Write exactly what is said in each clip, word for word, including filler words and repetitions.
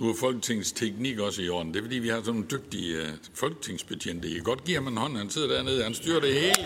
Nu er Folketingets teknik også i orden. Det er fordi, vi har sådan nogle dygtige uh, folketingsbetjente. I kan godt give ham en hånd, han sidder dernede, han styrer det hele.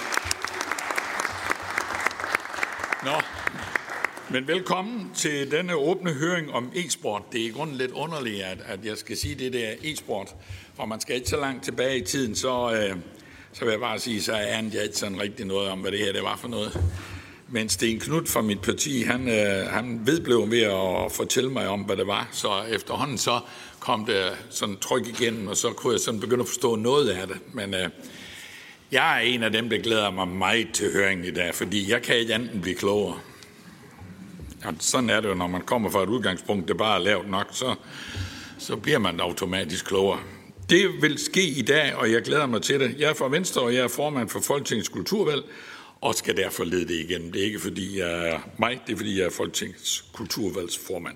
Nå, men velkommen til denne åbne høring om e-sport. Det er i grunden lidt underligt, at, at jeg skal sige det der e-sport, for man skal ikke så langt tilbage i tiden, så, uh, så vil jeg bare sige, så anede jeg ikke sådan rigtig noget om, hvad det her det var for noget. Men Sten Knud fra mit parti, han, øh, han vedblev ved at fortælle mig om, hvad det var. Så efterhånden så kom det sådan tryk igennem, og så kunne jeg sådan begynde at forstå noget af det. Men øh, jeg er en af dem, der glæder mig meget til høringen i dag, fordi jeg kan ikke andet end blive klogere. Og sådan er det jo, når man kommer fra et udgangspunkt, det bare er lavt nok, så, så bliver man automatisk klogere. Det vil ske i dag, og jeg glæder mig til det. Jeg er fra Venstre, og jeg er formand for Folketingets Kulturvalg, og skal derfor lede det igennem. Det er ikke, fordi jeg er mig, det er, fordi jeg er Folketingets Kulturvalgsformand.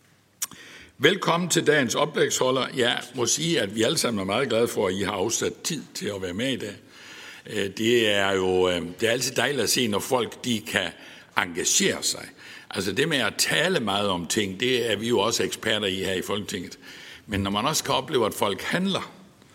Velkommen til dagens oplægsholder. Jeg må sige, at vi alle sammen er meget glade for, at I har afsat tid til at være med i dag. Det er jo det er altid dejligt at se, når folk de kan engagere sig. Altså det med at tale meget om ting, det er vi jo også eksperter i her i Folketinget. Men når man også kan opleve, at folk handler,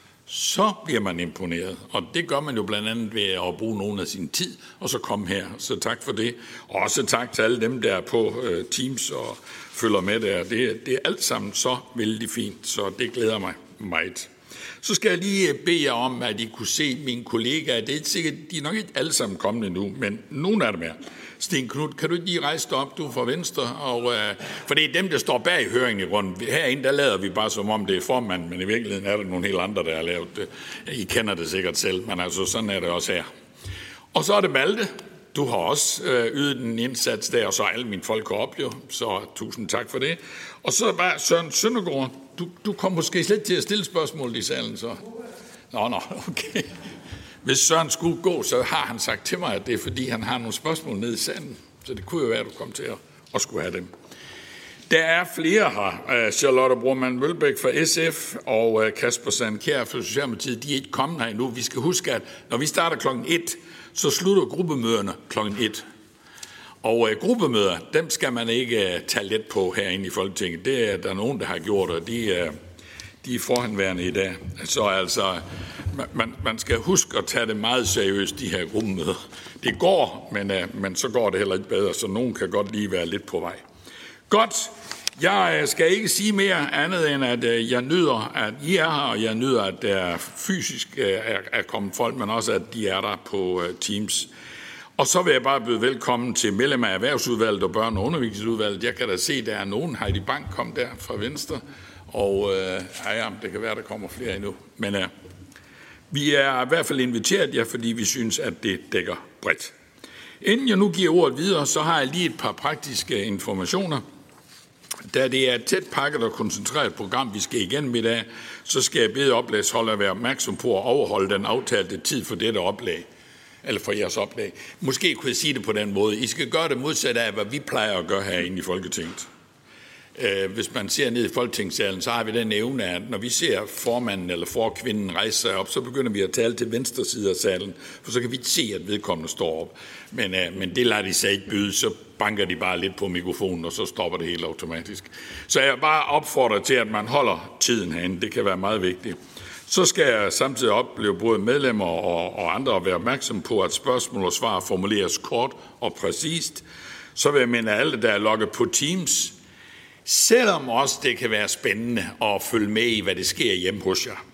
så bliver man imponeret. Og det gør man jo blandt andet ved at bruge nogen af sin tid, og så komme her. Så tak for det. Og også tak til alle dem, der er på uh, Teams og følger med der. Det, det er alt sammen så vældig fint, så det glæder mig meget. Så skal jeg lige bede jer om, at I kunne se mine kollegaer. Det er ikke sikkert, de er nok ikke alle sammen kommet endnu, men nogle af dem er. Sten Knud, kan du ikke lige rejse dig op, du er fra Venstre? Og, øh, for det er dem, der står bag høringen i grunden. Herinde, der lader vi bare som om det er formanden, men i virkeligheden er der nogle helt andre, der har lavet det. I kender det sikkert selv, men altså sådan er det også her. Og så er det Malte. Du har også øh, ydet en indsats der, og så alle mine folk op jo, så tusind tak for det. Og så er bare Søren Søndergaard. Du, du kom måske slet til at stille spørgsmål i salen, så. Nå, nå, okay. Hvis Søren skulle gå, så har han sagt til mig, at det er fordi, han har nogle spørgsmål nede i sanden. Så det kunne jo være, at du kom til at, at skulle have dem. Der er flere her. Charlotte Broman Mølbæk fra S F og Kasper Sandkjær fra Socialdemokratiet, de er ikke kommet her endnu. Vi skal huske, at når vi starter klokken et, så slutter gruppemøderne klokken et. Og øh, gruppemøder, dem skal man ikke øh, tage let på herinde i Folketinget. Det er der nogen, der har gjort, og de, øh, de er forhenværende i dag. Så altså, man, man skal huske at tage det meget seriøst, de her gruppemøder. Det går, men, øh, men så går det heller ikke bedre, så nogen kan godt lige være lidt på vej. Godt. Jeg skal ikke sige mere andet end, at øh, jeg nyder, at I er her, og jeg nyder, at der fysisk øh, er, er kommet folk, men også, at de er der på øh, Teams. Og så vil jeg bare byde velkommen til medlemmer af Erhvervsudvalget og Børne- og Undervisningsudvalget. Jeg kan da se, at der er nogen. Heidi Bank kom der fra Venstre, og øh, ja, det kan være, der kommer flere endnu. Men øh, vi er i hvert fald inviteret jer, fordi vi synes, at det dækker bredt. Inden jeg nu giver ordet videre, så har jeg lige et par praktiske informationer. Da det er et tæt pakket og koncentreret program, vi skal igennem i dag, så skal jeg bede oplægsholder at være opmærksom på at overholde den aftalte tid for dette oplæg. Eller for jeres oplæg. Måske kunne jeg sige det på den måde. I skal gøre det modsat af, hvad vi plejer at gøre herinde i Folketinget. Hvis man ser ned i Folketingssalen, så har vi den evne, at når vi ser formanden eller forkvinden rejse sig op, så begynder vi at tale til venstre side af salen, for så kan vi ikke se, at vedkommende står op. Men, men det lader de sig ikke byde, så banker de bare lidt på mikrofonen, og så stopper det helt automatisk. Så jeg bare opfordrer til, at man holder tiden herinde. Det kan være meget vigtigt. Så skal jeg samtidig opleve både medlemmer og, og andre at være opmærksom på, at spørgsmål og svar formuleres kort og præcist. Så vil jeg minde alle, der er logget på Teams, selvom også det kan være spændende at følge med i, hvad det sker hjemme hos jer.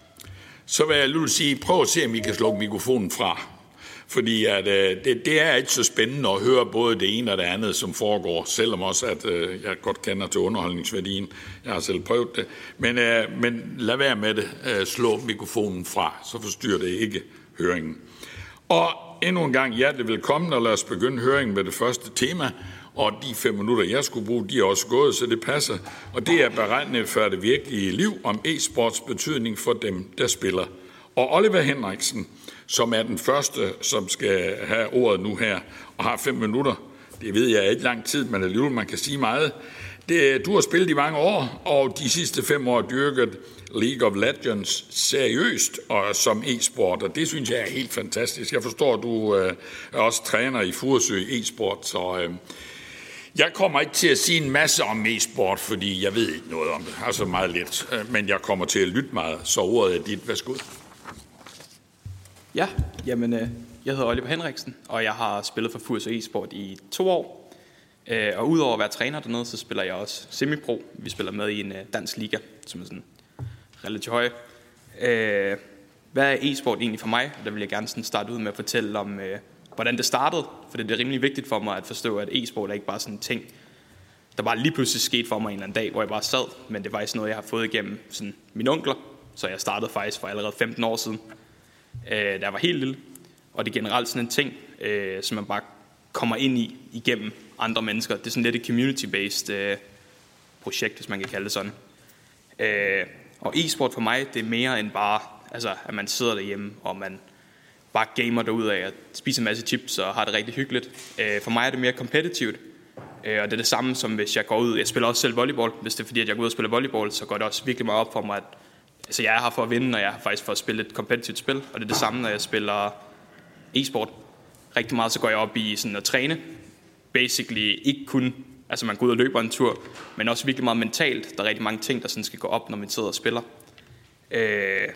Så vil jeg lige sige, prøv at se, om I kan slukke mikrofonen fra. Fordi at, øh, det, det er ikke så spændende at høre både det ene og det andet, som foregår, selvom også, at øh, jeg godt kender til underholdningsværdien. Jeg har selv prøvet det. Men, øh, men lad være med det. Øh, slå mikrofonen fra, så forstyrrer det ikke høringen. Og endnu en gang hjertelig velkommen, og lad os begynde høringen med det første tema. Og de fem minutter, jeg skulle bruge, de er også gået, så det passer. Og det er beregnet for det virkelige liv om e-sports betydning for dem, der spiller. Og Oliver Henriksen, som er den første, som skal have ordet nu her, og har fem minutter. Det ved jeg ikke lang tid, men alligevel man kan sige meget. Det, du har spillet i mange år, og de sidste fem år dyrket League of Legends seriøst og som e-sport, og det synes jeg er helt fantastisk. Jeg forstår, at du øh, er også træner i Furesø e-sport, så øh, Jeg kommer ikke til at sige en masse om e-sport, fordi jeg ved ikke noget om det. Altså meget lidt. Men jeg kommer til at lytte meget, så ordet er dit. Værsgo. Ja, jamen, jeg hedder Oliver Henriksen, og jeg har spillet for Furesø e-sport i to år. Og udover at være træner dernede, så spiller jeg også semi-pro. Vi spiller med i en dansk liga, som er sådan relativt høj. Hvad er e-sport egentlig for mig? Der vil jeg gerne sådan starte ud med at fortælle om, hvordan det startede. For det er rimelig vigtigt for mig at forstå, at e-sport er ikke bare sådan en ting, der bare lige pludselig skete for mig en eller anden dag, hvor jeg bare sad. Men det er faktisk noget, jeg har fået igennem sådan mine onkler. Så jeg startede faktisk for allerede femten år siden, da jeg var helt lille. Og det er generelt sådan en ting, som man bare kommer ind i igennem andre mennesker. Det er sådan lidt et community-based projekt, hvis man kan kalde det sådan. Og e-sport for mig, det er mere end bare, altså, at man sidder derhjemme, og man bare gamer derudad og spiser en masse chips og har det rigtig hyggeligt. For mig er det mere competitivt, og det er det samme som hvis jeg går ud. Jeg spiller også selv volleyball. Hvis det er fordi, at jeg går ud og spiller volleyball, så går det også virkelig meget op for mig, at altså, jeg er her for at vinde, og jeg er faktisk for at spille et competitivt spil. Og det er det samme, når jeg spiller e-sport. Rigtig meget så går jeg op i sådan at træne. Basically ikke kun, altså man går ud og løber en tur, men også virkelig meget mentalt. Der er rigtig mange ting, der sådan skal gå op, når man sidder og spiller. Øh,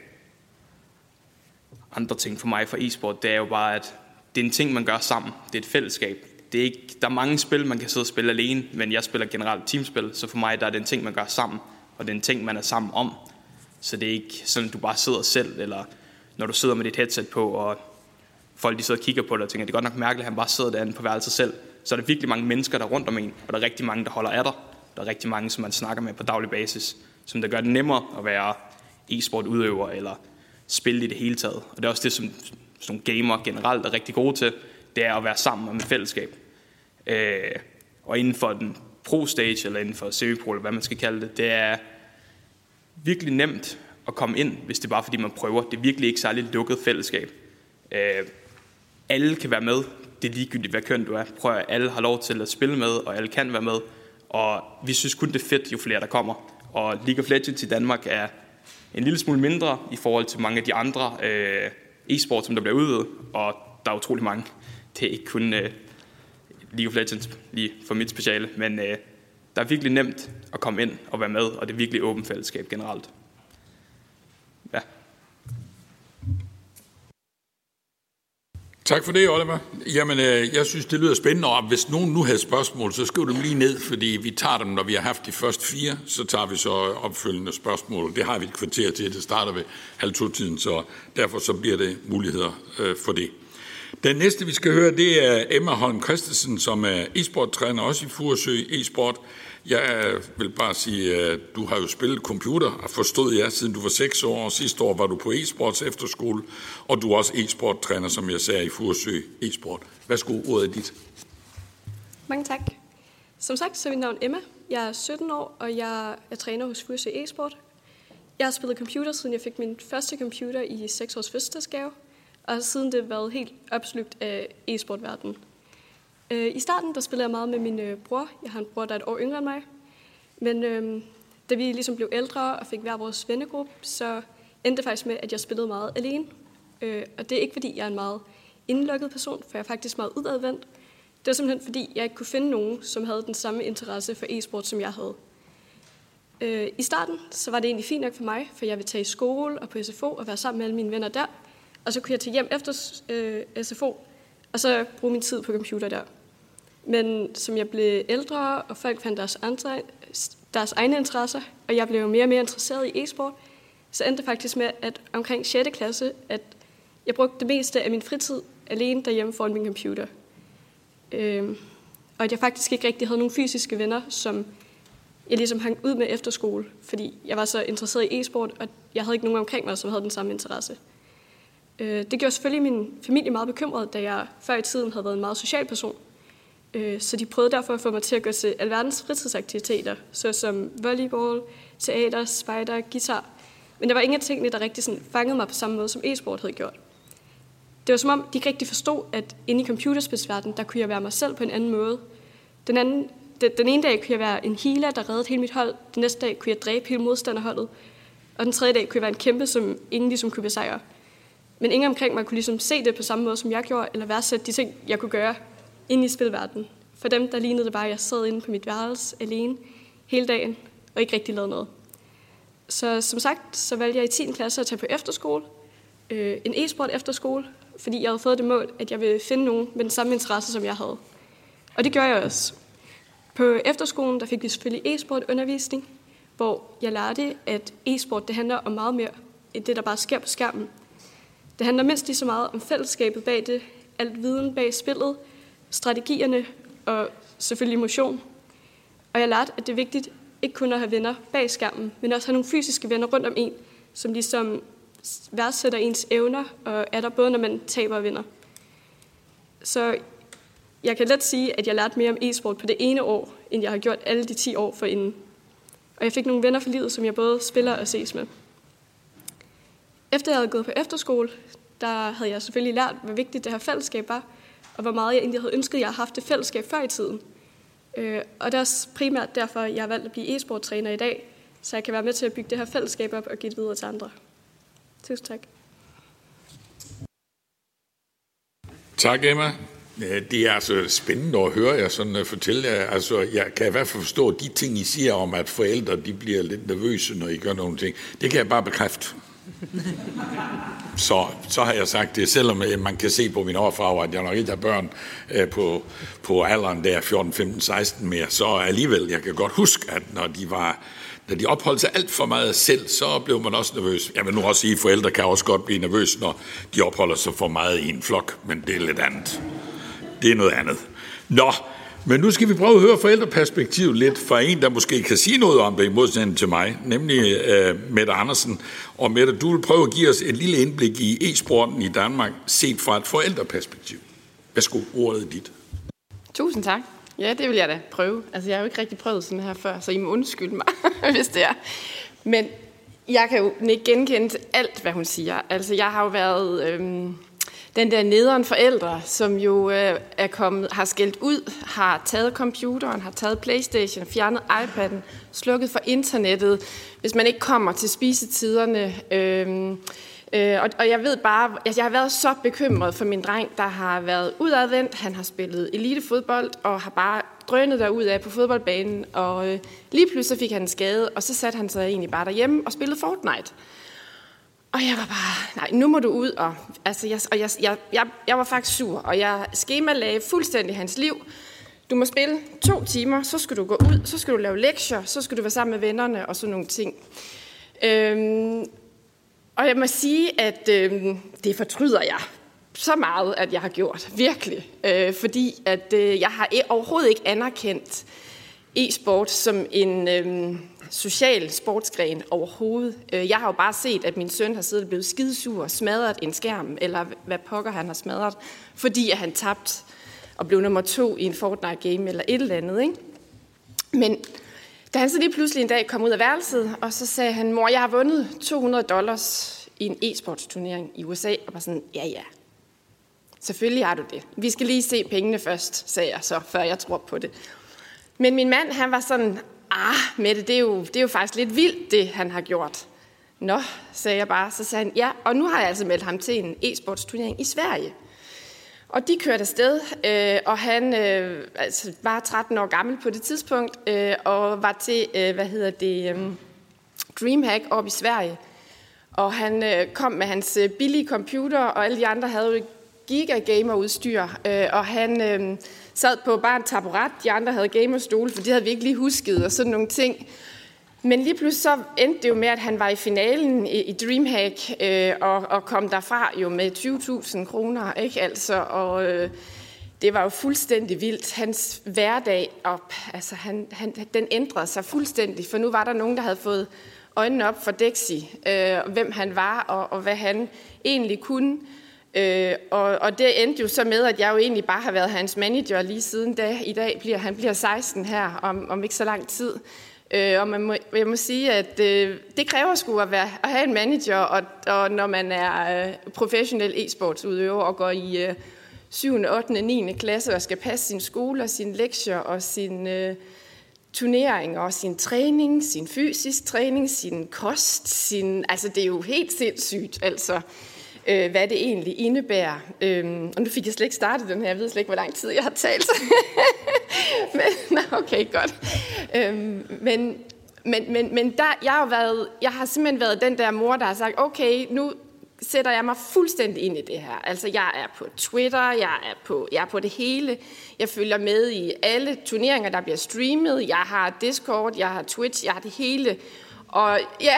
andre ting for mig for e-sport, det er jo bare, at det er en ting, man gør sammen. Det er et fællesskab. Det er ikke, der er mange spil, man kan sidde og spille alene, men jeg spiller generelt teamspil, så for mig der er det en ting, man gør sammen, og det er en ting, man er sammen om. Så det er ikke sådan, at du bare sidder selv, eller når du sidder med dit headset på, og folk de sidder og kigger på dig og tænker, det er godt nok mærkeligt, at han bare sidder derinde på værelset selv. Så er der virkelig mange mennesker, der er rundt om en, og der er rigtig mange, der holder af dig. Der er rigtig mange, som man snakker med på daglig basis, som der gør det nemmere at være e-sport-udøver, eller spille i det hele taget. Og det er også det, som nogle gamer generelt er rigtig gode til, det er at være sammen om et fællesskab. Øh, og inden for den pro-stage, eller inden for semi-pro, eller hvad man skal kalde det, det er virkelig nemt at komme ind, hvis det er bare fordi, man prøver. Det er virkelig ikke særlig lukket fællesskab. Øh, alle kan være med. Det er ligegyldigt, hvad køn du er. Prøv at alle har lov til at spille med, og alle kan være med. Og vi synes kun, det er fedt, jo flere der kommer. Og League of Legends i Danmark er en lille smule mindre i forhold til mange af de andre øh, e-sport, som der bliver udøvet. Og der er utrolig mange. Det er ikke kun øh, League of Legends lige for mit speciale, men øh, der er virkelig nemt at komme ind og være med, og det er virkelig åbent fællesskab generelt. Ja. Tak for det, Oliver. Jamen, øh, jeg synes, det lyder spændende, og hvis nogen nu havde spørgsmål, så skriv dem lige ned, fordi vi tager dem, når vi har haft de første fire, så tager vi så opfølgende spørgsmål. Det har vi et kvarter til, det starter ved halv to-tiden, så derfor så bliver det muligheder øh, for det. Den næste, vi skal høre, det er Emma Holm Christensen, som er e-sport-træner, også i Furesø e-sport. Jeg vil bare sige, at du har jo spillet computer, og forstod jeg, siden du var seks år, og sidste år var du på e-sports efterskole, og du er også e-sport-træner, som jeg sagde, i Furesø e-sport. Værsgo, ordet er dit. Mange tak. Som sagt, så er mit navn Emma. Jeg er sytten år, og jeg er træner hos Furesø e-sport. Jeg har spillet computer, siden jeg fik min første computer i seks års fødselsdagsgave, og har siden det været helt opslugt af e-sportverdenen. I starten der spillede jeg meget med min bror. Jeg har en bror, der er et år yngre end mig. Men øhm, da vi ligesom blev ældre og fik hver vores vennegruppe, så endte det faktisk med, at jeg spillede meget alene. Øh, og det er ikke, fordi jeg er en meget indlukket person, for jeg er faktisk meget udadvendt. Det var simpelthen, fordi jeg ikke kunne finde nogen, som havde den samme interesse for e-sport, som jeg havde. Øh, I starten så var det egentlig fint nok for mig, for jeg ville tage i skole og på S F O og være sammen med alle mine venner der. Og så kunne jeg tage hjem efter øh, S F O, og så bruge min tid på computer der. Men som jeg blev ældre, og folk fandt deres, andre, deres egne interesser, og jeg blev mere og mere interesseret i e-sport, så endte det faktisk med, at omkring sjette klasse, at jeg brugte det meste af min fritid alene derhjemme foran min computer. Øhm, og at jeg faktisk ikke rigtig havde nogle fysiske venner, som jeg ligesom hang ud med efter skole, fordi jeg var så interesseret i e-sport, og jeg havde ikke nogen omkring mig, som havde den samme interesse. Øh, det gjorde selvfølgelig min familie meget bekymret, da jeg før i tiden havde været en meget social person. Så de prøvede derfor at få mig til at gå til alverdens fritidsaktiviteter, såsom volleyball, teater, spejder, guitar. Men der var ingen af tingene, der rigtig sådan fangede mig på samme måde, som e-sport havde gjort. Det var som om, de ikke rigtig forstod, at inde i computerspilsverdenen, der kunne jeg være mig selv på en anden måde. Den, anden, den, den ene dag kunne jeg være en healer, der reddede hele mit hold. Den næste dag kunne jeg dræbe hele modstanderholdet. Og den tredje dag kunne jeg være en kæmpe, som ingen ligesom kunne besejre. Men ingen omkring mig kunne ligesom se det på samme måde, som jeg gjorde, eller værdsætte de ting, jeg kunne gøre inde i spilverdenen. For dem, der lignede det bare, at jeg sad inde på mit værelse alene hele dagen og ikke rigtig lavede noget. Så som sagt, så valgte jeg i tiende klasse at tage på efterskole. Øh, en e-sport efterskole, fordi jeg havde fået det mål, at jeg ville finde nogen med den samme interesse, som jeg havde. Og det gjorde jeg også. På efterskolen der fik vi selvfølgelig e-sport-undervisning, hvor jeg lærte, at e-sport det handler om meget mere end det, der bare sker på skærmen. Det handler mindst lige så meget om fællesskabet bag det, alt viden bag spillet, strategierne og selvfølgelig emotion. Og jeg lærte, at det er vigtigt ikke kun at have venner bag skærmen, men også have nogle fysiske venner rundt om en, som ligesom værdsætter ens evner og er der både, når man taber og vinder. Så jeg kan let sige, at jeg lærte mere om e-sport på det ene år, end jeg har gjort alle de ti år forinden. Og jeg fik nogle venner for livet, som jeg både spiller og ses med. Efter jeg havde gået på efterskole, der havde jeg selvfølgelig lært, hvor vigtigt det her fællesskab var, og hvor meget jeg egentlig havde ønsket, at jeg havde haft det fællesskab før i tiden. Og det er også primært derfor, jeg har valgt at blive e-sporttræner i dag, så jeg kan være med til at bygge det her fællesskab op og give det videre til andre. Tusind tak. Tak, Emma. Det er altså spændende at høre jer sådan fortælle jer. Altså, jeg kan i hvert fald forstå de ting, I siger om, at forældre de bliver lidt nervøse, når I gør nogle ting. Det kan jeg bare bekræfte. Så, så har jeg sagt det, selvom man kan se på min overfarve, at jeg nok ikke har børn på, på alderen der fjorten, femten, seksten mere, så alligevel, jeg kan godt huske, at når de var Da de opholdt sig alt for meget selv, så blev man også nervøs. Jeg vil nu også sige, at forældre kan også godt blive nervøse, når de opholder sig for meget i en flok, men det er lidt andet. Det er noget andet. Nå, men nu skal vi prøve at høre forældreperspektivet lidt fra en, der måske kan sige noget om det i modsætning til mig, nemlig uh, Mette Andersen. Og Mette, du vil prøve at give os et lille indblik i e-sporten i Danmark, set fra et forældreperspektiv. Værsgo, ordet er dit. Tusind tak. Ja, det vil jeg da prøve. Altså, jeg har jo ikke rigtig prøvet sådan her før, så I må undskylde mig, hvis det er. Men jeg kan jo ikke genkende til alt, hvad hun siger. Altså, jeg har jo været øhm, den der nederen forældre, som jo øh, er kommet, har skældt ud, har taget computeren, har taget PlayStation, fjernet iPad'en, slukket for internettet, hvis man ikke kommer til spisetiderne. Øhm, Øh, og, og jeg ved bare, altså jeg har været så bekymret for min dreng, der har været udadvendt. Han har spillet elitefodbold og har bare drønet derudad på fodboldbanen. Og øh, lige pludselig fik han en skade, og så satte han sig egentlig bare derhjemme og spillede Fortnite. Og jeg var bare, nej, nu må du ud. Og, altså, jeg, og jeg, jeg, jeg, jeg var faktisk sur, og jeg skemalagde fuldstændig hans liv. Du må spille to timer, så skal du gå ud, så skal du lave lektier, så skal du være sammen med vennerne og sådan nogle ting. Øhm, Og jeg må sige, at øh, det fortryder jeg så meget, at jeg har gjort. Virkelig. Øh, fordi at øh, jeg har overhovedet ikke anerkendt e-sport som en øh, social sportsgren overhovedet. Jeg har jo bare set, at min søn har siddet og blevet skidesur og smadret en skærm, eller hvad pokker han har smadret, fordi at han tabte og blev nummer to i en Fortnite-game eller et eller andet. Ikke? Men da han så lige pludselig en dag kom ud af værelset, og så sagde han, mor, jeg har vundet to hundrede dollars i en e-sportsturnering i U S A, og var sådan, ja, ja, selvfølgelig har du det. Vi skal lige se pengene først, sagde jeg så, før jeg tror på det. Men min mand, han var sådan, ah, Mette, det er jo, det er jo faktisk lidt vildt, det han har gjort. Nå, sagde jeg bare. Så sagde han, ja, og nu har jeg altså meldt ham til en e-sportsturnering i Sverige. Og de kørte afsted, øh, og han øh, altså, var tretten år gammel på det tidspunkt, øh, og var til, øh, hvad hedder det, øh, Dreamhack oppe i Sverige. Og han øh, kom med hans øh, billige computer, og alle de andre havde jo giga-gamer-udstyr, øh, og han øh, sad på bare en taburet, de andre havde gamerstole, for det havde vi ikke lige husket, og sådan nogle ting. Men lige pludselig så endte det jo med, at han var i finalen i, i Dreamhack, øh, og, og kom derfra jo med tyve tusind kroner, ikke altså, og øh, det var jo fuldstændig vildt. Hans hverdag op, altså han, han, den ændrede sig fuldstændig, for nu var der nogen, der havde fået øjnene op for Dexi, øh, hvem han var, og, og hvad han egentlig kunne. Øh, og, og det endte jo så med, at jeg jo egentlig bare har været hans manager lige siden da. I dag bliver han bliver seksten her, om, om ikke så lang tid. Øh, og man må, jeg må sige, at øh, det kræver sgu at, være, at have en manager, og, og når man er øh, professionel e-sportsudøver og går i øh, syvende, ottende, niende klasse og skal passe sin skole og sine lektier og sin øh, turneringer og sin træning, sin fysisk træning, sin kost, sin, altså det er jo helt sindssygt, altså. øh, hvad det egentlig indebærer. Øhm, og nu fik jeg slet ikke startet den her, jeg ved slet ikke, hvor lang tid jeg har talt. men, okay, godt. Øhm, men men, men, men der, jeg, har været, jeg har simpelthen været den der mor, der har sagt, okay, nu sætter jeg mig fuldstændig ind i det her. Altså, jeg er på Twitter, jeg er på, jeg er på det hele. Jeg følger med i alle turneringer, der bliver streamet. Jeg har Discord, jeg har Twitch, jeg har det hele. Og ja,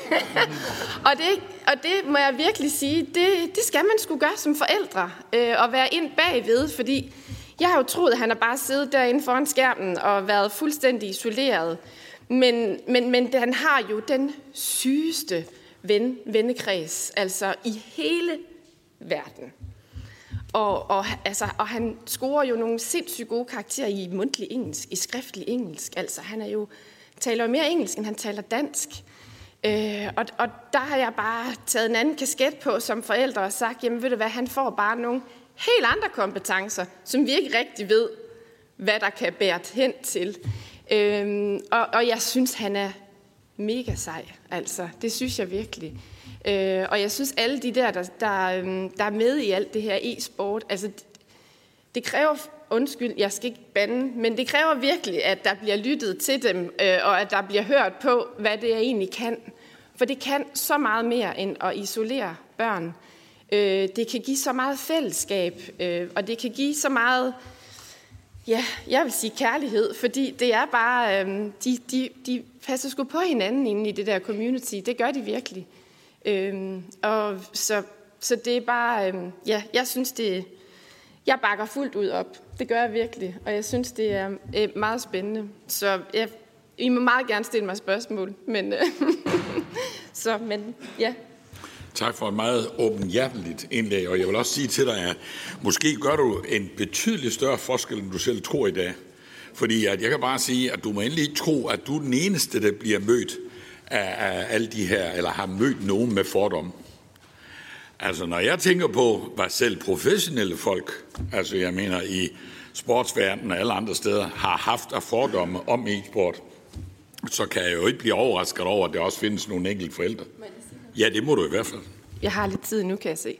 og, det, og det må jeg virkelig sige, det, det skal man sgu gøre som forældre. Øh, og være ind bagved, fordi jeg har jo troet, at han har bare siddet derinde foran skærmen og været fuldstændig isoleret. Men, men, men han har jo den sygeste ven, vennekreds, altså i hele verden. Og, og, altså, og han scorer jo nogle sindssygt gode karakterer i mundtlig engelsk, i skriftlig engelsk. Altså han er jo, taler jo mere engelsk, end han taler dansk. Øh, og, og der har jeg bare taget en anden kasket på som forældre og sagt, jamen ved du hvad, han får bare nogle helt andre kompetencer, som vi ikke rigtig ved, hvad der kan bære hen til. Øh, og, og jeg synes, han er mega sej, altså. Det synes jeg virkelig. Øh, og jeg synes, alle de der, der, der, der er med i alt det her e-sport, altså, det, det kræver, undskyld, jeg skal ikke bande, men det kræver virkelig, at der bliver lyttet til dem, øh, og at der bliver hørt på, hvad det egentlig kan. For det kan så meget mere end at isolere børn. Øh, det kan give så meget fællesskab, øh, og det kan give så meget, ja, jeg vil sige kærlighed, fordi det er bare, øh, de, de, de passer sgu på hinanden inde i det der community. Det gør de virkelig. Øhm, og så, så det er bare, øhm, ja, jeg synes det, jeg bakker fuldt ud op. Det gør jeg virkelig, og jeg synes det er øh, meget spændende. Så jeg, I må meget gerne stille mig spørgsmål, men, øh, så, men ja. Tak for et meget åbenhjerteligt indlæg, og jeg vil også sige til dig, at måske gør du en betydelig større forskel, end du selv tror i dag. Fordi at jeg kan bare sige, at du må endelig ikke tro, at du er den eneste, der bliver mødt af, af alle de her, eller har mødt nogen med fordomme. Altså, når jeg tænker på, hvad selv professionelle folk, altså jeg mener i sportsverdenen og alle andre steder, har haft af fordomme om e-sport, så kan jeg jo ikke blive overrasket over, at der også findes nogle enkelte forældre. Ja, det må du i hvert fald. Jeg har lidt tid nu, kan jeg se.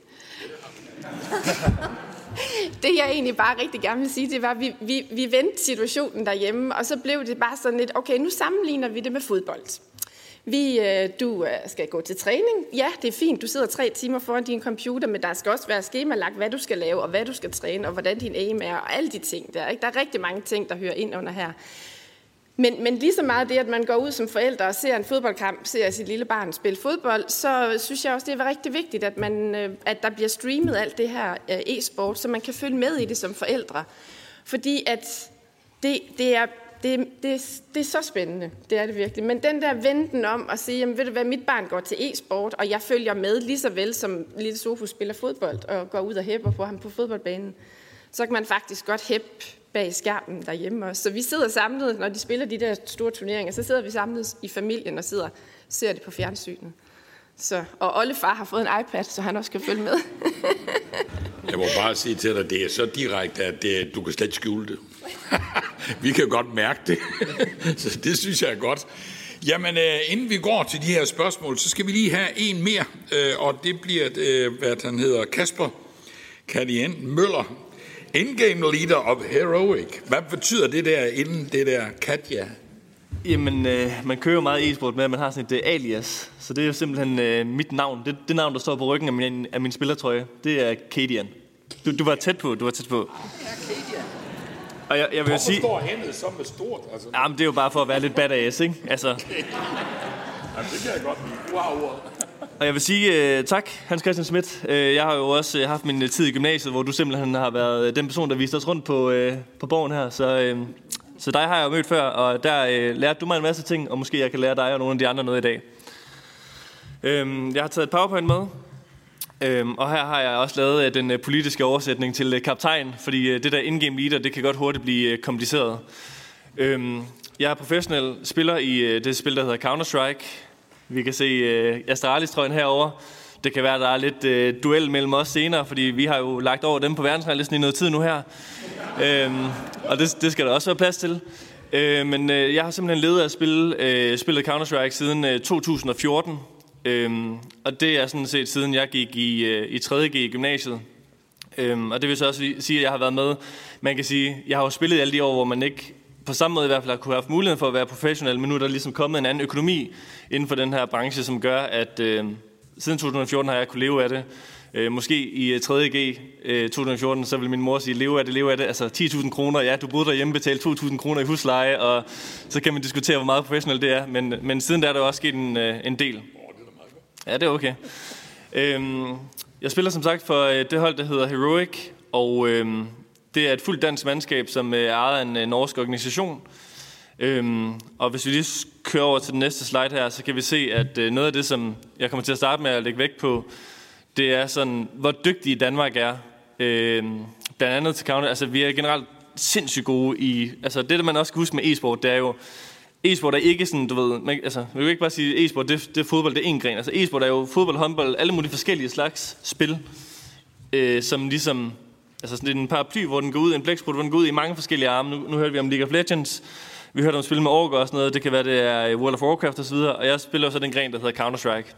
Det jeg egentlig bare rigtig gerne vil sige, det var, at vi, vi, vi vendte situationen derhjemme, og så blev det bare sådan lidt, okay, nu sammenligner vi det med fodbold. Vi, du skal gå til træning. Ja, det er fint, du sidder tre timer foran din computer, men der skal også være skemalagt, hvad du skal lave, og hvad du skal træne, og hvordan din aim er, og alle de ting der. Ikke? Der er rigtig mange ting, der hører ind under her. Men, men lige så meget det, at man går ud som forældre og ser en fodboldkamp, ser sit lille barn spille fodbold, så synes jeg også, det er rigtig vigtigt, at, man, at der bliver streamet alt det her e-sport, så man kan følge med i det som forældre. Fordi at det, det, er, det, det, det er så spændende, det er det virkelig. Men den der venten om at sige, jamen ved du hvad, mit barn går til e-sport, og jeg følger med lige så vel som lille Sofus spiller fodbold og går ud og hæpper på ham på fodboldbanen, så kan man faktisk godt hæppe bag skærmen derhjemme også. Så vi sidder samlet, når de spiller de der store turneringer, så sidder vi samlet i familien og sidder ser det på fjernsynet. Så, og oldefar har fået en iPad, så han også kan følge med. Jeg må bare sige til dig, det er så direkte, at det, du kan slet ikke skjule det. Vi kan godt mærke det. Så det synes jeg er godt. Jamen, øh, inden vi går til de her spørgsmål, så skal vi lige have en mere, øh, og det bliver, øh, hvad han hedder, Kasper Kadien Møller, Ingame Leader of Heroic. Hvad betyder det der inden det der Katja? Jamen, øh, man kører jo meget e-sport med, at man har sådan et øh, alias. Så det er jo simpelthen øh, mit navn. Det, det navn, der står på ryggen af min, af min spillertrøje, det er Kadian. Du, du var tæt på, du var tæt på. Og jeg, jeg vil sige, hvorfor står hændet så med stort? Altså? Jamen, det er jo bare for at være lidt badass, ikke? Altså. Okay. Jamen, det kan jeg godt lide. Wow. Og jeg vil sige uh, tak, Hans Christian Schmidt. Uh, jeg har jo også uh, haft min tid i gymnasiet, hvor du simpelthen har været den person, der viste os rundt på, uh, på borgen her. Så, uh, så dig har jeg jo mødt før, og der uh, lærte du mig en masse ting, og måske jeg kan lære dig og nogle af de andre noget i dag. Uh, jeg har taget et PowerPoint med, uh, og her har jeg også lavet uh, den uh, politiske oversætning til uh, kaptajn, fordi uh, det der in-game leader, det kan godt hurtigt blive uh, kompliceret. Uh, jeg er professionel spiller i uh, det spil, der hedder Counter-Strike. Vi kan se øh, Astralis-trøjen herovre. Det kan være, der er lidt øh, duel mellem os senere, fordi vi har jo lagt over dem på verdensranglisten i noget tid nu her. Øhm, og det, det skal der også være plads til. Øh, men øh, jeg har simpelthen ledet at spille øh, spillet Counter-Strike siden øh, to tusind og fjorten. Øhm, og det er sådan set siden jeg gik i, øh, i tredje G i gymnasiet. Øhm, og det vil så også sige, at jeg har været med. Man kan sige, jeg har jo spillet i alle de år, hvor man ikke på samme måde i hvert fald har kunne have haft muligheden for at være professionel, men nu er der ligesom kommet en anden økonomi inden for den her branche, som gør, at øh, siden to tusind og fjorten har jeg kunne leve af det. Øh, måske i tredje G øh, to tusind og fjorten, så vil min mor sige, leve af det, leve af det. Altså ti tusind kroner, ja, du boede derhjemme, betale to tusind kroner i husleje, og så kan man diskutere, hvor meget professionelt det er. Men, men siden der er der også sket en, øh, en del. Ja, det er okay. Øhm, jeg spiller som sagt for øh, det hold, der hedder Heroic, og øh, det er et fuldt dansk mandskab, som øh, er ejet af en øh, norsk organisation. Øhm, og hvis vi lige kører over til den næste slide her, så kan vi se, at øh, noget af det, som jeg kommer til at starte med at lægge vægt på, det er sådan, hvor dygtig Danmark er. Øh, blandt andet til counter. Altså, vi er generelt sindssygt gode i... Altså, det, der man også skal huske med e-sport, det er jo... E-sport er ikke sådan, du ved... Man, altså, man kan ikke bare sige, e-sport, det, det er fodbold, det er en gren. Altså, e-sport er jo fodbold, håndbold, alle mulige forskellige slags spil, øh, som ligesom... Altså, sådan, det er en paraply, hvor den går ud, en blæksprut, hvor den går ud i mange forskellige arme. Nu, nu hørte vi om League of Legends. Vi hørte om spil med orker og sådan noget. Det kan være, det er World of Warcraft og så videre. Og jeg spiller jo så den gren, der hedder Counter-Strike.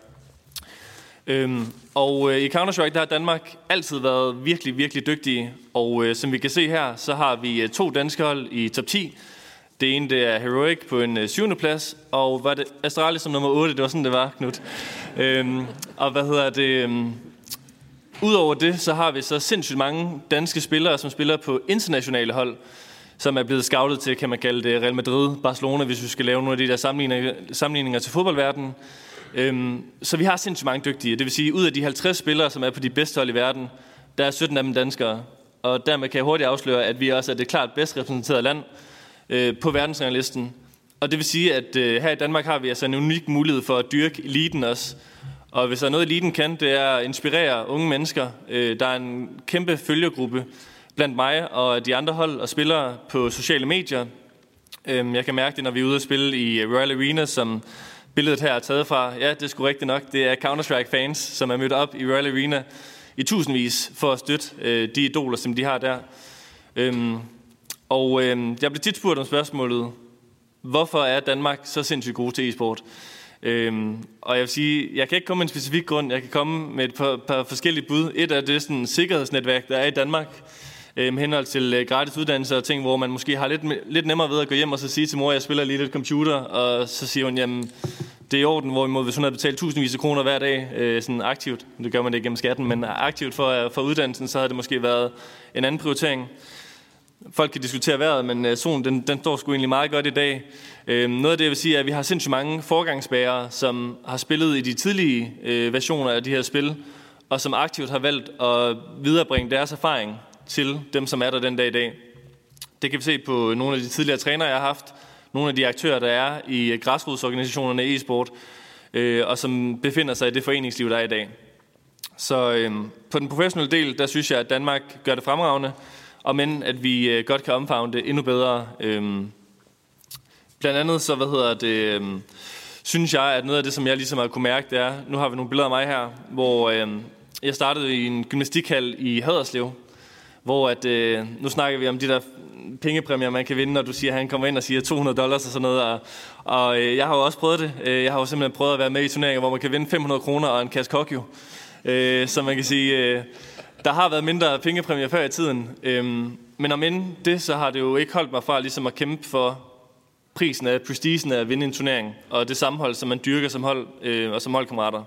Øhm, og øh, i Counter-Strike, der har Danmark altid været virkelig, virkelig dygtige. Og øh, som vi kan se her, så har vi øh, to danske hold i top ti. Det ene, det er Heroic på en øh, syvende plads. Og var det Astralis som nummer otte? Det var sådan, det var, Knut. Øhm, og hvad hedder det... Øhm, Udover det, så har vi så sindssygt mange danske spillere, som spiller på internationale hold, som er blevet scoutet til, kan man kalde det, Real Madrid, Barcelona, hvis vi skal lave nogle af de der sammenligninger, sammenligninger til fodboldverdenen. Øhm, så vi har sindssygt mange dygtige. Det vil sige, ud af de halvtreds spillere, som er på de bedste hold i verden, der er sytten af dem danskere. Og dermed kan jeg hurtigt afsløre, at vi også er det klart bedst repræsenterede land øh, på verdensranglisten. Og det vil sige, at øh, her i Danmark har vi altså en unik mulighed for at dyrke eliten også. Og hvis der er noget, eliten kan, det er at inspirere unge mennesker. Der er en kæmpe følgergruppe blandt mig og de andre hold og spillere på sociale medier. Jeg kan mærke det, når vi er ude at spille i Royal Arena, som billedet her er taget fra. Ja, det er sgu rigtigt nok. Det er Counter-Strike-fans, som er mødt op i Royal Arena i tusindvis for at støtte de idoler, som de har der. Og jeg bliver tit spurgt om spørgsmålet, hvorfor er Danmark så sindssygt gode til e-sport? Øhm, og jeg vil sige, jeg kan ikke komme med en specifik grund. Jeg kan komme med et par, par forskellige bud. Et af det sådan sikkerhedsnetværk, der er i Danmark, øhm, henhold til øh, gratis uddannelse og ting, hvor man måske har lidt, lidt nemmere ved at gå hjem og så sige til mor, jeg spiller lige lidt computer, og så siger hun, jamen, det er i orden, hvorimod hvis hun havde betalt tusindvis af kroner hver dag, øh, sådan aktivt, det gør man det gennem skatten, men aktivt for, for uddannelsen, så havde det måske været en anden prioritering. Folk kan diskutere vejret, men øh, solen, den, den står sgu egentlig meget godt i dag. Øh, noget af det, jeg vil sige, er, at vi har sindssygt mange forgangsbærere, som har spillet i de tidlige øh, versioner af de her spil, og som aktivt har valgt at viderebringe deres erfaring til dem, som er der den dag i dag. Det kan vi se på nogle af de tidligere trænere, jeg har haft, nogle af de aktører, der er i græsrodsorganisationerne i e-sport, øh, og som befinder sig i det foreningsliv, der er i dag. Så øh, på den professionelle del, der synes jeg, at Danmark gør det fremragende, og men at vi øh, godt kan omfavne det endnu bedre. Øhm, blandt andet så, hvad hedder det, øhm, synes jeg, at noget af det, som jeg ligesom har kunne mærke, det er, nu har vi nogle billeder af mig her, hvor øhm, jeg startede i en gymnastikhal i Haderslev, hvor at, øh, nu snakker vi om de der pengepræmier, man kan vinde, når du siger, at han kommer ind og siger to hundrede dollars og sådan noget, og, og øh, jeg har jo også prøvet det. Jeg har jo simpelthen prøvet at være med i turneringer, hvor man kan vinde fem hundrede kroner og en kasse kokjo, øh, så man kan sige... Øh, Der har været mindre pengepræmier før i tiden, øhm, men om end det, så har det jo ikke holdt mig fra ligesom at kæmpe for prisen af prestigen af at vinde en turnering, og det sammenhold, som man dyrker som hold øh, og som holdkammerater.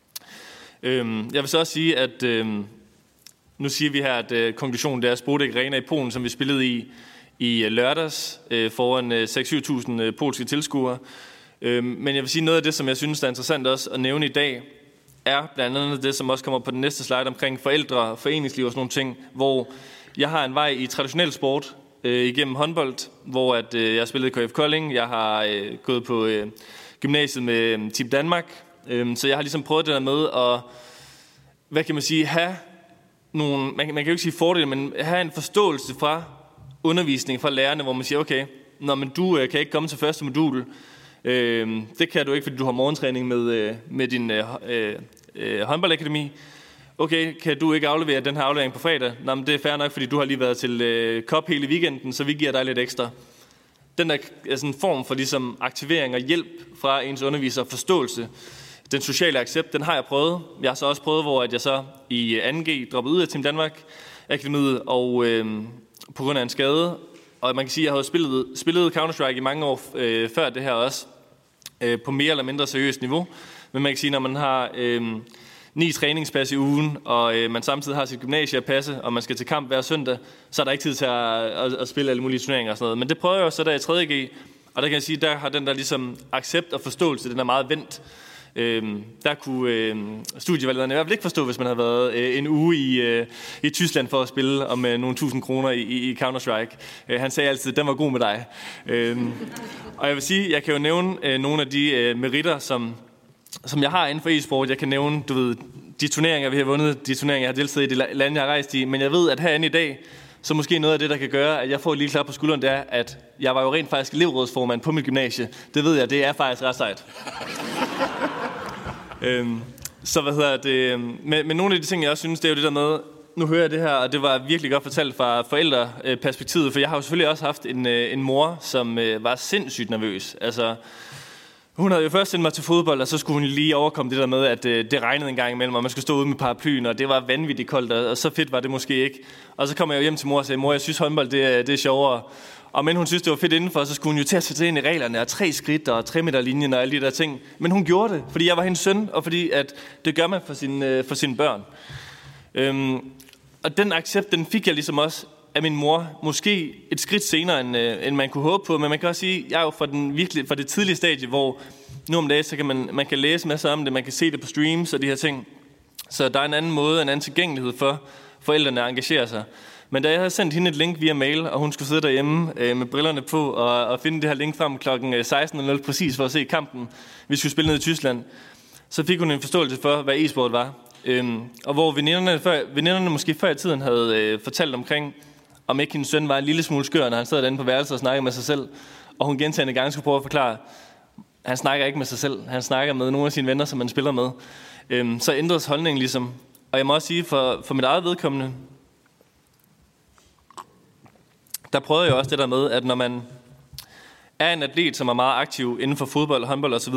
Øhm, jeg vil så også sige, at øh, nu siger vi her, at øh, konklusionen det er Spodek Arena i Polen, som vi spillede i i lørdags øh, foran øh, seks til syv tusind øh, polske tilskuere. Øh, men jeg vil sige noget af det, som jeg synes er interessant også at nævne i dag, er blandt andet det, som også kommer på den næste slide omkring forældre, foreningsliv og sådan nogle ting, hvor jeg har en vej i traditionel sport øh, igennem håndbold, hvor at, øh, jeg har spillet i K F Kolding, jeg har øh, gået på øh, gymnasiet med øh, Team Danmark, øh, så jeg har ligesom prøvet det der med at, hvad kan man sige, have nogle, man, man kan jo ikke sige fordele, men have en forståelse fra undervisning fra lærerne, hvor man siger, okay, når men du øh, kan ikke komme til første modul, øh, det kan du ikke, fordi du har morgentræning med, øh, med din øh, øh, håndboldakademi. Okay, kan du ikke aflevere den her aflevering på fredag? Nå, men det er fair nok, fordi du har lige været til øh, kop hele weekenden, så vi giver dig lidt ekstra. Den der er sådan en form for ligesom aktivering og hjælp fra ens underviser og forståelse, Den sociale accept, den har jeg prøvet. Jeg har så også prøvet, hvor at jeg så i anden G droppede ud af Team Danmark Akademiet, og øh, på grund af en skade. Og man kan sige, at jeg havde spillet, spillet Counter-Strike i mange år øh, før det her også, øh, på mere eller mindre seriøst niveau. Men man kan sige, når man har øh, ni træningspas i ugen, og øh, man samtidig har sit gymnasie at passe, og man skal til kamp hver søndag, så er der ikke tid til at, at, at spille alle mulige turneringer og sådan noget. Men det prøver jeg jo så der i tredje G, og der kan jeg sige, der har den der ligesom accept og forståelse, den er meget vendt. Øhm, der kunne øh, studievejlederne i hvert fald ikke forstå, hvis man havde været øh, en uge i, øh, i Tyskland for at spille om øh, nogle tusind kroner i, i Counter-Strike. Øh, han sagde altid, den var god med dig. Øhm, og jeg vil sige, jeg kan jo nævne øh, nogle af de øh, meritter, som, som jeg har inden for e-sport. Jeg kan nævne, du ved, de turneringer, vi har vundet, de turneringer, jeg har deltaget i, de lande, jeg har rejst i. Men jeg ved, at herinde i dag, så måske noget af det, der kan gøre, at jeg får et lille klap på skulderen, det er, at jeg var jo rent faktisk elevrådsformand på mit gymnasie. Det ved jeg, det er faktisk ret sejt. øhm, så hvad hedder det? Men, men nogle af de ting, jeg også synes, det er jo det der med, nu hører jeg det her, og det var virkelig godt fortalt fra forældreperspektivet, for jeg har jo selvfølgelig også haft en, en mor, som var sindssygt nervøs. Altså, hun havde jo først sendt mig til fodbold, og så skulle hun lige overkomme det der med, at øh, det regnede en gang imellem, og man skulle stå ude med paraplyen, og det var vanvittigt koldt, og så fedt var det måske ikke. Og så kom jeg jo hjem til mor og sagde, mor, jeg synes håndbold, det er, det er sjovere. Og men hun synes, det var fedt indenfor, så skulle hun jo til at sætte ind i reglerne, og tre skridt, og tre meter linjen, og alle de der ting. Men hun gjorde det, fordi jeg var hendes søn, og fordi at det gør man for, sin, øh, for sine børn. Øhm, og den accept, den fik jeg ligesom også af min mor, måske et skridt senere, end, øh, end man kunne håbe på, men man kan også sige, jeg er jo fra, den virkelig, fra det tidlige stadie, hvor nu om dagen, så kan man, man kan læse masser om det, man kan se det på streams og de her ting. Så der er en anden måde, en anden tilgængelighed for forældrene at engagere sig. Men da jeg havde sendt hende et link via mail, og hun skulle sidde derhjemme øh, med brillerne på og, og finde det her link frem klokken seksten nul nul præcis for at se kampen, vi skulle spille ned i Tyskland, så fik hun en forståelse for, hvad e-sport var. Øhm, og hvor veninderne, før, veninderne måske før i tiden havde øh, fortalt omkring, om ikke hendes søn var en lille smule skør, når han sad derinde på værelset og snakkede med sig selv. Og hun gentagende gange skulle prøve at forklare, han snakker ikke med sig selv. Han snakker med nogle af sine venner, som man spiller med. Øhm, så ændres holdningen ligesom. Og jeg må også sige, for, for mit eget vedkommende, der prøvede jeg også det der med, at når man er en atlet, som er meget aktiv inden for fodbold, håndbold osv.,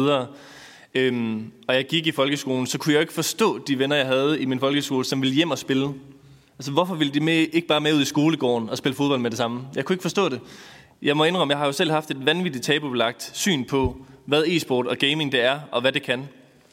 øhm, og jeg gik i folkeskolen, så kunne jeg ikke forstå de venner, jeg havde i min folkeskole, som ville hjem og spille. Altså, hvorfor ville de med, ikke bare med ud i skolegården og spille fodbold med det samme? Jeg kunne ikke forstå det. Jeg må indrømme, jeg har jo selv haft et vanvittigt tabubelagt syn på, hvad e-sport og gaming det er, og hvad det kan.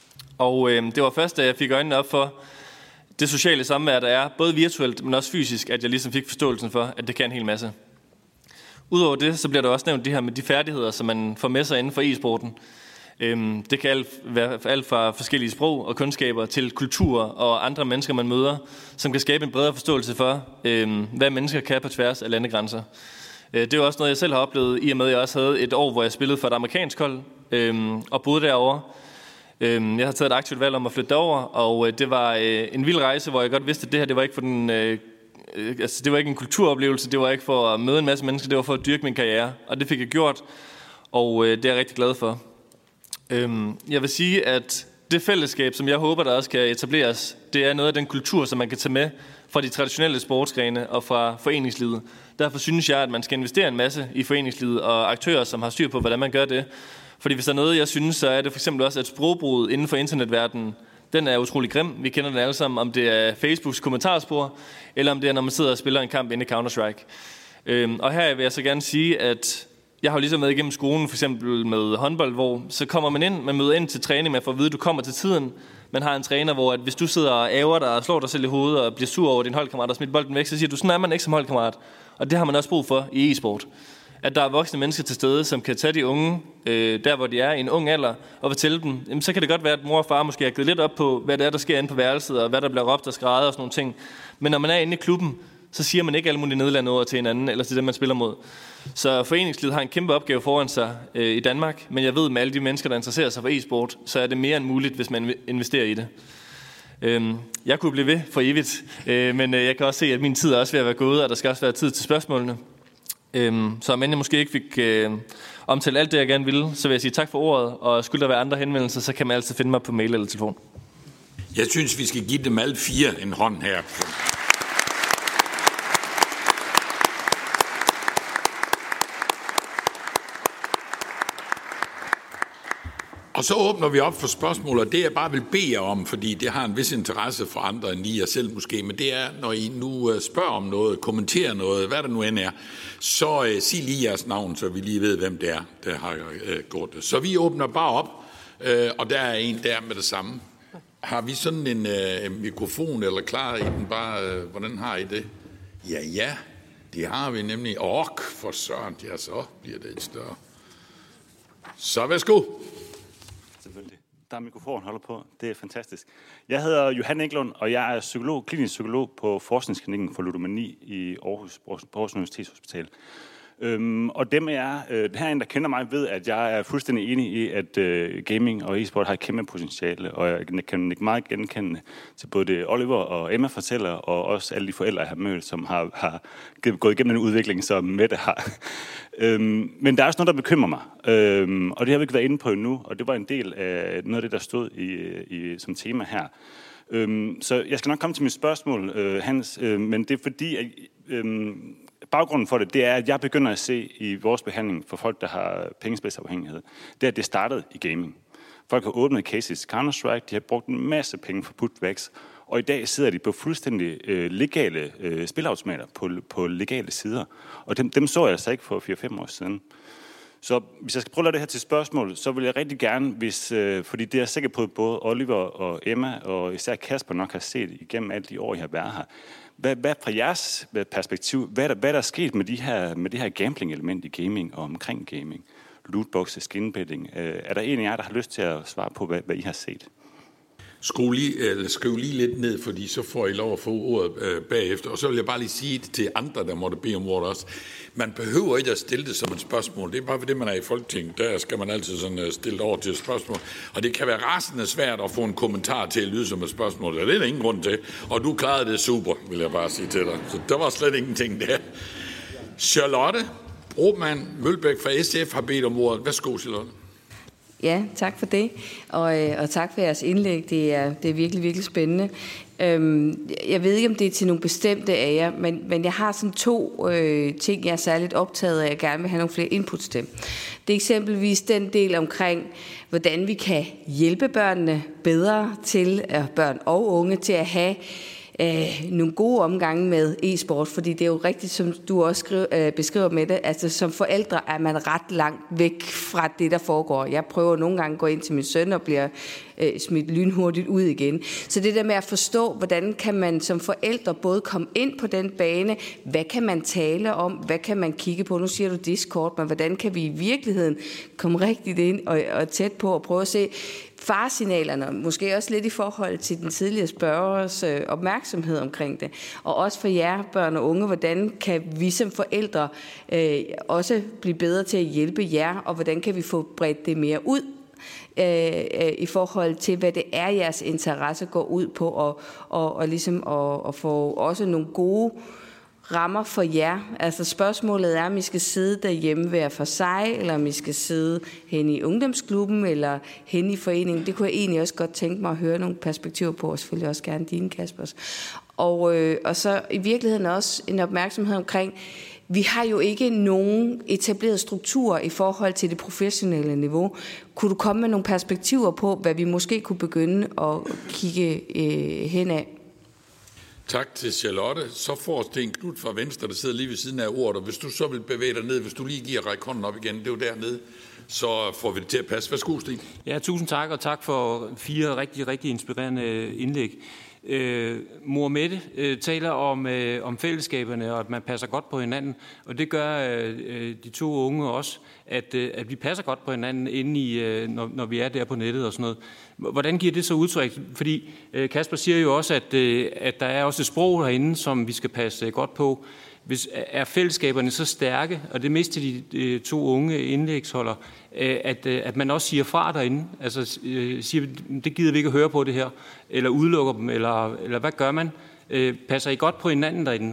Og øh, det var først, da jeg fik øjnene op for det sociale samvær, der er, både virtuelt, men også fysisk, at jeg ligesom fik forståelsen for, at det kan en hel masse. Udover det, så bliver der også nævnt det her med de færdigheder, som man får med sig inden for e-sporten. Øhm, det kan alt, være alt fra forskellige sprog og kundskaber til kulturer og andre mennesker, man møder, som kan skabe en bredere forståelse for, øhm, hvad mennesker kan på tværs af landegrænser. Øh, det er også noget, jeg selv har oplevet, i og med, at jeg også havde et år, hvor jeg spillede for et amerikansk hold øhm, og boede derovre. Øhm, jeg har taget et aktivt valg om at flytte derover, og øh, det var øh, en vild rejse, hvor jeg godt vidste, at det her det var ikke for den... Øh, altså, det var ikke en kulturoplevelse, det var ikke for at møde en masse mennesker, det var for at dyrke min karriere, og det fik jeg gjort, og øh, det er jeg rigtig glad for. Øhm, jeg vil sige, at det fællesskab, som jeg håber, der også kan etableres, det er noget af den kultur, som man kan tage med fra de traditionelle sportsgrene og fra foreningslivet. Derfor synes jeg, at man skal investere en masse i foreningslivet og aktører, som har styr på, hvordan man gør det. Fordi hvis der er noget, jeg synes, så er det for eksempel også, at sprogbruget inden for internetverdenen, den er utrolig grim. Vi kender den alle sammen, om det er Facebooks kommentarspor, eller om det er, når man sidder og spiller en kamp inde i Counter-Strike. Øhm, og her vil jeg så gerne sige, at jeg har jo ligesom været igennem skolen, for eksempel med håndbold, hvor så kommer man ind, man møder ind til træning, man får at vide, at du kommer til tiden. Man har en træner, hvor at hvis du sidder og æver dig og slår dig selv i hovedet og bliver sur over din holdkammerat og smidt bolden væk, så siger du, sådan er man ikke som holdkammerat. Og det har man også brug for i e-sport. At der er voksne mennesker til stede, som kan tage de unge, øh, der hvor de er i en ung alder, og fortælle dem, jamen, så kan det godt være, at mor og far måske har givet lidt op på, hvad det er, der sker inde på værelset, og hvad der bliver råbt og skrædder og sådan nogle ting. Men når man er inde i klubben, så siger man ikke alle mulige nedladende ord til hinanden, eller til dem, man spiller mod. Så foreningslivet har en kæmpe opgave foran sig øh, i Danmark, men jeg ved, med alle de mennesker, der interesserer sig for e-sport, så er det mere end muligt, hvis man investerer i det. Øh, jeg kunne blive ved for evigt, øh, men øh, jeg kan også se, at min tid er også ved at være gået, og der skal også være tid til spørgsmålene. Øh, så om end jeg måske ikke fik øh, omtalt alt det, jeg gerne ville, så vil jeg sige tak for ordet, og skulle der være andre henvendelser, så kan man altid finde mig på mail eller telefon. Jeg synes, vi skal give dem alle fire en hånd her. Og så åbner vi op for spørgsmål, og det jeg bare vil bede jer om, fordi det har en vis interesse for andre end lige jer selv måske, men det er, når I nu spørger om noget, kommenterer noget, hvad der nu end er, så uh, sig lige jeres navn, så vi lige ved, hvem det er, der har uh, gjort det. Så vi åbner bare op, uh, og der er en der med det samme. Har vi sådan en uh, mikrofon, eller klar I den bare, uh, hvordan har I det? Ja, ja, det har vi nemlig. Ork, for søren, ja, så bliver det et større. Så værsgo. Selvfølgelig. Der er mikrofon, holder på. Det er fantastisk. Jeg hedder Johan Englund, og jeg er psykolog, klinisk psykolog på Forskningsklinikken for Ludomani i Aarhus, på Aarhus Universitetshospital. Øhm, og dem er, øh, herinde, der kender mig, ved, at jeg er fuldstændig enig i, at øh, gaming og e-sport har et kæmpe potentiale, og jeg kan ikke meget genkende til både det Oliver og Emma fortæller, og også alle de forældre, jeg har mødt, som har, har gået igennem den udvikling, som Mette har. øhm, men der er også noget, der bekymrer mig, øhm, og det har vi ikke været inde på endnu, og det var en del af noget af det, der stod i, i, som tema her. Øhm, så jeg skal nok komme til mit spørgsmål, øh, Hans, øh, men det er fordi, at øh, baggrunden for det, det er, at jeg begynder at se i vores behandling for folk, der har pengespilsafhængighed, det er, at det startede i gaming. Folk har åbnet cases Counter-Strike, de har brugt en masse penge for putbacks, og i dag sidder de på fuldstændig øh, legale øh, spilautomater på, på legale sider. Og dem, dem så jeg altså ikke for fire fem år siden. Så hvis jeg skal prøve at lade det her til spørgsmål, så vil jeg rigtig gerne, hvis, øh, fordi det er jeg sikker på, at både Oliver og Emma, og især Kasper nok har set igennem alle de år, jeg har været her. Hvad, hvad fra jeres perspektiv, hvad er der, hvad er der sket med, de her, med det her gambling-element i gaming og omkring gaming? Lootboxes, skinbetting. Øh, er der en af jer, der har lyst til at svare på, hvad, hvad I har set? Skriv lige, eller skriv lige lidt ned, fordi så får I lov at få ordet øh, bagefter. Og så vil jeg bare lige sige til andre, der måtte bede om ordet også. Man behøver ikke at stille det som et spørgsmål. Det er bare fordi, man er i Folketinget. Der skal man altid sådan stille over til et spørgsmål. Og det kan være rasende svært at få en kommentar til at lyde som et spørgsmål. Det er der ingen grund til. Og du klarede det super, vil jeg bare sige til dig. Så der var slet ingenting der. Charlotte Broman Mølbæk fra S F har bedt om ordet. Værsgo, Charlotte. Ja, tak for det, og, og tak for jeres indlæg. Det er, det er virkelig, virkelig spændende. Øhm, jeg ved ikke, om det er til nogle bestemte af jer, men, men jeg har sådan to øh, ting, jeg er særligt optaget af, og jeg gerne vil have nogle flere inputs til. Det er eksempelvis den del omkring, hvordan vi kan hjælpe børnene bedre til, øh, børn og unge, til at have Øh, nogle gode omgange med e-sport, fordi det er jo rigtigt, som du også skriver, øh, beskriver med det, altså som forældre er man ret langt væk fra det, der foregår. Jeg prøver nogle gange at gå ind til min søn og bliver øh, smidt lynhurtigt ud igen. Så det der med at forstå, hvordan kan man som forældre både komme ind på den bane, hvad kan man tale om, hvad kan man kigge på, nu siger du Discord, men hvordan kan vi i virkeligheden komme rigtigt ind og, og tæt på og prøve at se faresignalerne, måske også lidt i forhold til den tidligere spørgers øh, opmærksomhed omkring det. Og også for jer, børn og unge, hvordan kan vi som forældre øh, også blive bedre til at hjælpe jer, og hvordan kan vi få bredt det mere ud øh, øh, i forhold til, hvad det er, jeres interesse går ud på, og, og, og ligesom at, at få også nogle gode rammer for jer. Altså spørgsmålet er, om I skal sidde derhjemme hver for sig, eller om I skal sidde hen i ungdomsklubben, eller hen i foreningen. Det kunne jeg egentlig også godt tænke mig at høre nogle perspektiver på, og selvfølgelig også gerne dine, Kaspers. Og, øh, og så i virkeligheden også en opmærksomhed omkring, vi har jo ikke nogen etablerede strukturer i forhold til det professionelle niveau. Kunne du komme med nogle perspektiver på, hvad vi måske kunne begynde at kigge øh, hen af? Tak til Charlotte. Så får Sten Knudt fra Venstre, der sidder lige ved siden af ordet, og hvis du så vil bevæge dig ned, hvis du lige giver række hånden op igen, det er jo dernede, så får vi det til at passe. Værsgo, Sten. Ja, tusind tak, og tak for fire rigtig, rigtig inspirerende indlæg. Øh, Mor Mette øh, taler om, øh, om fællesskaberne, og at man passer godt på hinanden, og det gør øh, de to unge også, at, øh, at vi passer godt på hinanden, inde i, øh, når, når vi er der på nettet og sådan noget. Hvordan giver det så udtryk? Fordi øh, Kasper siger jo også, at, øh, at der er også et sprog herinde, som vi skal passe øh, godt på. Hvis er fællesskaberne så stærke, og det mest til de øh, to unge indlægsholder, øh, at, øh, at man også siger fra derinde, altså øh, siger, det gider vi ikke at høre på det her, eller udelukker dem, eller, eller hvad gør man? Øh, passer I godt på hinanden derinde?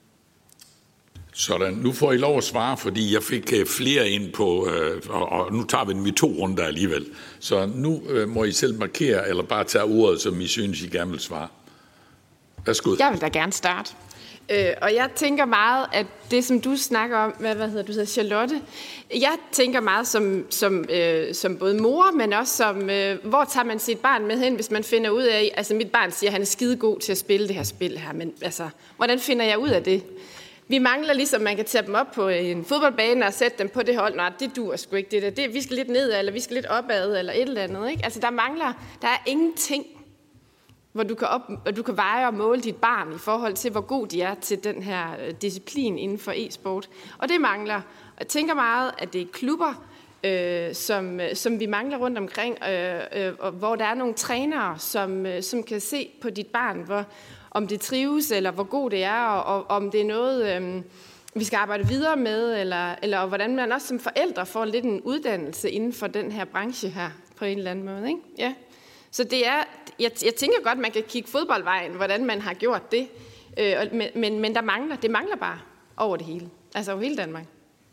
Sådan, nu får I lov at svare, fordi jeg fik flere ind på, øh, og nu tager vi den i to runder alligevel. Så nu øh, må I selv markere, eller bare tage ordet, som I synes, I gerne vil svare. Værsgo. Jeg vil da gerne starte. Øh, og jeg tænker meget, at det, som du snakker om, hvad, hvad hedder du så, Charlotte, jeg tænker meget som, som, øh, som både mor, men også som, øh, hvor tager man sit barn med hen, hvis man finder ud af, altså mit barn siger, at han er skidegod til at spille det her spil her, men altså, hvordan finder jeg ud af det? Vi mangler ligesom, man kan tage dem op på en fodboldbane og sætte dem på det hold. Nej, det duer sgu ikke det der. Det, vi skal lidt nedad, eller vi skal lidt opad, eller et eller andet. Ikke? Altså, der mangler, der er ingenting, hvor du kan, op, og du kan veje og måle dit barn i forhold til, hvor god de er til den her disciplin inden for e-sport. Og det mangler. Jeg tænker meget, at det er klubber, øh, som, som vi mangler rundt omkring, øh, øh, og hvor der er nogle trænere, som, øh, som kan se på dit barn, hvor, om det trives, eller hvor god det er, og, og om det er noget, øh, vi skal arbejde videre med, eller, eller hvordan man også som forældre får lidt en uddannelse inden for den her branche her, på en eller anden måde. Ikke? Ja. Så det er, jeg, jeg tænker godt, man kan kigge fodboldvejen, hvordan man har gjort det, øh, men, men, men der mangler, det mangler bare over det hele, altså over hele Danmark.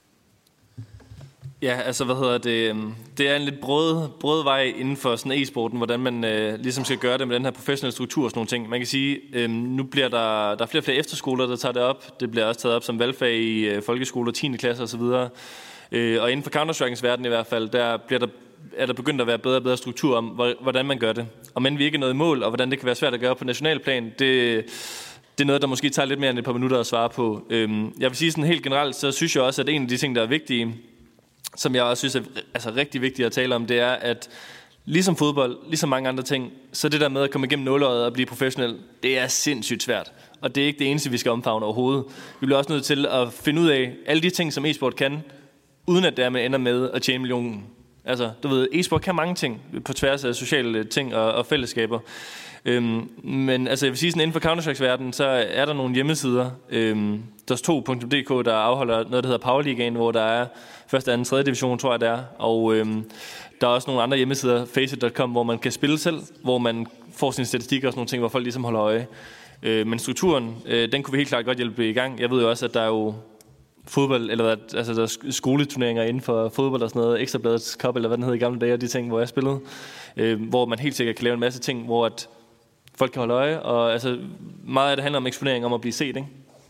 Ja, altså hvad hedder det, det er en lidt brød, brød vej inden for sådan e-sporten, hvordan man øh, ligesom skal gøre det med den her professionelle struktur og sådan nogle ting. Man kan sige, øh, nu bliver der, der er flere og flere efterskoler, der tager det op. Det bliver også taget op som valgfag i øh, folkeskoler, tiende klasse osv. Øh, og inden for Counter-Strike's verden i hvert fald, der bliver der er der begyndt at være bedre og bedre struktur om, hvordan man gør det. Og men vi ikke er noget mål, og hvordan det kan være svært at gøre på nationalplan, det, det er noget, der måske tager lidt mere end et par minutter at svare på. Øhm, jeg vil sige sådan helt generelt, så synes jeg også, at en af de ting, der er vigtige, som jeg også synes er altså, rigtig vigtigt at tale om, det er, at ligesom fodbold, ligesom mange andre ting, så det der med at komme igennem nåleøjet og blive professionel, det er sindssygt svært. Og det er ikke det eneste, vi skal omfavne overhovedet. Vi bliver også nødt til at finde ud af alle de ting, som e-sport kan, uden at dermed ender med at tjene millionen. Altså, du ved, e-sport kan mange ting på tværs af sociale ting og, og fællesskaber. Øhm, men altså, jeg vil sige sådan, inden for Counter-Strike's verden, så er der nogle hjemmesider, øhm, D O S to punktum d k, der afholder noget, der hedder Power Ligaen, hvor der er første, anden, tredje division, tror jeg, der er. Og øhm, der er også nogle andre hjemmesider, faceit punktum com, hvor man kan spille selv, hvor man får sine statistikker og sådan nogle ting, hvor folk ligesom holder øje. Øh, men strukturen, øh, den kunne vi helt klart godt hjælpe i gang. Jeg ved jo også, at der er jo fodbold, eller hvad, altså der er skoleturneringer inden for fodbold og sådan noget, Ekstrabladets Cup, eller hvad den hed i gamle dage, og de ting, hvor jeg spillede, øh, hvor man helt sikkert kan lave en masse ting, hvor at folk kan holde øje, og altså meget af det handler om eksponering, om at blive set, ikke?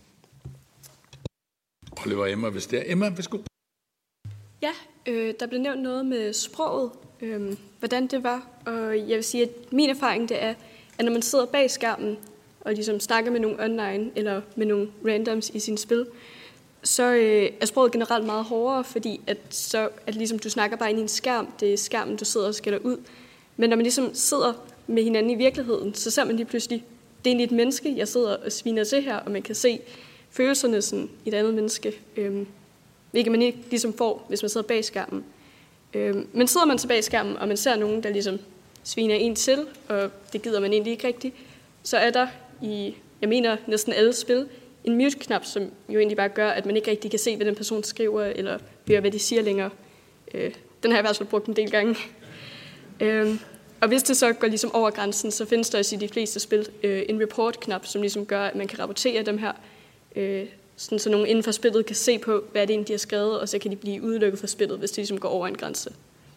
Oliver og Emma, hvis det er. Emma, værsgo. Ja, øh, der blev nævnt noget med sproget, øh, hvordan det var, og jeg vil sige, at min erfaring det er, at når man sidder bag skærmen, og ligesom snakker med nogle online, eller med nogle randoms i sin spil, så øh, er sproget generelt meget hårdere, fordi at, så, at ligesom du snakker bare ind i en skærm, det er skærmen, du sidder og skælder ud. Men når man ligesom sidder med hinanden i virkeligheden, så ser man lige pludselig, det er egentlig et menneske, jeg sidder og sviner til her, og man kan se følelserne sådan i et andet menneske, øh, hvilket man ikke ligesom får, hvis man sidder bag skærmen. Øh, men sidder man så bag skærmen, og man ser nogen, der ligesom sviner en til, og det gider man egentlig ikke rigtigt, så er der i, jeg mener næsten alle spil, en mute-knap, som jo egentlig bare gør, at man ikke rigtig kan se, hvad den person skriver, eller høre, hvad de siger længere. Øh, den har jeg i hvert fald brugt en del gange. øh, og hvis det så går ligesom over grænsen, så findes der også i de fleste spil øh, en report-knap, som ligesom gør, at man kan rapportere dem her, øh, sådan, så nogen inden for spillet kan se på, hvad det er, de har skrevet, og så kan de blive udelukket fra spillet, hvis det ligesom går over en grænse.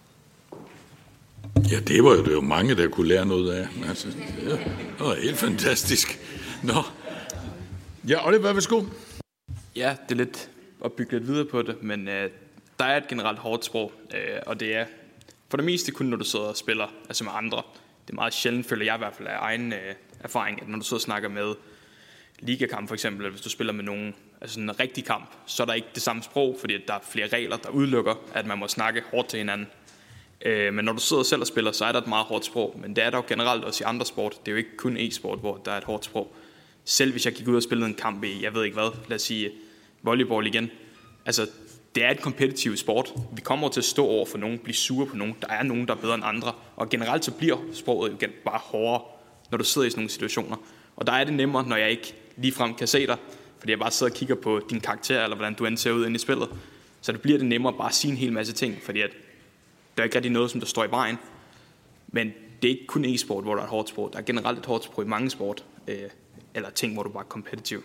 Ja, det var jo, det var mange, der kunne lære noget af. Altså, det var helt fantastisk. Nå. Ja, Oliver, værsgo. Ja, det er lidt at bygge lidt videre på det, men øh, der er et generelt hårdt sprog, øh, og det er for det meste kun, når du sidder og spiller altså med andre. Det er meget sjældent, føler jeg i hvert fald af egen øh, erfaring, at når du sidder og snakker med ligakamp for eksempel, eller hvis du spiller med nogen, altså sådan en rigtig kamp, så er der ikke det samme sprog, fordi der er flere regler, der udelukker, at man må snakke hårdt til hinanden. Øh, men når du sidder selv og spiller, så er der et meget hårdt sprog, men det er der jo generelt også i andre sport. Det er jo ikke kun e-sport, hvor der er et hårdt sprog. Selv hvis jeg gik ud og spillede en kamp i, jeg ved ikke hvad, lad os sige volleyball igen. Altså, det er et kompetitivt sport. Vi kommer til at stå over for nogen, blive sure på nogen. Der er nogen, der er bedre end andre. Og generelt så bliver sproget jo bare hårdere, når du sidder i sådan nogle situationer. Og der er det nemmere, når jeg ikke ligefrem kan se dig, fordi jeg bare sidder og kigger på din karakter, eller hvordan du end ser ud inde i spillet. Så det bliver det nemmere bare at sige en hel masse ting, fordi at der er ikke rigtig noget, som der står i vejen. Men det er ikke kun e-sport, hvor der er et hårdt sprog. Der er generelt et hårdt sprog i mange sport. Øh, eller ting, hvor du bare er kompetitiv.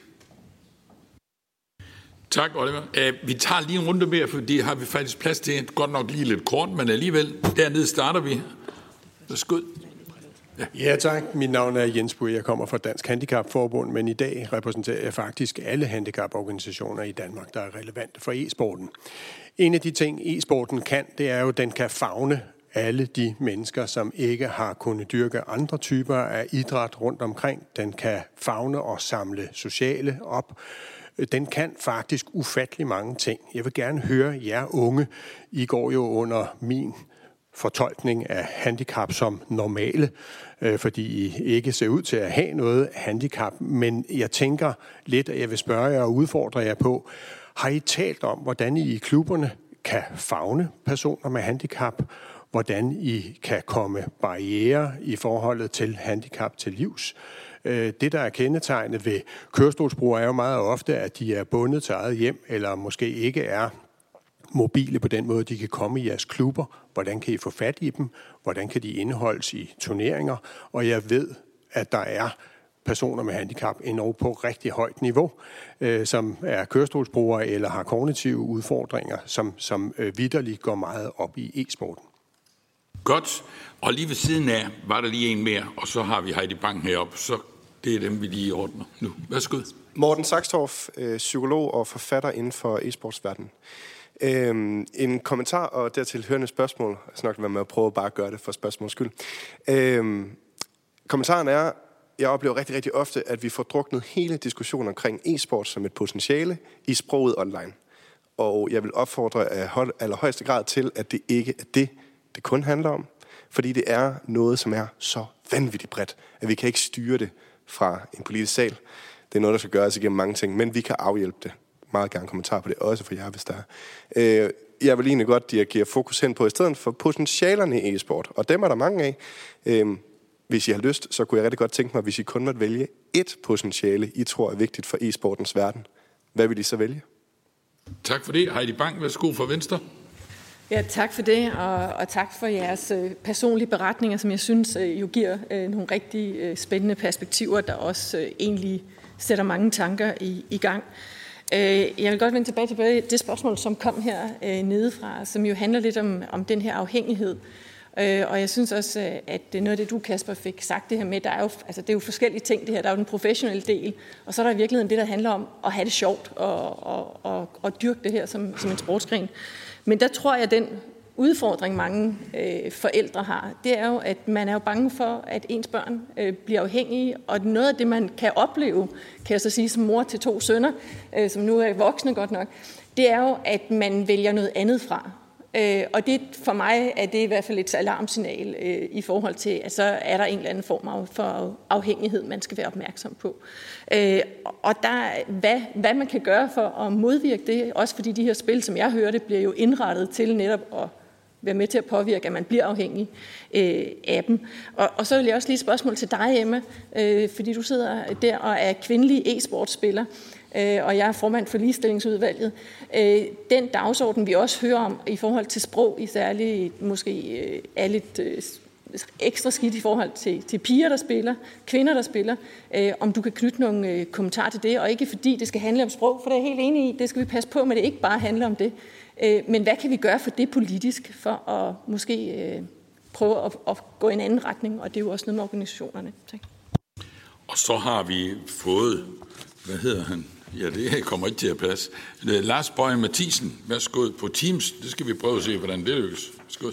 Tak, Oliver. Uh, vi tager lige en runde mere, for det har vi faktisk plads til. Godt nok lige lidt kort, men alligevel. Dernede starter vi. Værsgo. Ja. Ja tak, mit navn er Jens Bue, jeg kommer fra Dansk Handicapforbund, men i dag repræsenterer jeg faktisk alle handicaporganisationer i Danmark, der er relevante for e-sporten. En af de ting, e-sporten kan, det er jo, at den kan favne alle de mennesker, som ikke har kunnet dyrke andre typer af idræt rundt omkring. Den kan favne og samle sociale op. Den kan faktisk ufattelig mange ting. Jeg vil gerne høre jer unge. I går jo under min fortolkning af handicap som normale, øh, fordi I ikke ser ud til at have noget handicap. Men jeg tænker lidt, at jeg vil spørge jer og udfordre jer på, har I talt om, hvordan I i klubberne kan favne personer med handicap? Hvordan I kan komme barrierer i forholdet til handicap til livs? Det, der er kendetegnet ved kørestolsbrugere, er jo meget ofte, at de er bundet til eget hjem, eller måske ikke er mobile på den måde, de kan komme i jeres klubber. Hvordan kan I få fat i dem? Hvordan kan de indeholdes i turneringer? Og jeg ved, at der er personer med handicap endnu på rigtig højt niveau, øh, som er kørestolsbrugere eller har kognitive udfordringer, som, som øh, vitterligt går meget op i e-sporten. Godt. Og lige ved siden af var der lige en mere, og så har vi Heidi Bang heroppe, så det er dem, vi lige ordner nu. Værsgo. Morten Saxtorff, psykolog og forfatter inden for e-sportsverdenen. Øhm, en kommentar og dertil hørende spørgsmål. Jeg skal nok være med at prøve bare at gøre det for spørgsmåls skyld. Øhm, kommentaren er, jeg oplever rigtig, rigtig ofte, at vi får druknet hele diskussionen omkring e-sport som et potentiale i sproget online. Og jeg vil opfordre af allerhøjeste grad til, at det ikke er det, det kun handler om. Fordi det er noget, som er så vanvittigt bredt, at vi kan ikke styre det fra en politisk sal. Det er noget, der skal gøres igennem mange ting, men vi kan afhjælpe det. Meget gerne kommentar på det, også for jer, hvis der er. Jeg vil egentlig godt dirigere fokus hen på, i stedet for potentialerne i e-sport, og dem er der mange af. Hvis I har lyst, så kunne jeg rigtig godt tænke mig, hvis I kun måtte vælge ét potentiale, I tror er vigtigt for e-sportens verden. Hvad vil I så vælge? Tak for det. Heidi Bang, værsgo fra Venstre. Ja, tak for det, og, og tak for jeres øh, personlige beretninger, som jeg synes øh, jo giver øh, nogle rigtig øh, spændende perspektiver, der også øh, egentlig sætter mange tanker i, i gang. Øh, jeg vil godt vende tilbage til det spørgsmål, som kom her øh, nedefra, som jo handler lidt om, om den her afhængighed. Øh, og jeg synes også, at det er noget af det, du, Kasper, fik sagt det her med, der er jo, altså, det er jo forskellige ting det her. Der er jo den professionelle del, og så er der i virkeligheden det, der handler om at have det sjovt og, og, og, og dyrke det her som, som en sportsgren. Men der tror jeg, at den udfordring, mange øh, forældre har, det er jo, at man er jo bange for, at ens børn øh, bliver afhængige, og noget af det, man kan opleve, kan jeg så sige som mor til to sønner, øh, som nu er voksne godt nok, det er jo, at man vælger noget andet fra. Øh, og det, for mig er det i hvert fald et alarmsignal øh, i forhold til, at så er der en eller anden form for afhængighed, man skal være opmærksom på. Øh, og der, hvad, hvad man kan gøre for at modvirke det, også fordi de her spil, som jeg hørte, bliver jo indrettet til netop at være med til at påvirke, at man bliver afhængig øh, af dem. Og, og så vil jeg også lige et spørgsmål til dig, Emma, øh, fordi du sidder der og er kvindelig e-sportspiller, øh, og jeg er formand for ligestillingsudvalget. Øh, den dagsorden, vi også hører om i forhold til sprog, i særligt måske øh, er lidt øh, ekstra skidt i forhold til, til piger, der spiller, kvinder, der spiller, øh, om du kan knytte nogle øh, kommentarer til det, og ikke fordi det skal handle om sprog, for det er jeg helt enig i, det skal vi passe på, men det ikke bare handler om det. Men hvad kan vi gøre for det politisk, for at måske øh, prøve at, at gå i en anden retning, og det er jo også noget med organisationerne. Tak. Og så har vi fået, hvad hedder han? Ja, det kommer ikke til at passe. Lars Bøje Mathisen, værsgo på Teams. Det skal vi prøve at se, hvordan det lykkes. Værsgo.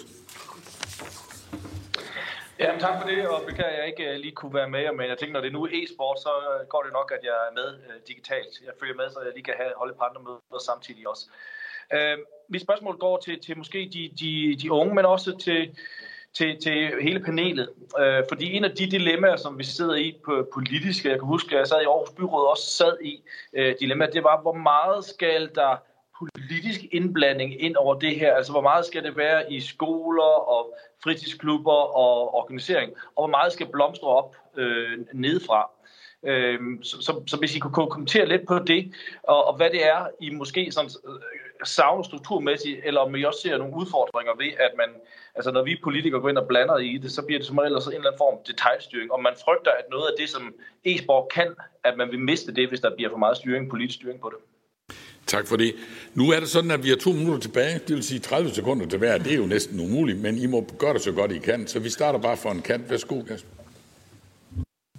Jamen, tak for det, og beklager, at jeg ikke lige kunne være med, men jeg tænker, når det nu er e-sport, så går det nok, at jeg er med digitalt. Jeg følger med, så jeg lige kan have, holde et par andre møder samtidig også. Uh, mit spørgsmål går til, til måske de, de, de unge, men også til, til, til hele panelet. Uh, fordi en af de dilemmaer, som vi sidder i på politiske, jeg kan huske, at jeg sad i Aarhus Byråd også sad i uh, dilemmaer, det var, hvor meget skal der politisk indblanding ind over det her? Altså, hvor meget skal det være i skoler og fritidsklubber og organisering? Og hvor meget skal blomstre op uh, nedefra? Så, så, så hvis I kunne kommentere lidt på det, og, og hvad det er, I måske sådan, uh, savner strukturmæssigt, eller om I også ser nogle udfordringer ved, at man, altså når vi politikere går ind og blander i det, så bliver det som regel en eller anden form for detaljstyring, og man frygter, at noget af det, som e-sport kan, at man vil miste det, hvis der bliver for meget styring, politisk styring på det. Tak for det. Nu er det sådan, at vi har to minutter tilbage, det vil sige tredive sekunder til hver. Det er jo næsten umuligt, men I må gøre det så godt I kan, så vi starter bare for en kant. Værsgo, Kasper.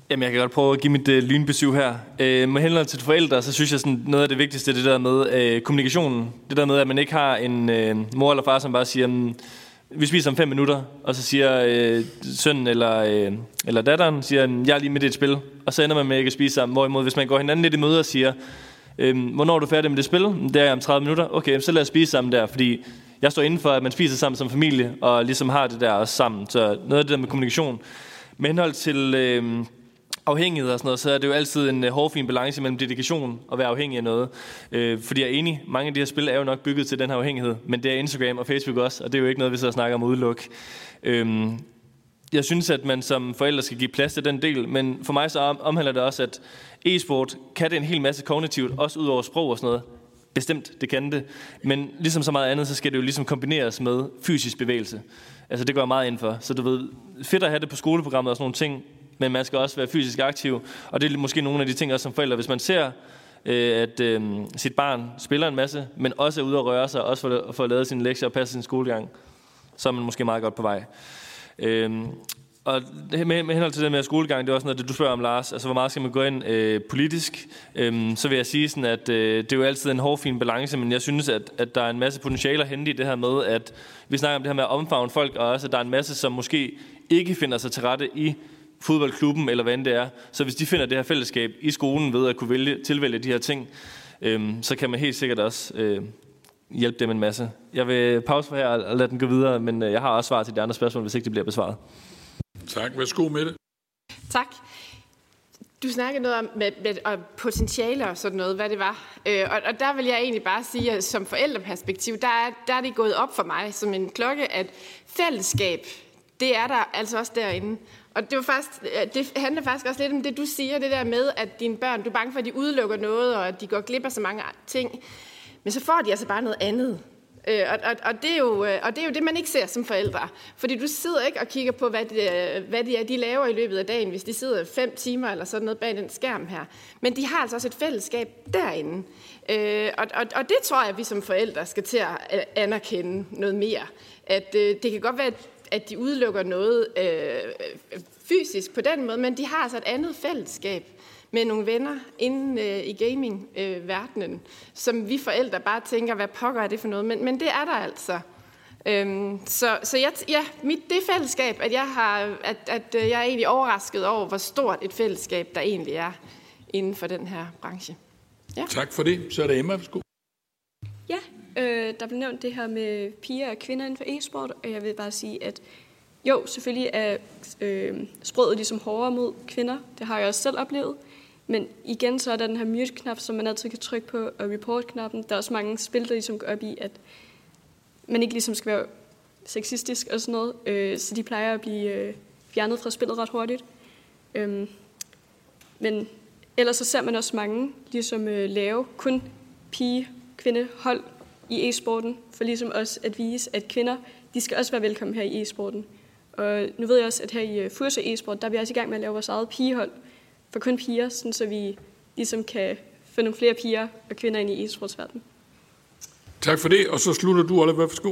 Jamen, jeg kan godt prøve at give mit øh, lynbesøg her. Øh, med henhold til forældre, så synes jeg, sådan noget af det vigtigste, det der med øh, kommunikationen. Det der med, at man ikke har en øh, mor eller far, som bare siger, mm, vi spiser om fem minutter, og så siger øh, sønnen eller, øh, eller datteren, siger, jeg er lige midt i et spil, og så ender man med ikke at spise sammen. Hvorimod, hvis man går hinanden lidt i møde og siger, øh, hvornår er du færdig med det spil? Det er om tredive minutter. Okay, så lad os spise sammen der, fordi jeg står inden for, at man spiser sammen som familie, og ligesom har det der også sammen. Så noget af det der med kommunikation. Med henhold til øh, afhængighed og sådan noget, så er det jo altid en øh, hårfin balance mellem dedikation og være afhængig af noget. Øh, fordi jeg er enig, mange af de her spil er jo nok bygget til den her afhængighed, men det er Instagram og Facebook også, og det er jo ikke noget, vi så snakker om at udelukke. Øh, jeg synes, at man som forældre skal give plads til den del, men for mig så omhandler det også, at e-sport kan det en hel masse kognitivt, også ud over sprog og sådan noget. Bestemt, det kan det. Men ligesom så meget andet, så skal det jo ligesom kombineres med fysisk bevægelse. Altså det går jeg meget ind for. Så du ved, fedt at have det på skoleprogrammet og sådan nogle ting, men man skal også være fysisk aktiv. Og det er måske nogle af de ting også som forældre. Hvis man ser, øh, at øh, sit barn spiller en masse, men også er ude at røre sig, også for at få lavet sine lektier og passe sin skolegang, så er man måske meget godt på vej. Øh, Og med, med henhold til det med skolegang, det er også noget, det du spørger om, Lars. Altså, hvor meget skal man gå ind øh, politisk? Øhm, så vil jeg sige sådan, at øh, det er jo altid en hårfin balance, men jeg synes, at, at der er en masse potentialer at hente i det her med, at vi snakker om det her med at omfavne folk, og også, at der er en masse, som måske ikke finder sig til rette i fodboldklubben, eller hvad end det er. Så hvis de finder det her fællesskab i skolen ved at kunne vælge, tilvælge de her ting, øhm, så kan man helt sikkert også øh, hjælpe dem en masse. Jeg vil pause for her og lade den gå videre, men øh, jeg har også svar til de andre spørgsmål, hvis ikke det bliver besvaret. Tak. Værsgo med det. Tak. Du snakkede noget om med, med, med potentialer og sådan noget, hvad det var. Øh, og, og der vil jeg egentlig bare sige, at som forældreperspektiv, der er, der er det gået op for mig som en klokke, at fællesskab, det er der altså også derinde. Og det, var faktisk, det handler faktisk også lidt om det, du siger, det der med, at dine børn, du er bange for, at de udelukker noget, og at de går glip af så mange ting. Men så får de altså bare noget andet. Øh, og, og, og, det er jo, og det er jo det, man ikke ser som forældre. Fordi du sidder ikke og kigger på, hvad det, hvad det er, de laver i løbet af dagen, hvis de sidder fem timer eller sådan noget bag den skærm her. Men de har altså også et fællesskab derinde. Øh, og, og, og det tror jeg, at vi som forældre skal til at anerkende noget mere. At øh, det kan godt være, at de udelukker noget øh, fysisk på den måde, men de har altså et andet fællesskab med nogle venner inde øh, i gaming-verdenen, øh, som vi forældre bare tænker, hvad pokker er det for noget? Men, men det er der altså. Øhm, så så jeg, ja, mit, det fællesskab, at jeg, har, at, at jeg er egentlig overrasket over, hvor stort et fællesskab der egentlig er inden for den her branche. Ja. Tak for det. Så er det Emma. Værsgo. Ja, øh, der blev nævnt det her med piger og kvinder inden for e-sport, og jeg vil bare sige, at jo, selvfølgelig er øh, sproget ligesom hårdere mod kvinder. Det har jeg også selv oplevet. Men igen, så er der den her mute-knap, som man altid kan trykke på, og report-knappen. Der er også mange spil, der ligesom går op i, at man ikke ligesom skal være sexistisk og sådan noget. Øh, så de plejer at blive øh, fjernet fra spillet ret hurtigt. Øh, men ellers så ser man også mange ligesom øh, lave kun pige-kvinde-hold i e-sporten, for ligesom også at vise, at kvinder, de skal også være velkommen her i e-sporten. Og nu ved jeg også, at her i Furse e-sport, der er vi også i gang med at lave vores eget pigehold for kun piger, sådan så vi ligesom kan få nogle flere piger og kvinder ind i e-sportsverdenen. Tak for det, og så slutter du, Oliver. Værsgo.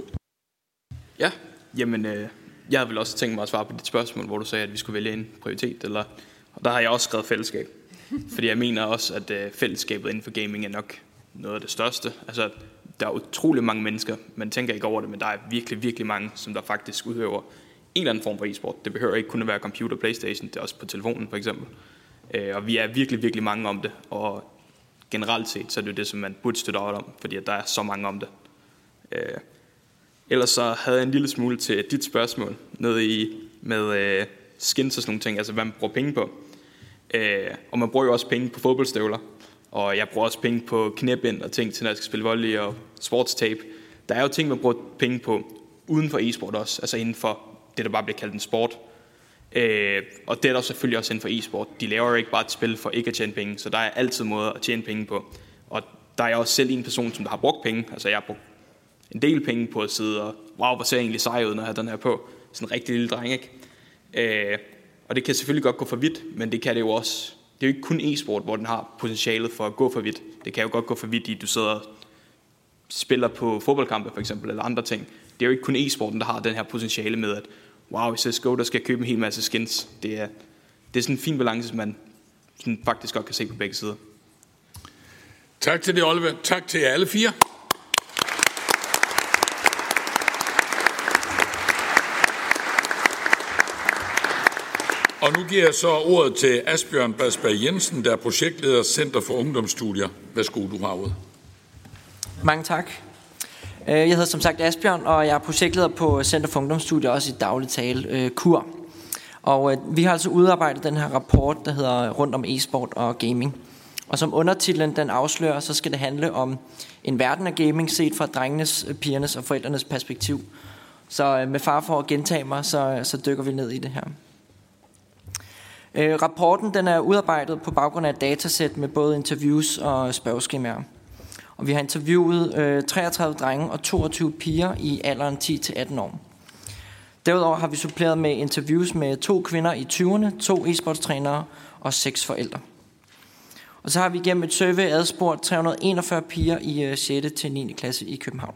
Ja, jamen, øh, jeg havde vel også tænkt mig at svare på dit spørgsmål, hvor du sagde, at vi skulle vælge en prioritet, eller, og der har jeg også skrevet fællesskab. Fordi jeg mener også, at øh, fællesskabet inden for gaming er nok noget af det største. Altså, der er utrolig mange mennesker, man tænker ikke over det, men der er virkelig, virkelig mange, som der faktisk udøver en eller anden form for e-sport. Det behøver ikke kun at være computer, PlayStation, det er også på telefonen for eksempel. Øh, og vi er virkelig, virkelig mange om det, og generelt set, så er det jo det, som man burde støtte op om, fordi at der er så mange om det. Øh, ellers så havde jeg en lille smule til dit spørgsmål, nede i med øh, skins og sådan nogle ting, altså hvad man bruger penge på. Øh, og man bruger jo også penge på fodboldstøvler, og jeg bruger også penge på knæbind og ting til, når jeg skal spille volley og sportstape. Der er jo ting, man bruger penge på uden for e-sport også, altså inden for det, der bare bliver kaldt en sport. Øh, og det er der selvfølgelig også inden for e-sport. De laver jo ikke bare et spil for ikke at tjene penge, så der er altid måder at tjene penge på. Og der er jeg også selv en person, som der har brugt penge. Altså jeg har brugt en del penge på at sidde og, wow, hvor ser jeg egentlig sej ud, når jeg har den her på. Sådan en rigtig lille dreng, ikke? Øh, og det kan selvfølgelig godt gå for vidt, men det kan det jo også. Det er jo ikke kun e-sport, hvor den har potentialet for at gå for vidt. Det kan jo godt gå for vidt i, at du sidder og spiller på fodboldkampe for eksempel, eller andre ting. Det er jo ikke kun e-sporten, der har den her potentiale med, at wow, i C S G O, der skal jeg købe en hel masse skins. Det er, det er sådan en fin balance, som man sådan faktisk godt kan se på begge sider. Tak til det, Oliver. Tak til alle fire. Og nu giver jeg så ordet til Asbjørn Basberg Jensen, der er projektleder Center for Ungdomsstudier. Værsgo, du har ordet. Mange tak. Jeg hedder som sagt Asbjørn, og jeg er projektleder på Center for Ungdomsstudier, også i daglig tale, K U R. Og vi har altså udarbejdet den her rapport, der hedder Rundt om e-sport og gaming. Og som undertitlen den afslører, så skal det handle om en verden af gaming set fra drengenes, pigernes og forældrenes perspektiv. Så med far for at gentage mig, så, så dykker vi ned i det her. Øh, rapporten den er udarbejdet på baggrund af et datasæt med både interviews og spørgeskemaer. Og vi har interviewet øh, treogtredive drenge og toogtyve piger i alderen ti til atten år. Derudover har vi suppleret med interviews med to kvinder i tyverne, to e-sportstrænere og seks forældre. Og så har vi gennem et survey adspurgt tre hundrede og enogfyrre piger i øh, sjette til niende klasse i København.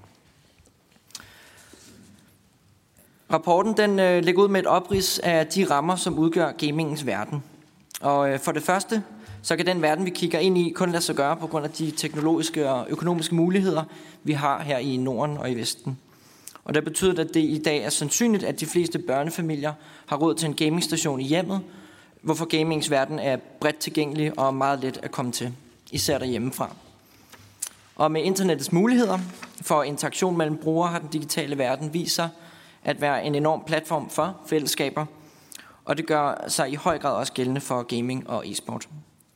Rapporten den øh, lægger ud med et oprids af de rammer, som udgør gamingens verden. Og øh, for det første, så kan den verden, vi kigger ind i, kun lade sig gøre på grund af de teknologiske og økonomiske muligheder, vi har her i Norden og i Vesten. Og det betyder, at det i dag er sandsynligt, at de fleste børnefamilier har råd til en gamingstation i hjemmet, hvorfor gamingens verden er bredt tilgængelig og meget let at komme til, især derhjemmefra. Og med internettets muligheder for interaktion mellem brugere har den digitale verden vist sig at være en enorm platform for fællesskaber, og det gør sig i høj grad også gældende for gaming og e-sport.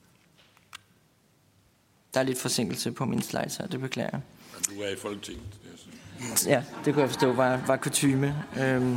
Der er lidt forsinkelse på min slides her, det beklager jeg. Du er i Folketinget. Ja, det kunne jeg forstå var, var kutyme. Øhm.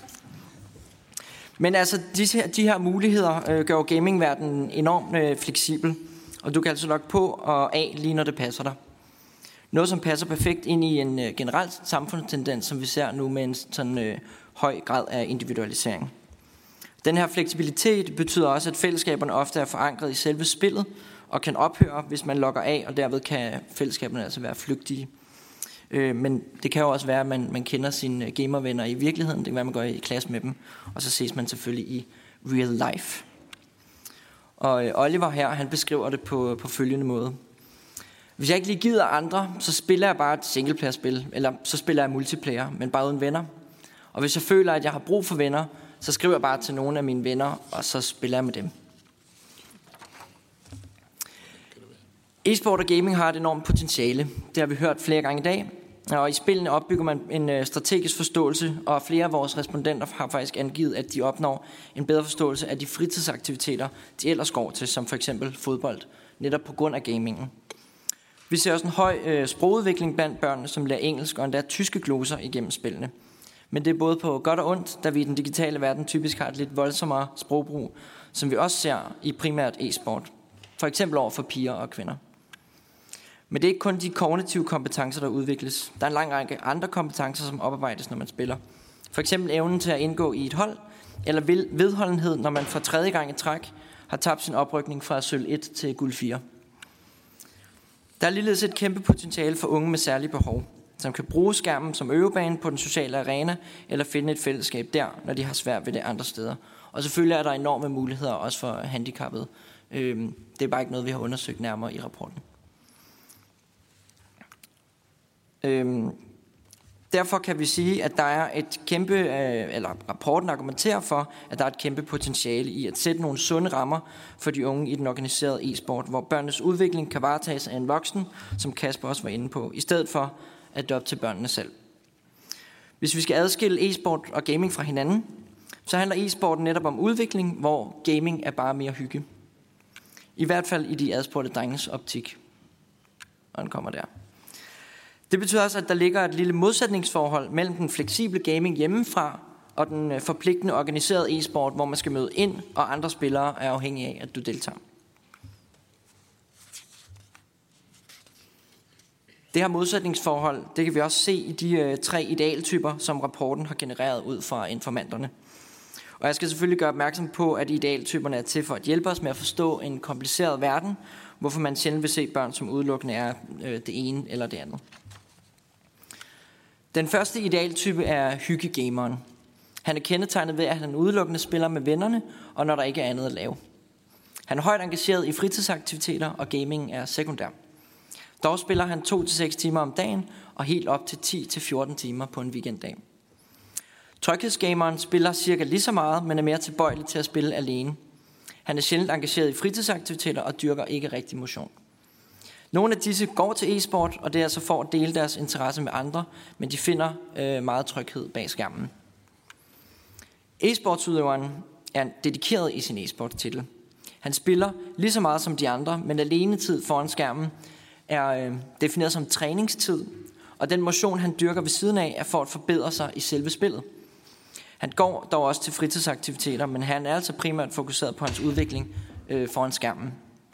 Men altså, de her, de her muligheder øh, gør gamingverdenen enormt øh, fleksibel, og du kan altså logge på og af lige når det passer dig. Noget, som passer perfekt ind i en øh, generel samfundstendens, som vi ser nu med en sådan øh, høj grad af individualisering. Den her fleksibilitet betyder også, at fællesskaberne ofte er forankret i selve spillet og kan ophøre, hvis man logger af, og derved kan fællesskaberne altså være flygtige. Øh, men det kan jo også være, at man, man kender sine gamervenner i virkeligheden. Det kan være, at man går i klasse med dem, og så ses man selvfølgelig i real life. Og øh, Oliver her, han beskriver det på, på følgende måde. Hvis jeg ikke lige gider andre, så spiller jeg bare et singleplayer-spil, eller så spiller jeg multiplayer, men bare uden venner. Og hvis jeg føler, at jeg har brug for venner, så skriver jeg bare til nogle af mine venner, og så spiller jeg med dem. E-sport og gaming har et enormt potentiale. Det har vi hørt flere gange i dag. Og i spillene opbygger man en strategisk forståelse, og flere af vores respondenter har faktisk angivet, at de opnår en bedre forståelse af de fritidsaktiviteter, de ellers går til, som for eksempel fodbold, netop på grund af gamingen. Vi ser også en høj øh, sprogudvikling blandt børnene, som lærer engelsk og endda tyske gloser igennem spillene. Men det er både på godt og ondt, da vi i den digitale verden typisk har et lidt voldsommere sprogbrug, som vi også ser i primært e-sport. For eksempel over for piger og kvinder. Men det er ikke kun de kognitive kompetencer, der udvikles. Der er en lang række andre kompetencer, som oparbejdes, når man spiller. For eksempel evnen til at indgå i et hold, eller vedholdenhed, når man for tredje gang i træk har tabt sin oprykning fra sølv et til guld fire. Der er ligeledes et kæmpe potentiale for unge med særlige behov, som kan bruge skærmen som øvebane på den sociale arena, eller finde et fællesskab der, når de har svært ved det andre steder. Og selvfølgelig er der enorme muligheder også for handicappede. Det er bare ikke noget, vi har undersøgt nærmere i rapporten. Derfor kan vi sige, at der er et kæmpe, eller rapporten argumenterer for, at der er et kæmpe potentiale i at sætte nogle sunde rammer for de unge i den organiserede e-sport, hvor børnenes udvikling kan varetages af en voksen, som Kasper også var inde på, i stedet for at det er op til børnene selv. Hvis vi skal adskille e-sport og gaming fra hinanden, så handler e-sporten netop om udvikling, hvor gaming er bare mere hygge. I hvert fald i de adspurgte drenges optik. Og den kommer der. Det betyder også, at der ligger et lille modsætningsforhold mellem den fleksible gaming hjemmefra og den forpligtende organiserede e-sport, hvor man skal møde ind, og andre spillere er afhængige af, at du deltager. Det her modsætningsforhold, det kan vi også se i de øh, tre idealtyper, som rapporten har genereret ud fra informanterne. Og jeg skal selvfølgelig gøre opmærksom på, at idealtyperne er til for at hjælpe os med at forstå en kompliceret verden, hvorfor man sjældent vil se børn, som udelukkende er øh, det ene eller det andet. Den første idealtype er hyggegameren. Han er kendetegnet ved, at han udelukkende spiller med vennerne, og når der ikke er andet at lave. Han er højt engageret i fritidsaktiviteter, og gaming er sekundær. Dog spiller han to til seks timer om dagen, og helt op til ti til fjorten timer på en weekenddag. Tryghedsgameren spiller cirka lige så meget, men er mere tilbøjelig til at spille alene. Han er sjældent engageret i fritidsaktiviteter og dyrker ikke rigtig motion. Nogle af disse går til e-sport, og det er altså for at dele deres interesse med andre, men de finder øh, meget tryghed bag skærmen. E-sportsudøveren er dedikeret i sin e-sportstitel. Han spiller lige så meget som de andre, men alenetid foran skærmen er øh, defineret som træningstid, og den motion, han dyrker ved siden af, er for at forbedre sig i selve spillet. Han går dog også til fritidsaktiviteter, men han er altså primært fokuseret på hans udvikling øh, foran skærmen.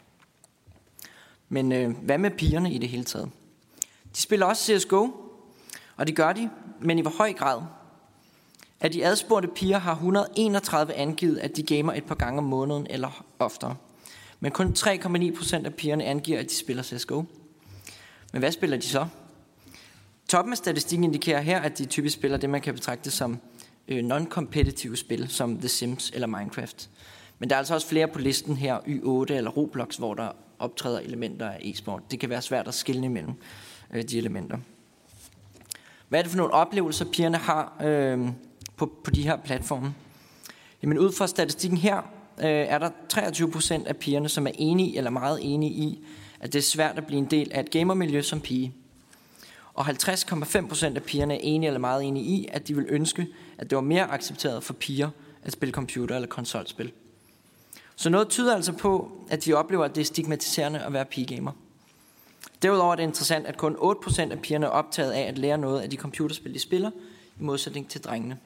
Men øh, hvad med pigerne i det hele taget? De spiller også C S G O, og det gør de, men i hvor høj grad? Af de adspurgte piger har et hundrede og enogtredive angivet, at de gamer et par gange om måneden eller oftere. Men kun tre komma ni procent af pigerne angiver, at de spiller C S G O. Men hvad spiller de så? Toppen af statistikken indikerer her, at de typisk spiller det, man kan betragte som øh, non-competitive spil, som The Sims eller Minecraft. Men der er altså også flere på listen her, Y otte eller Roblox, hvor der optræder elementer af e-sport. Det kan være svært at skelne imellem øh, de elementer. Hvad er det for nogle oplevelser, pigerne har øh, på, på de her platforme? Jamen ud fra statistikken her, øh, er der treogtyve procent af pigerne, som er enige eller meget enige i, at det er svært at blive en del af et gamermiljø som pige. Og halvtreds komma fem procent af pigerne er enige eller meget enige i, at de vil ønske, at det var mere accepteret for piger at spille computer- eller konsolspil. Så noget tyder altså på, at de oplever, at det er stigmatiserende at være pigegamer. Derudover er det interessant, at kun otte procent af pigerne er optaget af at lære noget af de computerspil, de spiller, i modsætning til drengene.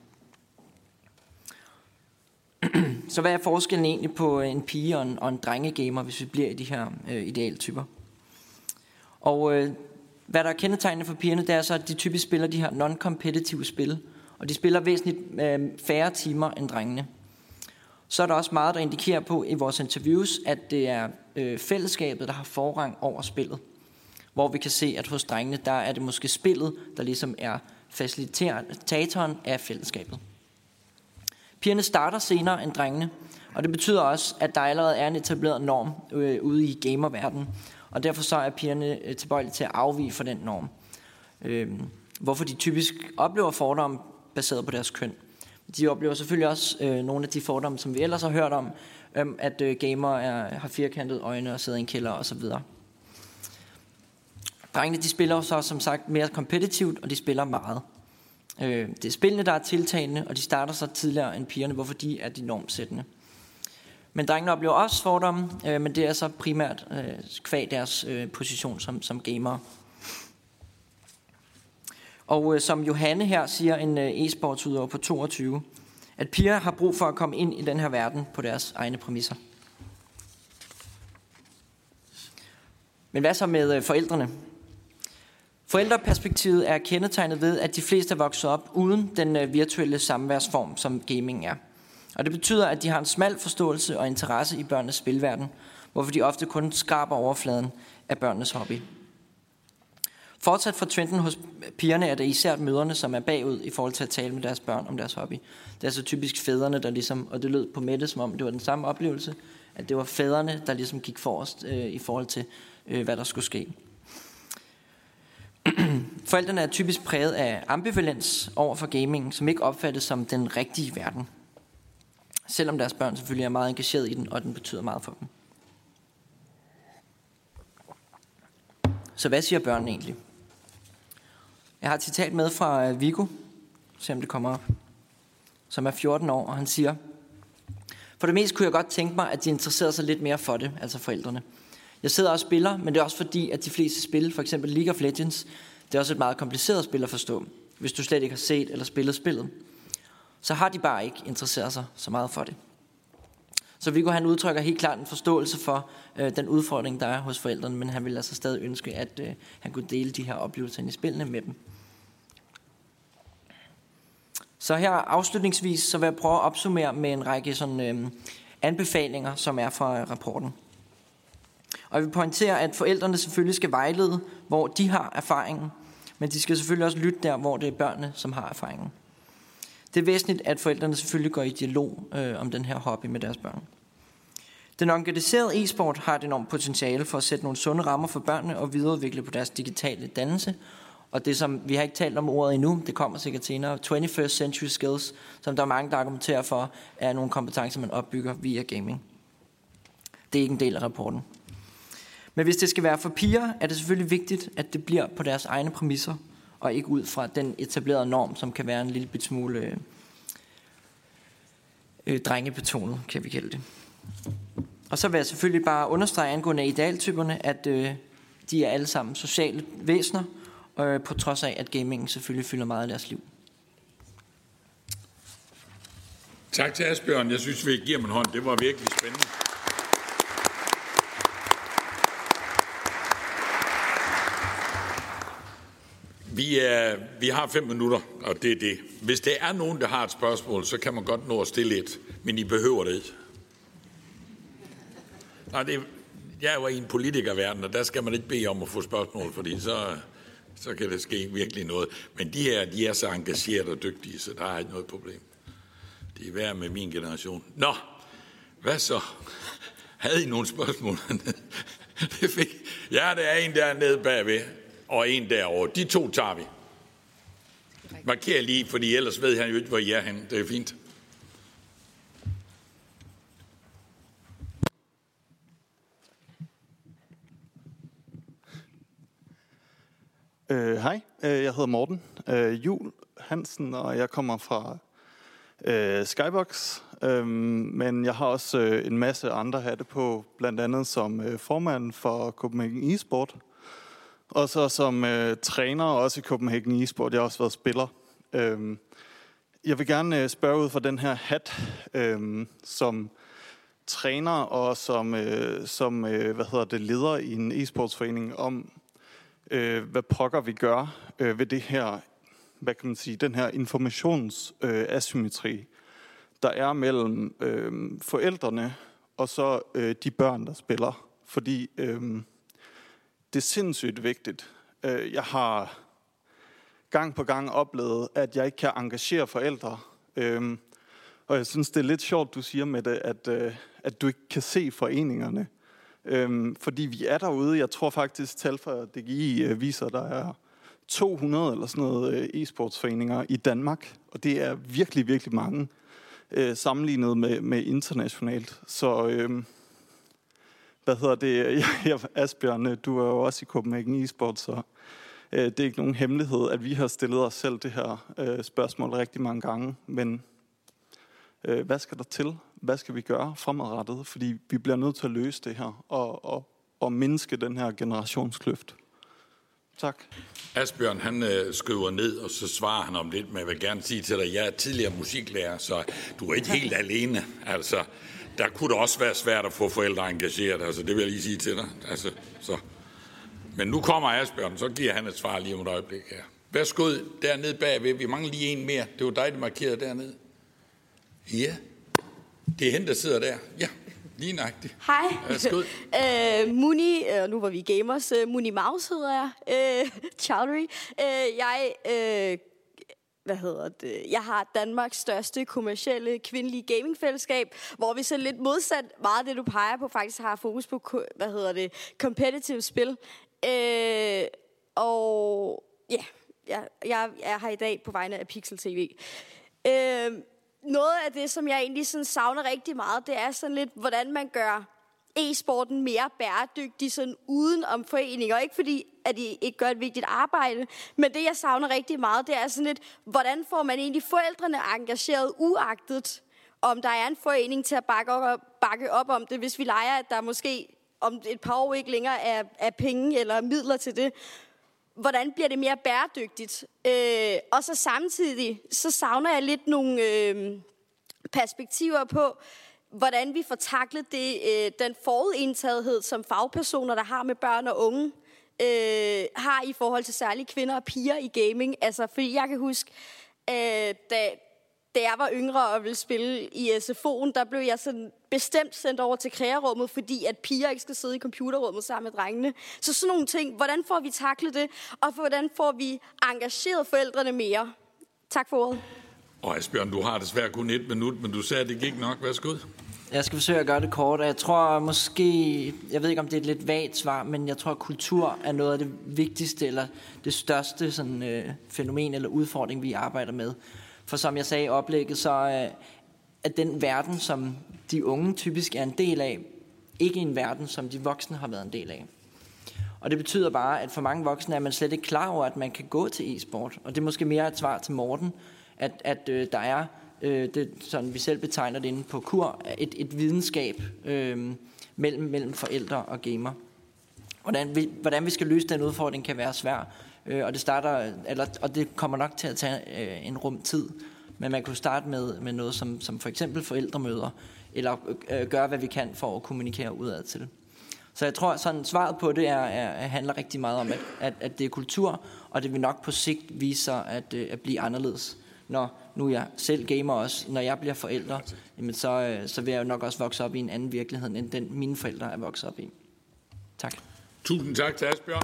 Så hvad er forskellen egentlig på en pige og en, og en drengegamer, hvis vi bliver i de her øh, idealtyper? Og øh, hvad der er kendetegnende for pigerne, det er så, at de typisk spiller de her non-competitive spil, og de spiller væsentligt øh, færre timer end drengene. Så er der også meget, der indikerer på i vores interviews, at det er øh, fællesskabet, der har forrang over spillet. Hvor vi kan se, at hos drengene, der er det måske spillet, der ligesom er facilitatoren af fællesskabet. Pigerne starter senere end drengene, og det betyder også, at der allerede er en etableret norm øh, ude i gamerverdenen, og derfor så er pigerne tilbøjelige til at afvige fra den norm. Øh, hvorfor de typisk oplever fordomme baseret på deres køn. De oplever selvfølgelig også øh, nogle af de fordomme, som vi ellers har hørt om, øh, at øh, gamere er, har firkantede øjne og sidder i en kælder osv. Drengene de spiller jo så som sagt mere kompetitivt, og de spiller meget. Øh, det er spillene, der er tiltagende, og de starter så tidligere end pigerne, hvorfor de er de normsættende. Men drengene oplever også fordomme, øh, men det er så primært øh, kvad deres øh, position som, som gamere. Og øh, som Johanne her siger, en øh, e-sportsudøver på toogtyve, at piger har brug for at komme ind i den her verden på deres egne præmisser. Men hvad så med øh, forældrene? Forældreperspektivet er kendetegnet ved, at de fleste er vokset op uden den øh, virtuelle samværsform, som gaming er. Og det betyder, at de har en smal forståelse og interesse i børnenes spilverden, hvorfor de ofte kun skraber overfladen af børnenes hobby. Fortsat fra trenden hos pigerne er det især mødrene, som er bagud i forhold til at tale med deres børn om deres hobby. Det er så typisk fædrene, der ligesom, og det lød på Mette, som om det var den samme oplevelse, at det var fædrene, der ligesom gik forrest øh, i forhold til, øh, hvad der skulle ske. Forældrene er typisk præget af ambivalens over for gaming, som ikke opfattes som den rigtige verden. Selvom deres børn selvfølgelig er meget engageret i den, og den betyder meget for dem. Så hvad siger børnene egentlig? Jeg har et citat med fra Viggo, se om det kommer op, som er fjorten år, og han siger: for det meste kunne jeg godt tænke mig, at de interesserede sig lidt mere for det, altså forældrene. Jeg sidder og spiller, men det er også fordi, at de fleste spil, for eksempel League of Legends, det er også et meget kompliceret spil at forstå, hvis du slet ikke har set eller spillet spillet. Så har de bare ikke interesseret sig så meget for det. Så Viggo han udtrykker helt klart en forståelse for øh, den udfordring, der er hos forældrene, men han vil altså stadig ønske, at øh, han kunne dele de her oplevelser i spillene med dem. Så her afslutningsvis så vil jeg prøve at opsummere med en række sådan, øh, anbefalinger, som er fra rapporten. Og jeg vil pointere, at forældrene selvfølgelig skal vejlede, hvor de har erfaringen, men de skal selvfølgelig også lytte der, hvor det er børnene, som har erfaringen. Det er væsentligt, at forældrene selvfølgelig går i dialog øh, om den her hobby med deres børn. Den organiserede e-sport har et enormt potentiale for at sætte nogle sunde rammer for børnene og videreudvikle på deres digitale dannelse. Og det, som vi har ikke talt om ordet endnu, det kommer sikkert senere, twenty-first century skills, som der er mange, der argumenterer for, er nogle kompetencer, man opbygger via gaming. Det er ikke en del af rapporten. Men hvis det skal være for piger, er det selvfølgelig vigtigt, at det bliver på deres egne præmisser, og ikke ud fra den etablerede norm, som kan være en lille bit smule øh, øh, drengebetonet, kan vi kalde det. Og så vil jeg selvfølgelig bare understrege angående idealtyperne, at øh, de er alle sammen sociale væsener, øh, på trods af, at gamingen selvfølgelig fylder meget af deres liv. Tak til Asbjørn. Jeg synes, vi giver dem en hånd. Det var virkelig spændende. Vi, er, vi har fem minutter, og det er det. Hvis der er nogen, der har et spørgsmål, så kan man godt nå at stille et, men I behøver det ikke. Nej, det, jeg er jo i en politikerverden, og der skal man ikke bede om at få spørgsmål, fordi så, så kan det ske virkelig noget. Men de her, de er så engagerede og dygtige, så der er ikke noget problem. Det er værd med min generation. Nå, hvad så? Havde I nogle spørgsmål? Det fik. Ja, der er en dernede bagved, og en derovre. De to tager vi. Marker lige, fordi ellers ved han jo ikke, hvor I er henne. Det er fint. Øh, hej, jeg hedder Morten øh, Juhl Hansen, og jeg kommer fra øh, Skybox. Øh, men jeg har også øh, en masse andre hatte på, blandt andet som øh, formand for Copenhagen eSport. Og så som øh, træner også i Copenhagen eSport. Jeg har også været spiller. Øh, jeg vil gerne øh, spørge ud fra den her hat, øh, som træner og som, øh, som øh, hvad hedder det, leder i en e-sportsforening om, øh, hvad pokker vi gør øh, ved det her, hvad kan man sige, den her informationsasymmetri, øh, der er mellem øh, forældrene og så øh, de børn, der spiller. Fordi øh, det er sindssygt vigtigt. Jeg har gang på gang oplevet, at jeg ikke kan engagere forældre. Og jeg synes, det er lidt sjovt, du siger med det, at, at du ikke kan se foreningerne. Fordi vi er derude. Jeg tror faktisk, tal fra D G I viser, at der er to hundrede eller sådan noget e-sportsforeninger i Danmark. Og det er virkelig, virkelig mange sammenlignet med, med internationalt. Så... Hvad hedder det? Jeg, Asbjørn, du er jo også i Copenhagen eSport, så øh, det er ikke nogen hemmelighed, at vi har stillet os selv det her øh, spørgsmål rigtig mange gange. Men øh, hvad skal der til? Hvad skal vi gøre fremadrettet? Fordi vi bliver nødt til at løse det her og, og, og mindske den her generationskløft. Tak. Asbjørn, han øh, skriver ned, og så svarer han om lidt, men jeg vil gerne sige til dig, jeg er tidligere musiklærer, så du er ikke helt alene. Altså, der kunne det også være svært at få forældre engageret, altså det vil jeg lige sige til dig. Altså, så. Men nu kommer Asbjørn, så giver han et svar lige om et øjeblik her. Værsgo dernede bagved, vi mangler lige en mere. Det var dig, der markerede dernede. Ja, det er hende, der sidder der. Ja, lige nøjagtigt. Hej. Værsgo. uh, Muni, uh, nu var vi gamers, uh, Muni Maus hedder jeg. Uh, Chowdhury. Uh, jeg... Uh, Hvad hedder det? Jeg har Danmarks største kommercielle kvindelige gamingfællesskab, hvor vi så lidt modsat meget af det, du peger på, faktisk har fokus på, hvad hedder det, competitive spil. Øh, og ja, jeg, jeg er her i dag på vegne af Pixel T V. Øh, noget af det, som jeg egentlig sådan savner rigtig meget, det er sådan lidt, hvordan man gør e-sporten mere bæredygtig sådan uden om foreninger. Ikke fordi, at de ikke gør et vigtigt arbejde, men det, jeg savner rigtig meget, det er sådan lidt, hvordan får man egentlig forældrene engageret, uagtet om der er en forening til at bakke op, bakke op om det, hvis vi leger, at der måske om et par år ikke længere er, er penge eller midler til det. Hvordan bliver det mere bæredygtigt? Øh, og så samtidig, så savner jeg lidt nogle øh, perspektiver på, hvordan vi får taklet det, øh, den forudindtagethed, som fagpersoner, der har med børn og unge, øh, har i forhold til særligt kvinder og piger i gaming. Altså, fordi jeg kan huske, øh, da, da jeg var yngre og ville spille i S F O'en, der blev jeg sådan bestemt sendt over til kreerummet, fordi at piger ikke skal sidde i computerrummet sammen med drengene. Så sådan nogle ting. Hvordan får vi taklet det? Og hvordan får vi engageret forældrene mere? Tak for ordet. Og Asbjørn, du har desværre kun et minut, men du sagde, at det gik nok. Værsgo. Jeg skal forsøge at gøre det kort, og jeg tror måske, jeg ved ikke om det er et lidt vagt svar, men jeg tror, at kultur er noget af det vigtigste, eller det største sådan, øh, fænomen eller udfordring, vi arbejder med. For som jeg sagde i oplægget, så øh, er den verden, som de unge typisk er en del af, ikke en verden, som de voksne har været en del af. Og det betyder bare, at for mange voksne er man slet ikke klar over, at man kan gå til e-sport. Og det er måske mere et svar til Morten, at, at øh, der er, øh, det, sådan vi selv betegner det inde på kur, et, et videnskab øh, mellem, mellem forældre og gamer. Hvordan vi, hvordan vi skal løse den udfordring kan være svær, øh, og det starter, eller, og det kommer nok til at tage øh, en rum tid. Men man kunne starte med, med noget som, som for eksempel forældremøder, eller øh, gøre, hvad vi kan for at kommunikere udad til. Så jeg tror, sådan svaret på det er, er, handler rigtig meget om, at, at, at det er kultur, og det vil nok på sigt vise sig at, at blive anderledes. Når nu jeg selv gamer også, når jeg bliver forældre, jamen så, så vil jeg jo nok også vokse op i en anden virkelighed, end den mine forældre er vokset op i. Tak. Tusind tak til Asbjørn.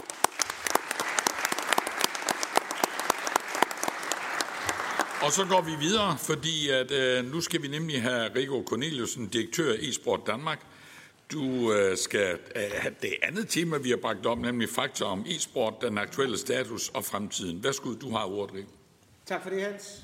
Og så går vi videre, fordi at, øh, nu skal vi nemlig have Rico Corneliusen, direktør af eSport Danmark. Du øh, skal øh, have det andet tema, vi har bragt op, nemlig fakta om e-sport, den aktuelle status og fremtiden. Værsgo, du har ordet, Rico. Tak for det, Hans.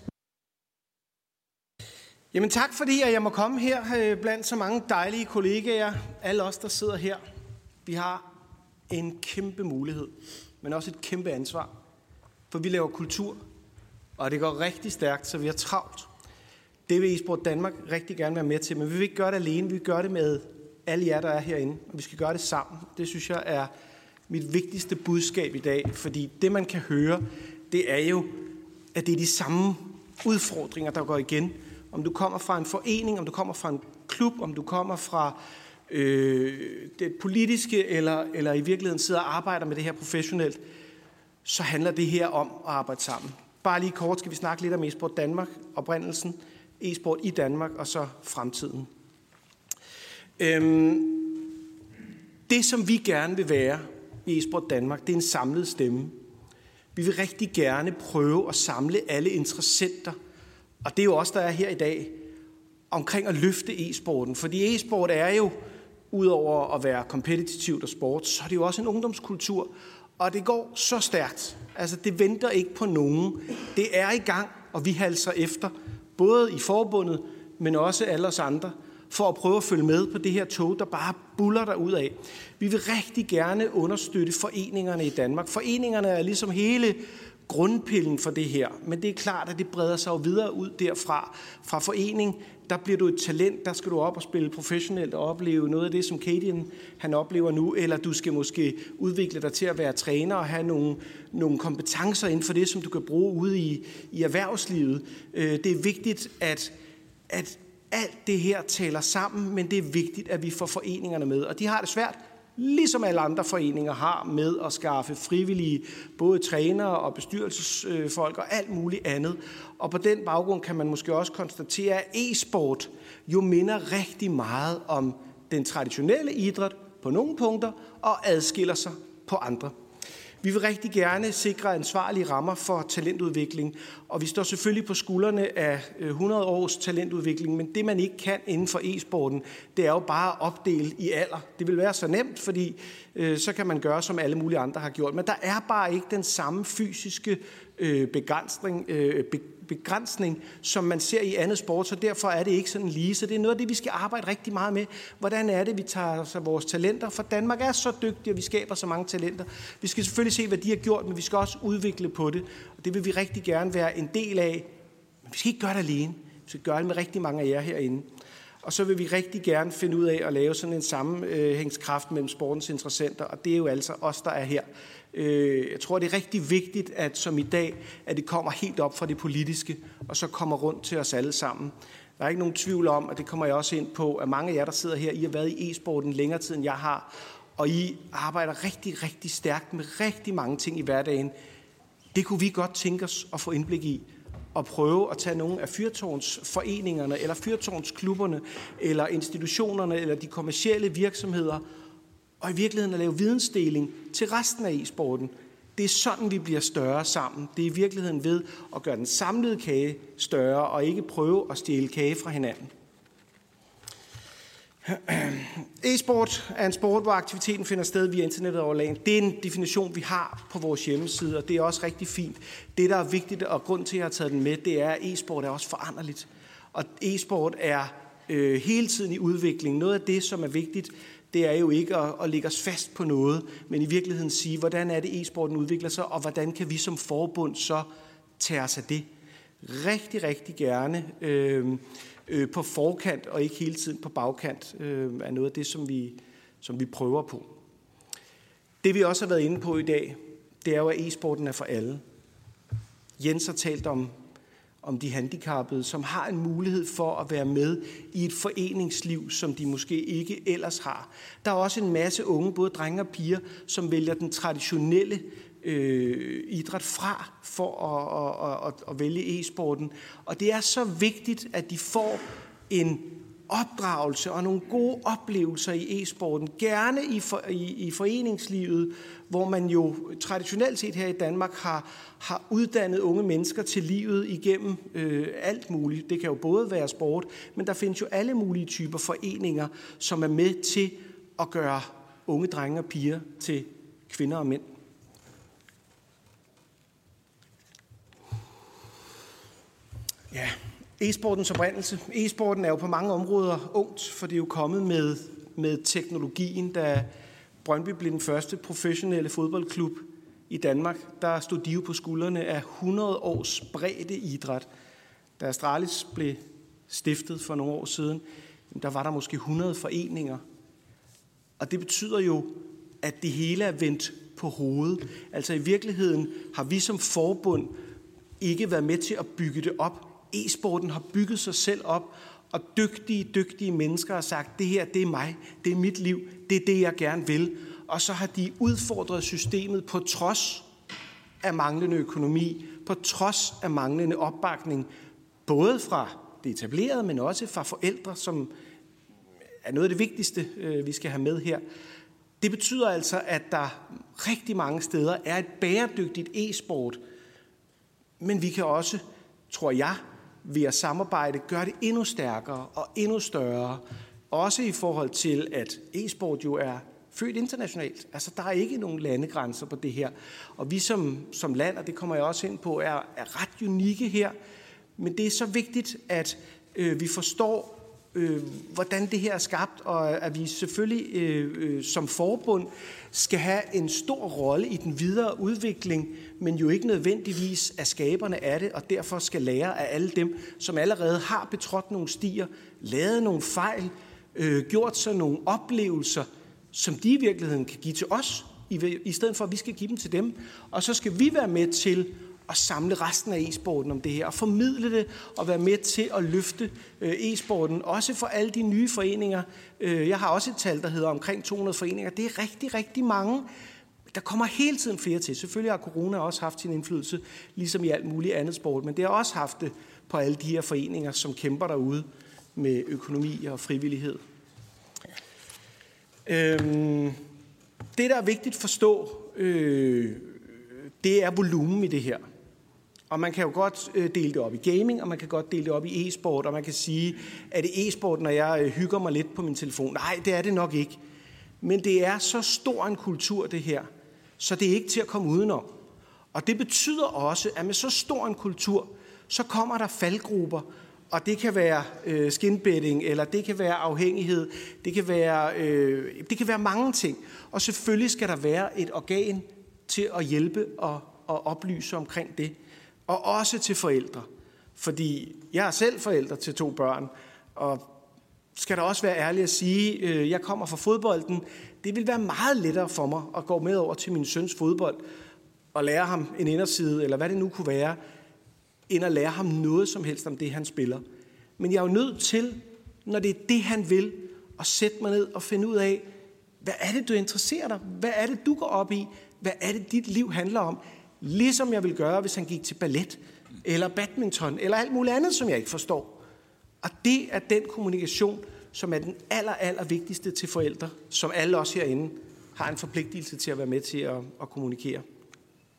Jamen tak, fordi jeg må komme her øh, blandt så mange dejlige kollegaer. Alle os, der sidder her. Vi har en kæmpe mulighed, men også et kæmpe ansvar. For vi laver kultur, og det går rigtig stærkt, så vi har travlt. Det vil eSport Danmark rigtig gerne være med til, men vi vil ikke gøre det alene. Vi vil gøre det med alle jer, der er herinde, og vi skal gøre det sammen. Det synes jeg er mit vigtigste budskab i dag, fordi det, man kan høre, det er jo, at det er de samme udfordringer, der går igen. Om du kommer fra en forening, om du kommer fra en klub, om du kommer fra øh, det politiske, eller, eller i virkeligheden sidder og arbejder med det her professionelt, så handler det her om at arbejde sammen. Bare lige kort skal vi snakke lidt om eSport Danmark, oprindelsen, eSport i Danmark og så fremtiden. Øhm, det, som vi gerne vil være i eSport Danmark, det er en samlet stemme. Vi vil rigtig gerne prøve at samle alle interessenter, og det er jo også der er her i dag, omkring at løfte e-sporten. Fordi e-sport er jo, udover at være kompetitivt og sport, så er det jo også en ungdomskultur, og det går så stærkt. Altså, det venter ikke på nogen. Det er i gang, og vi halser efter, både i forbundet, men også alle os andre, for at prøve at følge med på det her tog, der bare buller derudad. Vi vil rigtig gerne understøtte foreningerne i Danmark. Foreningerne er ligesom hele grundpillen for det her, men det er klart, at det breder sig jo videre ud derfra. Fra forening, der bliver du et talent, der skal du op og spille professionelt og opleve noget af det, som Kadian han oplever nu, eller du skal måske udvikle dig til at være træner og have nogle, nogle kompetencer inden for det, som du kan bruge ude i, i erhvervslivet. Det er vigtigt, at, at alt det her taler sammen, men det er vigtigt, at vi får foreningerne med, og de har det svært, ligesom alle andre foreninger har, med at skaffe frivillige, både trænere og bestyrelsesfolk og alt muligt andet. Og på den baggrund kan man måske også konstatere, at e-sport jo minder rigtig meget om den traditionelle idræt på nogle punkter, og adskiller sig på andre. Vi vil rigtig gerne sikre ansvarlige rammer for talentudvikling, og vi står selvfølgelig på skuldrene af hundrede års talentudvikling, men det man ikke kan inden for e-sporten, det er jo bare at opdele i alder. Det vil være så nemt, fordi øh, så kan man gøre, som alle mulige andre har gjort, men der er bare ikke den samme fysiske øh, begrænsning, øh, be- begrænsning, som man ser i andet sport, så derfor er det ikke sådan lige. Så det er noget af det, vi skal arbejde rigtig meget med. Hvordan er det, vi tager os af vores talenter? For Danmark er så dygtig, og vi skaber så mange talenter. Vi skal selvfølgelig se, hvad de har gjort, men vi skal også udvikle på det. Og det vil vi rigtig gerne være en del af. Men vi skal ikke gøre det alene. Vi skal gøre det med rigtig mange af jer herinde. Og så vil vi rigtig gerne finde ud af at lave sådan en sammenhængskraft mellem sportens interessenter, og det er jo altså os, der er her. Jeg tror, det er rigtig vigtigt, at som i dag, at det kommer helt op fra det politiske, og så kommer rundt til os alle sammen. Der er ikke nogen tvivl om, og det kommer jeg også ind på, at mange af jer, der sidder her, I har været i e-sporten længere tid, end jeg har, og I arbejder rigtig, rigtig stærkt med rigtig mange ting i hverdagen. Det kunne vi godt tænke os at få indblik i, og prøve at tage nogle af fyrtårnsforeningerne, eller fyrtårnsklubberne, eller institutionerne, eller de kommercielle virksomheder, og i virkeligheden at lave vidensdeling til resten af e-sporten. Det er sådan, vi bliver større sammen. Det er i virkeligheden ved at gøre den samlede kage større, og ikke prøve at stjæle kage fra hinanden. E-sport er en sport, hvor aktiviteten finder sted via internettet over LAN. Det er en definition, vi har på vores hjemmeside, og det er også rigtig fint. Det, der er vigtigt, og grund til, at jeg har taget den med, det er, at e-sport er også foranderligt. Og e-sport er øh, hele tiden i udvikling. Noget af det, som er vigtigt, det er jo ikke at, at lægge os fast på noget, men i virkeligheden sige, hvordan er det, e-sporten udvikler sig, og hvordan kan vi som forbund så tage os af det. Rigtig, rigtig gerne øh, øh, på forkant, og ikke hele tiden på bagkant, øh, er noget af det, som vi, som vi prøver på. Det vi også har været inde på i dag, det er jo, at e-sporten er for alle. Jens har talt om om de handicappede, som har en mulighed for at være med i et foreningsliv, som de måske ikke ellers har. Der er også en masse unge, både drenge og piger, som vælger den traditionelle øh, idræt fra for at, at, at, at vælge e-sporten. Og det er så vigtigt, at de får en opdragelse og nogle gode oplevelser i e-sporten, gerne i, for, i, i foreningslivet, hvor man jo traditionelt set her i Danmark har, har uddannet unge mennesker til livet igennem øh, alt muligt. Det kan jo både være sport, men der findes jo alle mulige typer foreninger, som er med til at gøre unge drenge og piger til kvinder og mænd. Ja. E-sportens oprindelse. E-sporten er jo på mange områder ungt, for det er jo kommet med, med teknologien. Da Brøndby blev den første professionelle fodboldklub i Danmark, der stod de jo på skuldrene af hundrede års bredde idræt. Da Astralis blev stiftet for nogle år siden, der var der måske hundrede foreninger. Og det betyder jo, at det hele er vendt på hovedet. Altså i virkeligheden har vi som forbund ikke været med til at bygge det op. E-sporten har bygget sig selv op, og dygtige, dygtige mennesker har sagt, det her, det er mig, det er mit liv, det er det, jeg gerne vil. Og så har de udfordret systemet på trods af manglende økonomi, på trods af manglende opbakning, både fra det etablerede, men også fra forældre, som er noget af det vigtigste, vi skal have med her. Det betyder altså, at der rigtig mange steder er et bæredygtigt e-sport, men vi kan også, tror jeg, ved at samarbejde, gøre det endnu stærkere og endnu større. Også i forhold til, at e-sport jo er født internationalt. Altså, der er ikke nogen landegrænser på det her. Og vi som, som land, og det kommer jeg også ind på, er, er ret unikke her. Men det er så vigtigt, at øh, vi forstår, øh, hvordan det her er skabt, og at vi selvfølgelig øh, øh, som forbund skal have en stor rolle i den videre udvikling, men jo ikke nødvendigvis af skaberne af det, og derfor skal lære af alle dem, som allerede har betrådt nogle stier, lavet nogle fejl, øh, gjort sig nogle oplevelser, som de i virkeligheden kan give til os, i, i stedet for at vi skal give dem til dem. Og så skal vi være med til at samle resten af e-sporten om det her, og formidle det, og være med til at løfte øh, e-sporten, også for alle de nye foreninger. Øh, jeg har også et tal, der hedder omkring to hundrede foreninger. Det er rigtig, rigtig mange. Der kommer hele tiden flere til. Selvfølgelig har corona også haft sin indflydelse, ligesom i alt muligt andet sport, men det har også haft det på alle de her foreninger, som kæmper derude med økonomi og frivillighed. Øhm, det, der er vigtigt at forstå, øh, det er volumen i det her. Og man kan jo godt dele det op i gaming, og man kan godt dele det op i e-sport, og man kan sige, at det e-sport, når jeg hygger mig lidt på min telefon? Nej, det er det nok ikke. Men det er så stor en kultur, det her, så det er ikke til at komme udenom. Og det betyder også, at med så stor en kultur, så kommer der faldgrupper, og det kan være øh, skinbetting, eller det kan være afhængighed, det kan være, øh, det kan være mange ting. Og selvfølgelig skal der være et organ til at hjælpe og, og oplyse omkring det. Og også til forældre. Fordi jeg er selv forælder til to børn, og skal der også være ærlig at sige, øh, jeg kommer fra fodbolden. Det vil være meget lettere for mig at gå med over til min søns fodbold og lære ham en inderside, eller hvad det nu kunne være, end at lære ham noget som helst om det, han spiller. Men jeg er jo nødt til, når det er det, han vil, at sætte mig ned og finde ud af, hvad er det, du interesserer dig? Hvad er det, du går op i? Hvad er det, dit liv handler om? Ligesom jeg vil gøre, hvis han gik til ballet, eller badminton, eller alt muligt andet, som jeg ikke forstår. Og det er den kommunikation, som er den aller, aller vigtigste til forældre, som alle os herinde har en forpligtelse til at være med til at, at kommunikere.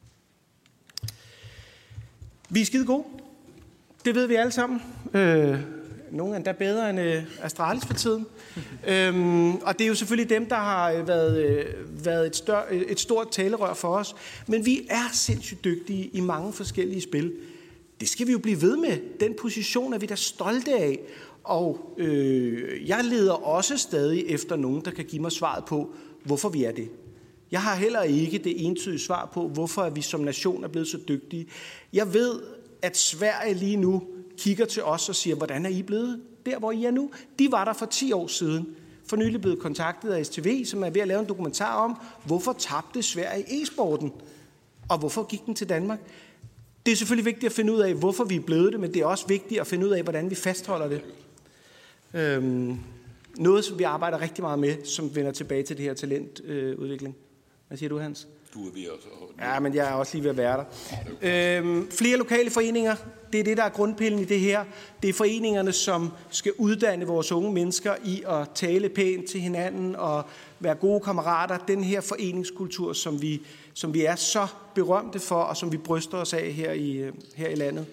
Vi er skide gode. Det ved vi alle sammen. Øh, nogle er endda bedre end øh, Astralis for tiden. øhm, og det er jo selvfølgelig dem, der har været, øh, været et, større, et stort talerør for os. Men vi er sindssygt dygtige i mange forskellige spil. Det skal vi jo blive ved med. Den position er vi da stolte af. Og øh, jeg leder også stadig efter nogen, der kan give mig svaret på, hvorfor vi er det. Jeg har heller ikke det entydige svar på, hvorfor vi som nation er blevet så dygtige. Jeg ved, at Sverige lige nu kigger til os og siger, hvordan er I blevet der, hvor I er nu? De var der for ti år siden. For nylig blevet kontaktet af S T V, som er ved at lave en dokumentar om, hvorfor tabte Sverige e-sporten, og hvorfor gik den til Danmark. Det er selvfølgelig vigtigt at finde ud af, hvorfor vi er blevet det, men det er også vigtigt at finde ud af, hvordan vi fastholder det. Øhm, noget, som vi arbejder rigtig meget med, som vender tilbage til det her talentudvikling. Hvad siger du, Hans? Du er ved også. Ja, men jeg er også lige ved at være der. Øhm, flere lokale foreninger, det er det, der er grundpillen i det her. Det er foreningerne, som skal uddanne vores unge mennesker i at tale pænt til hinanden og være gode kammerater. Den her foreningskultur, som vi, som vi er så berømte for, og som vi bryster os af her i, her i landet.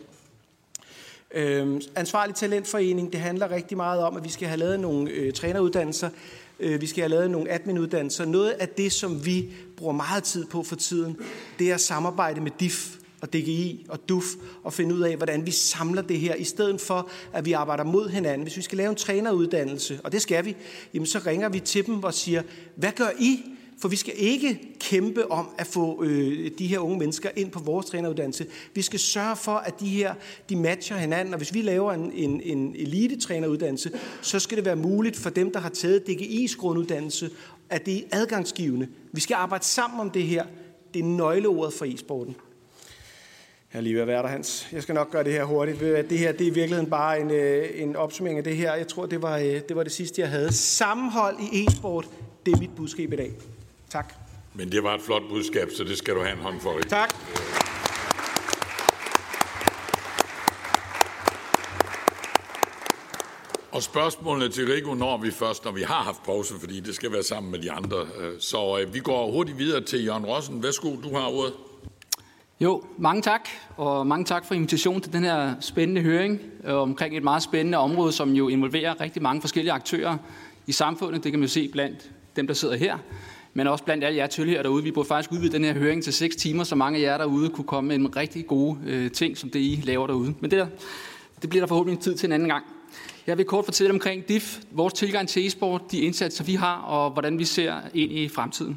Øhm, ansvarlig talentforening, det handler rigtig meget om, at vi skal have lavet nogle øh, træneruddannelser. Vi skal have lavet nogle adminuddannelser. Noget af det, som vi bruger meget tid på for tiden, det er at samarbejde med D I F og D G I og D U F og finde ud af, hvordan vi samler det her, i stedet for, at vi arbejder mod hinanden. Hvis vi skal lave en træneruddannelse, og det skal vi, jamen så ringer vi til dem og siger, hvad gør I? For vi skal ikke kæmpe om at få øh, de her unge mennesker ind på vores træneruddannelse. Vi skal sørge for, at de her de matcher hinanden, og hvis vi laver en, en, en elite-træneruddannelse, så skal det være muligt for dem, der har taget D G I's grunduddannelse, at det er adgangsgivende. Vi skal arbejde sammen om det her. Det er nøgleordet for e-sporten. Jeg er lige ved at være der, Hans. Jeg skal nok gøre det her hurtigt. Det her det er i virkeligheden bare en, en opsummering af det her. Jeg tror, det var, det var det sidste, jeg havde. Sammenhold i e-sport, det er mit budskab i dag. Tak. Men det var et flot budskab, så det skal du have en hånd for. Tak. Og spørgsmålene til Rico når vi først, når vi har haft pause, fordi det skal være sammen med de andre. Så vi går hurtigt videre til Jørgen Rossen. Værsgo, du har ordet. Jo, mange tak, og mange tak for invitationen til den her spændende høring omkring et meget spændende område, som jo involverer rigtig mange forskellige aktører i samfundet. Det kan man jo se blandt dem, der sidder her, men også blandt alle jer tilhørere derude. Vi burde faktisk udvide den her høring til seks timer, så mange af jer derude kunne komme med en rigtig gode øh, ting, som det I laver derude. Men det, der, det bliver der forhåbentlig tid til en anden gang. Jeg vil kort fortælle omkring D I F, vores tilgang til e-sport, de indsatser, vi har, og hvordan vi ser ind i fremtiden.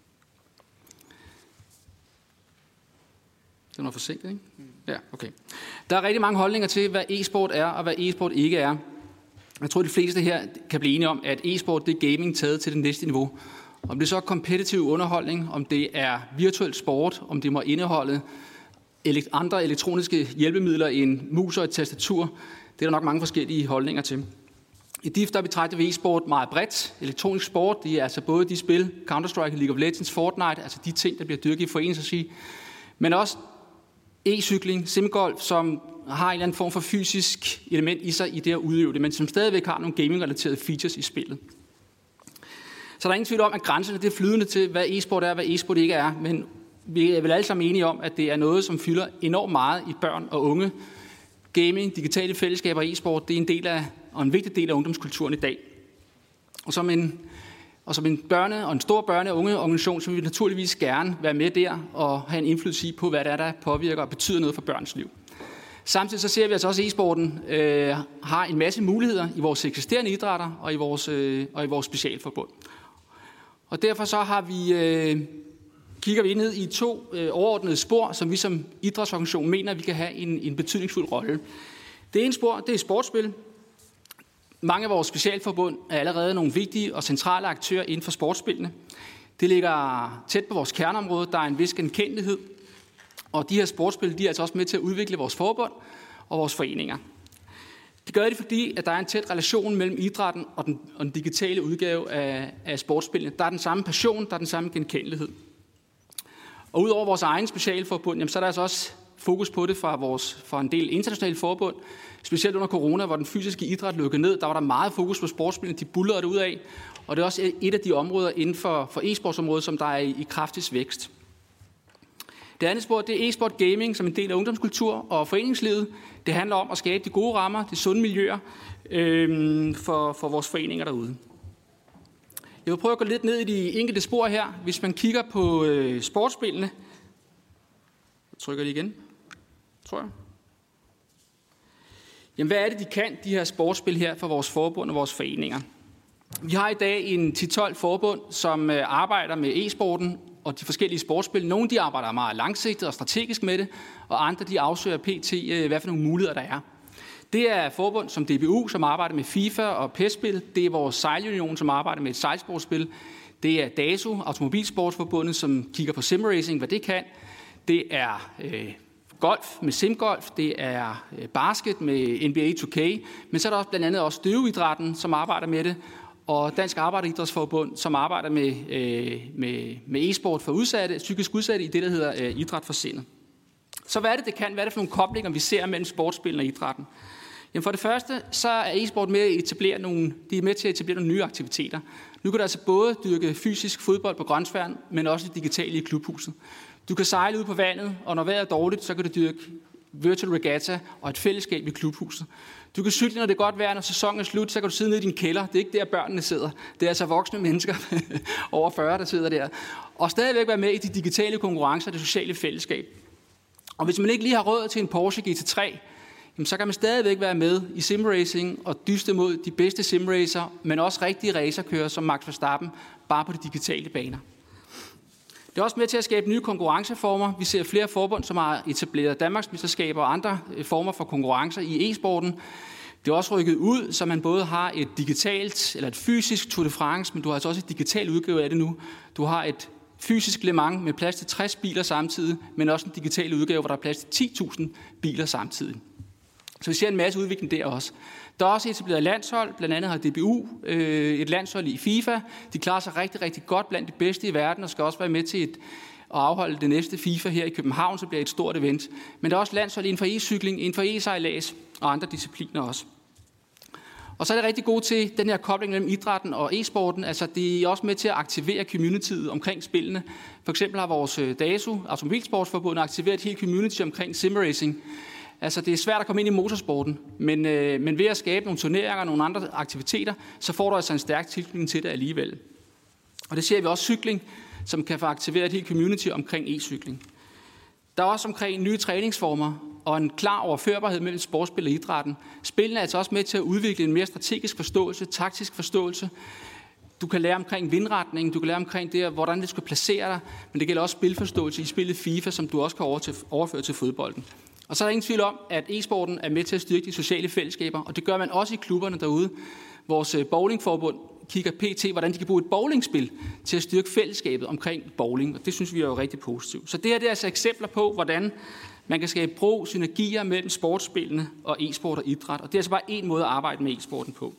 Det er noget forsinket, ikke? Ja, okay. Der er rigtig mange holdninger til, hvad e-sport er, og hvad e-sport ikke er. Jeg tror, de fleste her kan blive enige om, at e-sport det er gaming taget til det næste niveau. Om det så er kompetitiv underholdning, om det er virtuel sport, om det må indeholde andre elektroniske hjælpemidler end mus og et tastatur, det er der nok mange forskellige holdninger til. I D I F der betragter vi e-sport meget bredt. Elektronisk sport, det er altså både de spil, Counter-Strike, League of Legends, Fortnite, altså de ting, der bliver dyrket i foreningsregi, men også e-cykling, simgolf, som har en eller anden form for fysisk element i sig i det at udøve det, men som stadigvæk har nogle gaming-relaterede features i spillet. Så der er ingen tvivl om, at grænserne det er flydende til, hvad e-sport er og hvad e-sport ikke er, men vi er vel alle sammen enige om, at det er noget, som fylder enormt meget i børn og unge. Gaming, digitale fællesskaber og e-sport, det er en del af, og en vigtig del af ungdomskulturen i dag. Og som en, og som en børne- og en stor børne- og ungeorganisation, så vil vi naturligvis gerne være med der og have en indflydelse på, hvad det er, der påvirker og betyder noget for børns liv. Samtidig så ser vi altså også, at e-sporten øh, har en masse muligheder i vores eksisterende idrætter og i vores, øh, og i vores specialforbund. Og derfor så har vi, øh, kigger vi ned i to øh, overordnede spor, som vi som idrætsorganisation mener, vi kan have en, en betydningsfuld rolle. Det ene spor, det er sportsspil. Mange af vores specialforbund er allerede nogle vigtige og centrale aktører inden for sportsspillene. Det ligger tæt på vores kerneområde, der er en vis genkendelighed. Og de her sportsspil, de er altså også med til at udvikle vores forbund og vores foreninger. Det gør det, fordi at der er en tæt relation mellem idrætten og den, og den digitale udgave af, af sportsspillene. Der er den samme passion, der er den samme genkendelighed. Og udover vores egen specialforbund, jamen, så er der altså også fokus på det fra, vores, fra en del internationale forbund. Specielt under corona, hvor den fysiske idræt lukkede ned, der var der meget fokus på sportsspillene, de buldrede det ud af. Og det er også et af de områder inden for, for e-sportsområdet, som der er i, i kraftigst vækst. Det andet spor, det er e-sport gaming som en del af ungdomskultur og foreningslivet. Det handler om at skabe de gode rammer, de sunde miljøer øh, for, for vores foreninger derude. Jeg vil prøve at gå lidt ned i de enkelte spor her. Hvis man kigger på øh, sportsspillene. Jeg trykker lige igen, tror jeg. Jamen, hvad er det, de kan, de her sportsspil her for vores forbund og vores foreninger? Vi har i dag en ti til tolv forbund, som øh, arbejder med e-sporten og de forskellige sportsspil. Nogle de arbejder meget langsigtet og strategisk med det, og andre de afsøger pt. Øh, hvad for nogle muligheder der er. Det er forbund som D B U, som arbejder med FIFA og P E S-spil. Det er vores sejlunion, som arbejder med et sejlsportsspil. Det er DASU, Automobilsportsforbundet, som kigger på simracing, hvad det kan. Det er øh, golf med simgolf, det er øh, basket med N B A to K, men så er der også blandt andet også støveidrætten, som arbejder med det, og Dansk Arbejderidrætsforbund, som arbejder med, øh, med, med e-sport for udsatte, psykisk udsatte i det, der hedder øh, idræt for sindet. Så hvad er det, det kan? Hvad er det for nogle koblinger, vi ser mellem sportsspil og idrætten? Jamen for det første, så er e-sport med at etablere nogle, de er med til at etablere nogle nye aktiviteter. Nu kan du altså både dyrke fysisk fodbold på Grønsværen, men også digitalt i klubhuset. Du kan sejle ud på vandet, og når vejret er dårligt, så kan du dyrke virtual regatta og et fællesskab i klubhuset. Du kan cykle, når det er godt vejr, når sæsonen er slut, så kan du sidde nede i din kælder. Det er ikke der, børnene sidder. Det er altså voksne mennesker over fyrre, der sidder der. Og stadigvæk være med i de digitale konkurrencer og det sociale fællesskab. Og hvis man ikke lige har råd til en Porsche G T tre, så kan man stadigvæk være med i simracing og dyste mod de bedste simracer, men også rigtige racerkører som Max Verstappen, bare på de digitale baner. Det er også med til at skabe nye konkurrenceformer. Vi ser flere forbund, som har etableret Danmarksmesterskaber og andre former for konkurrencer i e-sporten. Det er også rykket ud, så man både har et digitalt eller et fysisk Tour de France, men du har altså også et digitalt udgave af det nu. Du har et fysisk Le Mans med plads til tres biler samtidig, men også en digital udgave, hvor der er plads til ti tusind biler samtidig. Så vi ser en masse udvikling der også. Der er også etableret landshold, blandt andet har D B U øh, et landshold i FIFA. De klarer sig rigtig, rigtig godt blandt de bedste i verden, og skal også være med til et, at afholde det næste FIFA her i København, så bliver det et stort event. Men der er også landshold inden for e-cykling, inden for e-sejlads og andre discipliner også. Og så er det rigtig godt til den her kobling mellem idrætten og e-sporten. Altså det er også med til at aktivere communityet omkring spillene. For eksempel har vores DASU, Automobilsportsforbundet, aktiveret et helt community omkring simracing. Altså det er svært at komme ind i motorsporten, men, øh, men ved at skabe nogle turneringer og nogle andre aktiviteter, så får du altså en stærk tilknytning til det alligevel. Og det ser vi også cykling, som kan få aktiveret et helt community omkring e-cykling. Der er også omkring nye træningsformer og en klar overførbarhed mellem sportsspil og idrætten. Spillene er altså også med til at udvikle en mere strategisk forståelse, taktisk forståelse. Du kan lære omkring vindretning, du kan lære omkring det, hvordan det skal placere dig, men det gælder også spilforståelse i spillet FIFA, som du også kan overføre til fodbolden. Og så er der ingen tvivl om, at e-sporten er med til at styrke de sociale fællesskaber, og det gør man også i klubberne derude. Vores bowlingforbund kigger pt. Hvordan de kan bruge et bowlingspil til at styrke fællesskabet omkring bowling, og det synes vi er jo rigtig positivt. Så det her det er altså eksempler på, hvordan man kan skabe bro, synergier mellem sportsspillene og e-sport og idræt, og det er altså bare en måde at arbejde med e-sporten på.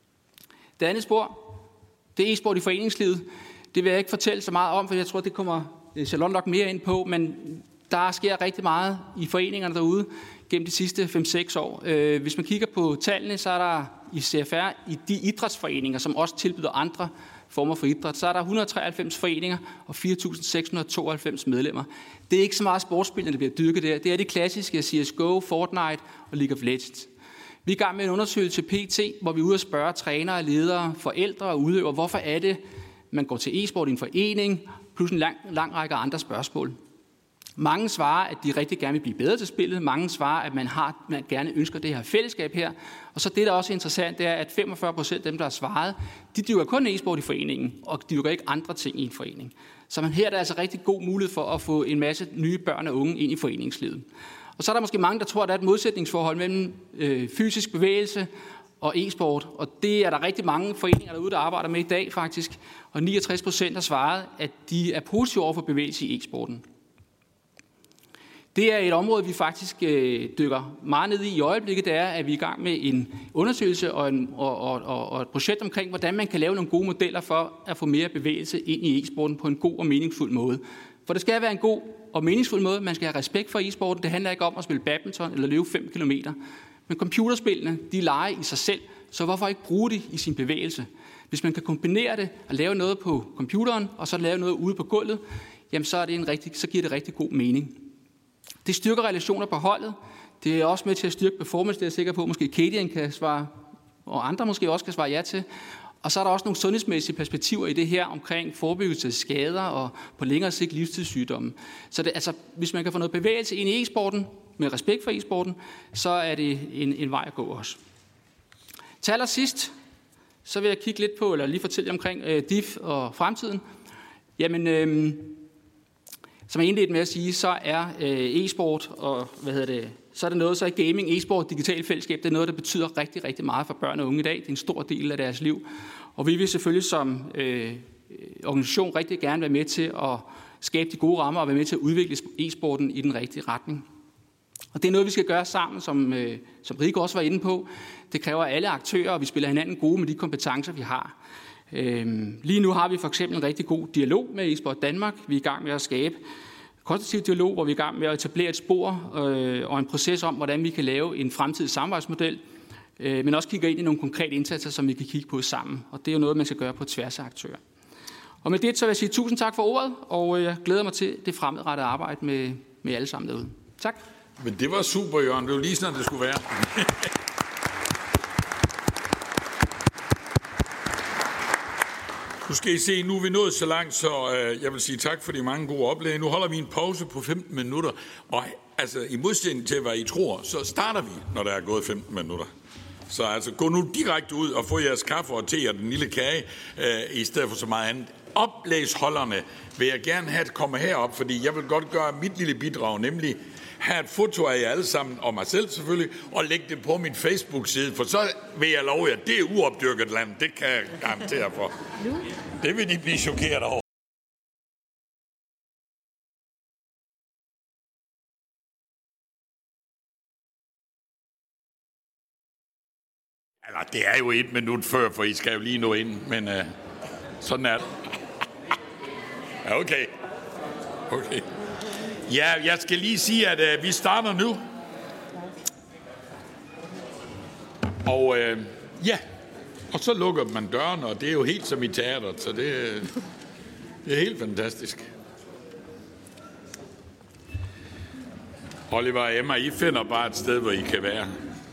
Det andet spor, det er e-sport i foreningslivet. Det vil jeg ikke fortælle så meget om, for jeg tror, det kommer Charlotte nok mere ind på, men der sker rigtig meget i foreningerne derude gennem de sidste fem seks år. Hvis man kigger på tallene, så er der i C F R, i de idrætsforeninger, som også tilbyder andre former for idræt, så er der et hundrede og treoghalvfems foreninger og fire tusind seks hundrede og tooghalvfems medlemmer. Det er ikke så meget sportsspillene, der bliver dyrket der. Det er de klassiske C S G O, Fortnite og League of Legends. Vi er i gang med en undersøgelse P T, hvor vi er ude at spørge trænere, ledere, forældre og udøvere, hvorfor er det, man går til e-sport i en forening, plus en lang, lang række andre spørgsmål. Mange svarer, at de rigtig gerne vil blive bedre til spillet. Mange svarer, at man, har, man gerne ønsker det her fællesskab her. Og så det, der også er interessant, det er, at femogfyrre procent af dem, der har svaret, de dyrker kun e-sport i foreningen, og de dyrker ikke andre ting i en forening. Så man her er der altså rigtig god mulighed for at få en masse nye børn og unge ind i foreningslivet. Og så er der måske mange, der tror, at der er et modsætningsforhold mellem øh, fysisk bevægelse og e-sport. Og det er der rigtig mange foreninger derude, der arbejder med i dag faktisk. Og niogtres procent har svaret, at de er positive over for bevægelse i e-sporten. Det er et område, vi faktisk øh, dykker meget ned i i øjeblikket. Det er, at vi er i gang med en undersøgelse og, en, og, og, og et projekt omkring, hvordan man kan lave nogle gode modeller for at få mere bevægelse ind i e-sporten på en god og meningsfuld måde. For det skal være en god og meningsfuld måde. Man skal have respekt for e-sporten. Det handler ikke om at spille badminton eller løbe fem kilometer. Men computerspillene, de leger i sig selv, så hvorfor ikke bruge det i sin bevægelse? Hvis man kan kombinere det og lave noget på computeren, og så lave noget ude på gulvet, jamen så, er det en rigtig, så giver det rigtig god mening. Det styrker relationer på holdet. Det er også med til at styrke performance, det er jeg sikker på, måske Katie kan svare, og andre måske også kan svare ja til. Og så er der også nogle sundhedsmæssige perspektiver i det her omkring forebyggelse af skader og på længere sigt livsstilssygdomme. Så det, altså, hvis man kan få noget bevægelse ind i e-sporten, med respekt for e-sporten, så er det en, en vej at gå også. Til allersidst, så vil jeg kigge lidt på, eller lige fortælle omkring øh, D I F og fremtiden. Jamen, øh, som jeg indledte med at sige, så er øh, e-sport og, hvad hedder det, så er det noget, så er gaming, e-sport, digitalt fællesskab, det er noget, der betyder rigtig, rigtig meget for børn og unge i dag. Det er en stor del af deres liv. Og vi vil selvfølgelig som øh, organisation rigtig gerne være med til at skabe de gode rammer og være med til at udvikle e-sporten i den rigtige retning. Og det er noget, vi skal gøre sammen, som, øh, som Rikke også var inde på. Det kræver alle aktører, og vi spiller hinanden gode med de kompetencer, vi har. Øhm, lige nu har vi for eksempel en rigtig god dialog med eSport Danmark. Vi er i gang med at skabe konstruktiv dialog, hvor vi er i gang med at etablere et spor øh, og en proces om, hvordan vi kan lave en fremtidig samarbejdsmodel, øh, men også kigger ind i nogle konkrete indsatser, som vi kan kigge på sammen. Og det er jo noget, man skal gøre på tværs af aktører. Og med det så vil jeg sige tusind tak for ordet, og jeg glæder mig til det fremadrettede arbejde med, med alle sammen derude. Tak. Men det var super, Jørgen. Det var lige sådan, det skulle være. Nu skal I se, nu er vi nået så langt, så øh, jeg vil sige tak for de mange gode oplæg. Nu holder vi en pause på femten minutter, og altså, i modsætning til, hvad I tror, så starter vi, når der er gået femten minutter. Så altså, gå nu direkte ud og få jeres kaffe og te og den lille kage, øh, i stedet for så meget andet. Oplægsholderne vil jeg gerne have, at komme herop, fordi jeg vil godt gøre mit lille bidrag, nemlig have et foto af jer alle sammen, og mig selv selvfølgelig, og lægge det på min Facebook-side, for så vil jeg love jer, det er uopdyrket land, det kan jeg garantere for. Det vil de blive chokeret over. Altså, det er jo et minut før, for I skal jo lige nå ind, men uh, sådan er det. Ja, okay. Okay. Ja, jeg skal lige sige, at uh, vi starter nu. Og uh, ja, og så lukker man døren, og det er jo helt som i teateret, så det, det er helt fantastisk. Oliver og Emma, I finder bare et sted, hvor I kan være.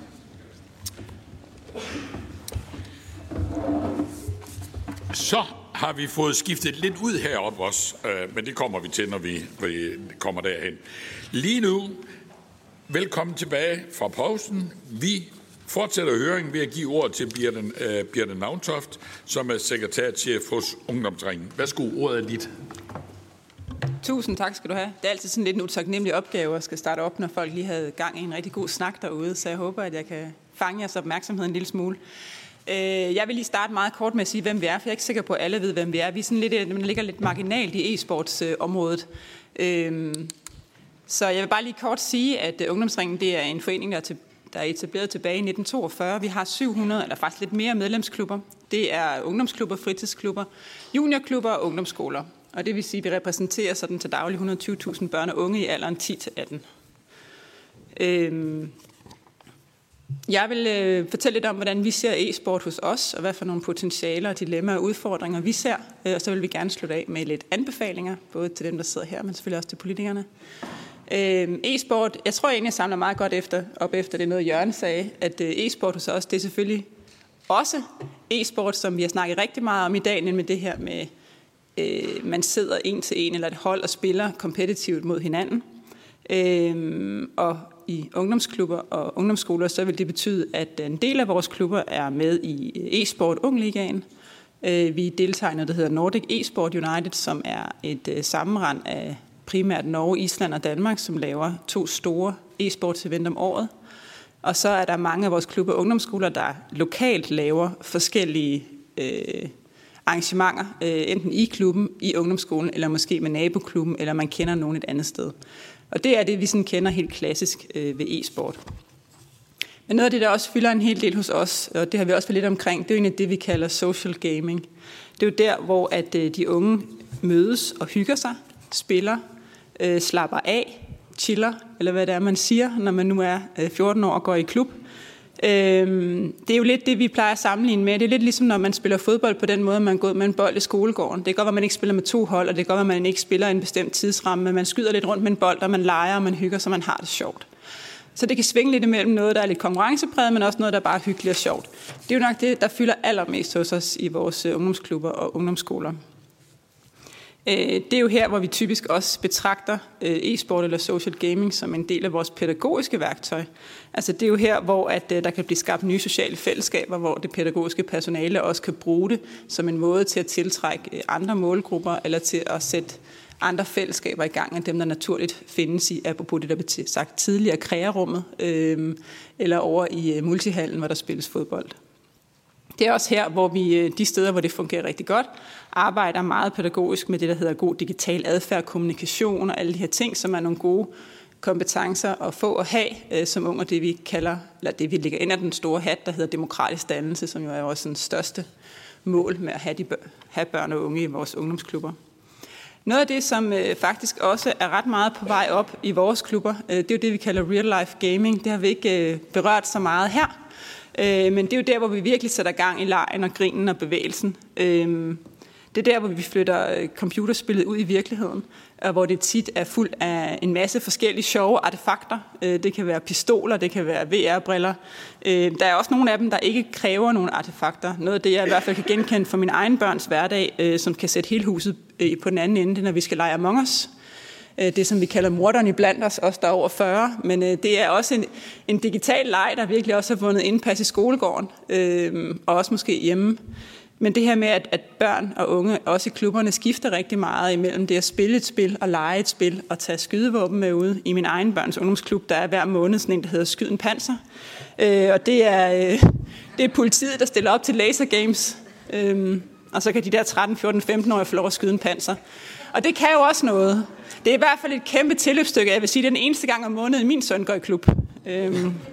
Så har vi fået skiftet lidt ud heroppe også, øh, men det kommer vi til, når vi, vi kommer derhen. Lige nu, velkommen tilbage fra pausen. Vi fortsætter høringen ved at give ord til Birte, øh, Birte Navntoft, som er sekretærchef hos Ungdomsringen. Værsgo, ordet er dit. Tusind tak skal du have. Det er altid sådan lidt en utaknemmelig opgave at skal starte op, når folk lige havde gang i en rigtig god snak derude, så jeg håber, at jeg kan fange jeres opmærksomhed en lille smule. Jeg vil lige starte meget kort med at sige, hvem vi er, for jeg er ikke sikker på, at alle ved, hvem vi er. Vi er sådan lidt, man ligger lidt marginalt i e-sportsområdet. Så jeg vil bare lige kort sige, at Ungdomsringen det er en forening, der er, til, der er etableret tilbage i nitten toogfyrre. Vi har syv hundrede, eller faktisk lidt mere medlemsklubber. Det er ungdomsklubber, fritidsklubber, juniorklubber og ungdomsskoler. Og det vil sige, at vi repræsenterer sådan til daglig et hundrede og tyve tusind børn og unge i alderen ti til atten. Øhm Jeg vil øh, fortælle lidt om, hvordan vi ser e-sport hos os, og hvad for nogle potentialer, dilemmaer og udfordringer vi ser. Øh, og så vil vi gerne slutte af med lidt anbefalinger, både til dem, der sidder her, men selvfølgelig også til politikerne. Øh, e-sport, jeg tror egentlig, jeg samler meget godt efter, op efter det noget, Jørgen sagde, at øh, e-sport hos os, det er selvfølgelig også e-sport, som vi har snakket rigtig meget om i dag, nemlig det her med, øh, man sidder en til en eller et hold og spiller kompetitivt mod hinanden. Øh, og i ungdomsklubber og ungdomsskoler, så vil det betyde, at en del af vores klubber er med i e-sport Ungligaen. Vi deltager i noget, der hedder Nordic e-sport United, som er et sammenrend af primært Norge, Island og Danmark, som laver to store e-sports-event om året. Og så er der mange af vores klubber og ungdomsskoler, der lokalt laver forskellige øh, arrangementer, øh, enten i klubben, i ungdomsskolen, eller måske med naboklubben, eller man kender nogen et andet sted. Og det er det, vi sådan kender helt klassisk øh, ved e-sport. Men noget af det, der også fylder en hel del hos os, og det har vi også været lidt omkring, det er jo egentlig det, vi kalder social gaming. Det er jo der, hvor at, øh, de unge mødes og hygger sig, spiller, øh, slapper af, chiller, eller hvad det er, man siger, når man nu er øh, fjorten år og går i klub. Øhm, det er jo lidt det, vi plejer at sammenligne med. Det er lidt ligesom, når man spiller fodbold på den måde, man går ud med en bold i skolegården. Det kan godt være, at man ikke spiller med to hold, og det kan godt være, at man ikke spiller en bestemt tidsramme, men man skyder lidt rundt med en bold, og man leger, og man hygger, så man har det sjovt. Så det kan svinge lidt imellem noget, der er lidt konkurrencepræget, men også noget, der er bare hyggeligt og sjovt. Det er jo nok det, der fylder allermest hos os i vores ungdomsklubber og ungdomsskoler. Det er jo her, hvor vi typisk også betragter e-sport eller social gaming som en del af vores pædagogiske værktøj. Altså det er jo her, hvor at der kan blive skabt nye sociale fællesskaber, hvor det pædagogiske personale også kan bruge det som en måde til at tiltrække andre målgrupper eller til at sætte andre fællesskaber i gang end dem, der naturligt findes i, apropos det, der blev sagt tidligere, krearummet øh, eller over i multihallen, hvor der spilles fodbold. Det er også her, hvor vi de steder, hvor det fungerer rigtig godt, arbejder meget pædagogisk med det, der hedder god digital adfærd, kommunikation og alle de her ting, som er nogle gode kompetencer at få og have som ung, og det vi kalder, eller det vi lægger ind af den store hat, der hedder demokratisk dannelse, som jo er også den største mål med at have, de bør, have børn og unge i vores ungdomsklubber. Noget af det, som øh, faktisk også er ret meget på vej op i vores klubber, øh, det er jo det, vi kalder real-life gaming. Det har vi ikke øh, berørt så meget her, øh, men det er jo der, hvor vi virkelig sætter gang i legen og grinen og bevægelsen. Øh, det er der, hvor vi flytter øh, computerspillet ud i virkeligheden, og hvor det tit er fuld af en masse forskellige sjove artefakter. Øh, det kan være pistoler, det kan være V R-briller. Øh, der er også nogle af dem, der ikke kræver nogle artefakter. Noget af det, jeg i hvert fald kan genkende fra min egen børns hverdag, øh, som kan sætte hele huset øh, på den anden ende, når vi skal lege Among Us. Øh, det, som vi kalder morderen i blandt os, også der er over fyrre. Men øh, det er også en, en digital leg, der virkelig også har vundet indpas i skolegården, øh, og også måske hjemme. Men det her med, at, at børn og unge, også i klubberne, skifter rigtig meget imellem det at spille et spil og lege et spil og tage skydevåben med ude. I min egen børns ungdomsklub, der er hver måned sådan en, der hedder Skyd en panser. Øh, og det er, øh, det er politiet, der stiller op til laser games. Øh, og så kan de der tretten, fjorten, femten-årige få lov at skyde en panser. Og det kan jo også noget. Det er i hvert fald et kæmpe tilløbsstykke. Jeg vil sige, det er den eneste gang om måneden, min søn går i klub. Øh,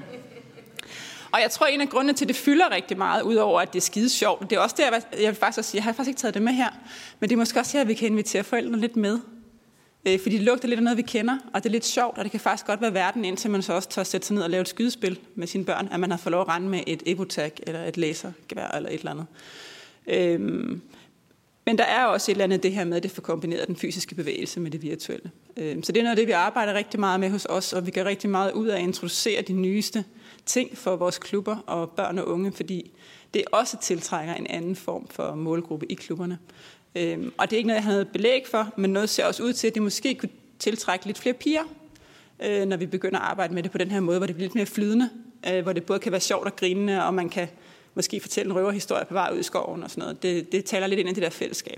Og jeg tror, en af grundene til, at det fylder rigtig meget, udover at det er skide sjovt, det er også det, jeg vil faktisk også sige, jeg har faktisk ikke taget det med her, men det er måske også her, at vi kan invitere forældrene lidt med. Fordi det lugter lidt af noget, vi kender, og det er lidt sjovt, og det kan faktisk godt være verden, indtil man så også tør sætte sig ned og lave et skydespil med sine børn, at man har fået lov at rende med et Evotag eller et lasergevær eller et eller andet. Øhm, men der er også et eller andet det her med, at det får kombineret den fysiske bevægelse med det virtuelle. Øhm, så det er noget af det, vi arbejder rigtig meget med hos os, og vi gør rigtig meget ud af at introducere de nyeste ting for vores klubber og børn og unge, fordi det også tiltrækker en anden form for målgruppe i klubberne. Øhm, og det er ikke noget, jeg har noget belæg for, men noget ser også ud til, at det måske kunne tiltrække lidt flere piger, øh, når vi begynder at arbejde med det på den her måde, hvor det bliver lidt mere flydende, øh, hvor det både kan være sjovt og grinende, og man kan måske fortælle en røverhistorie på vej ud i skoven og sådan noget. Det, det taler lidt ind i det der fællesskab.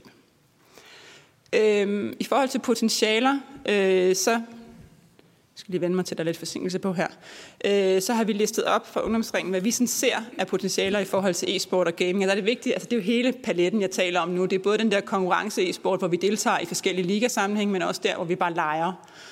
Øhm, I forhold til potentialer, øh, så jeg skal lige vende mig til, at der er lidt forsinkelse på her. Øh, så har vi listet op for ungdomsringen, hvad vi sådan ser af potentialer i forhold til e-sport og gaming. Og der er det vigtigt, altså det er jo hele paletten, jeg taler om nu. Det er både den der konkurrence e-sport, hvor vi deltager i forskellige ligasammenhæng, men også der, hvor vi bare leger.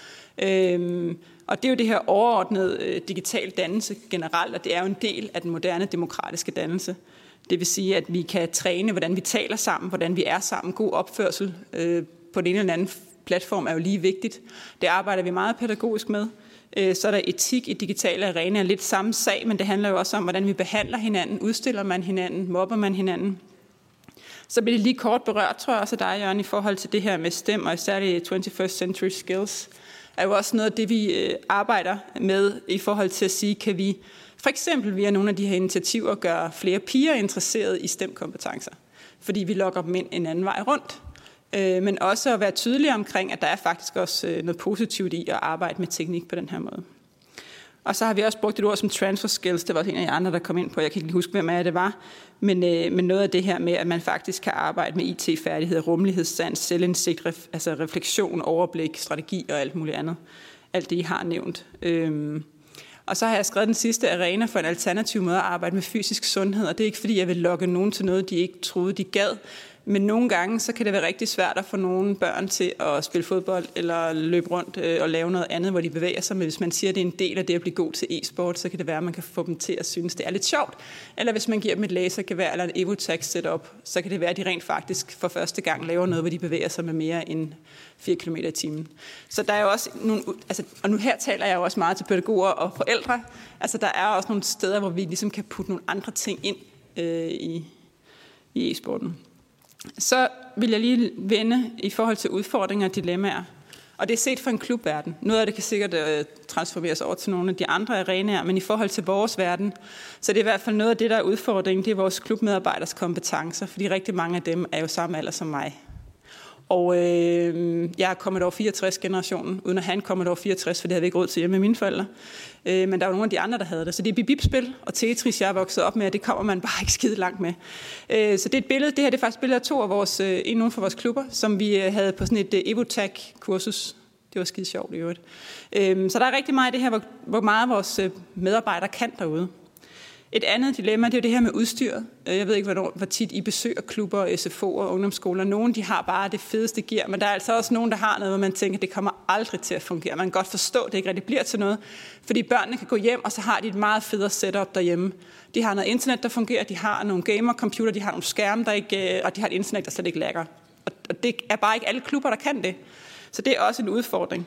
Øh, og det er jo det her overordnede øh, digital dannelse generelt, og det er jo en del af den moderne demokratiske dannelse. Det vil sige, at vi kan træne, hvordan vi taler sammen, hvordan vi er sammen, god opførsel øh, på den ene eller anden platform er jo lige vigtigt. Det arbejder vi meget pædagogisk med. Så er der etik i digitale arenaer, lidt samme sag, men det handler jo også om, hvordan vi behandler hinanden, udstiller man hinanden, mobber man hinanden. Så bliver det lige kort berørt, tror jeg også af dig, Jørgen, i forhold til det her med STEM, og særligt twenty-first century skills, er jo også noget af det, vi arbejder med i forhold til at sige, kan vi for eksempel via nogle af de her initiativer gøre flere piger interesseret i STEM-kompetencer, fordi vi lokker dem ind en anden vej rundt. Men også at være tydelige omkring, at der er faktisk også noget positivt i at arbejde med teknik på den her måde. Og så har vi også brugt et ord som transfer skills. Det var en af de andre, der kom ind på. Jeg kan ikke huske, hvem af det var. Men, men noget af det her med, at man faktisk kan arbejde med I T-færdigheder, rummelighedssans, selvindsigt, ref, altså refleksion, overblik, strategi og alt muligt andet. Alt det, I har nævnt. Øhm, og så har jeg skrevet den sidste arena for en alternativ måde at arbejde med fysisk sundhed. Og det er ikke, fordi jeg vil lokke nogen til noget, de ikke troede, de gad. Men nogle gange, så kan det være rigtig svært at få nogle børn til at spille fodbold eller løbe rundt øh, og lave noget andet, hvor de bevæger sig. Men hvis man siger, at det er en del af det at blive god til e-sport, så kan det være, at man kan få dem til at synes, det er lidt sjovt. Eller hvis man giver dem et lasergevær eller en Evotech setup, så kan det være, at de rent faktisk for første gang laver noget, hvor de bevæger sig med mere end fire kilometer i timen. Så der er jo også nogle, altså, og nu her taler jeg jo også meget til pædagoger og forældre. Altså der er også nogle steder, hvor vi ligesom kan putte nogle andre ting ind øh, i, i e-sporten. Så vil jeg lige vende i forhold til udfordringer og dilemmaer. Og det er set fra en klubverden. Noget af det kan sikkert øh, transformeres over til nogle af de andre arenaer, men i forhold til vores verden, så det er i hvert fald noget af det, der er udfordringen, det er vores klubmedarbejders kompetencer, fordi rigtig mange af dem er jo samme alder som mig. Og øh, jeg er kommet over fireogtres-generationen, uden at have en kommet over fireogtres, for det havde vi ikke råd til hjemme med mine forældre. Øh, men der var nogle af de andre, der havde det. Så det er bip-bip-spil og Tetris, jeg er vokset op med, og det kommer man bare ikke skide langt med. Øh, så det er et billede, det her det er faktisk et billede af to af vores, øh, en nogen fra vores klubber, som vi øh, havde på sådan et øh, Evotech-kursus. Det var skide sjovt i øvrigt. Øh, så der er rigtig meget af det her, hvor, hvor meget vores øh, medarbejdere kan derude. Et andet dilemma, det er jo det her med udstyret. Jeg ved ikke, hvor, hvor tit I besøger klubber, S F O'er og ungdomsskoler. Nogle, de har bare det fedeste gear, men der er altså også nogen, der har noget, hvor man tænker, det kommer aldrig til at fungere. Man kan godt forstå, at det ikke rigtig bliver til noget, fordi børnene kan gå hjem, og så har de et meget federe setup derhjemme. De har noget internet, der fungerer, de har nogle gamer-computer, de har nogle skærme, der ikke, og de har et internet, der slet ikke lagger. Og det er bare ikke alle klubber, der kan det. Så det er også en udfordring.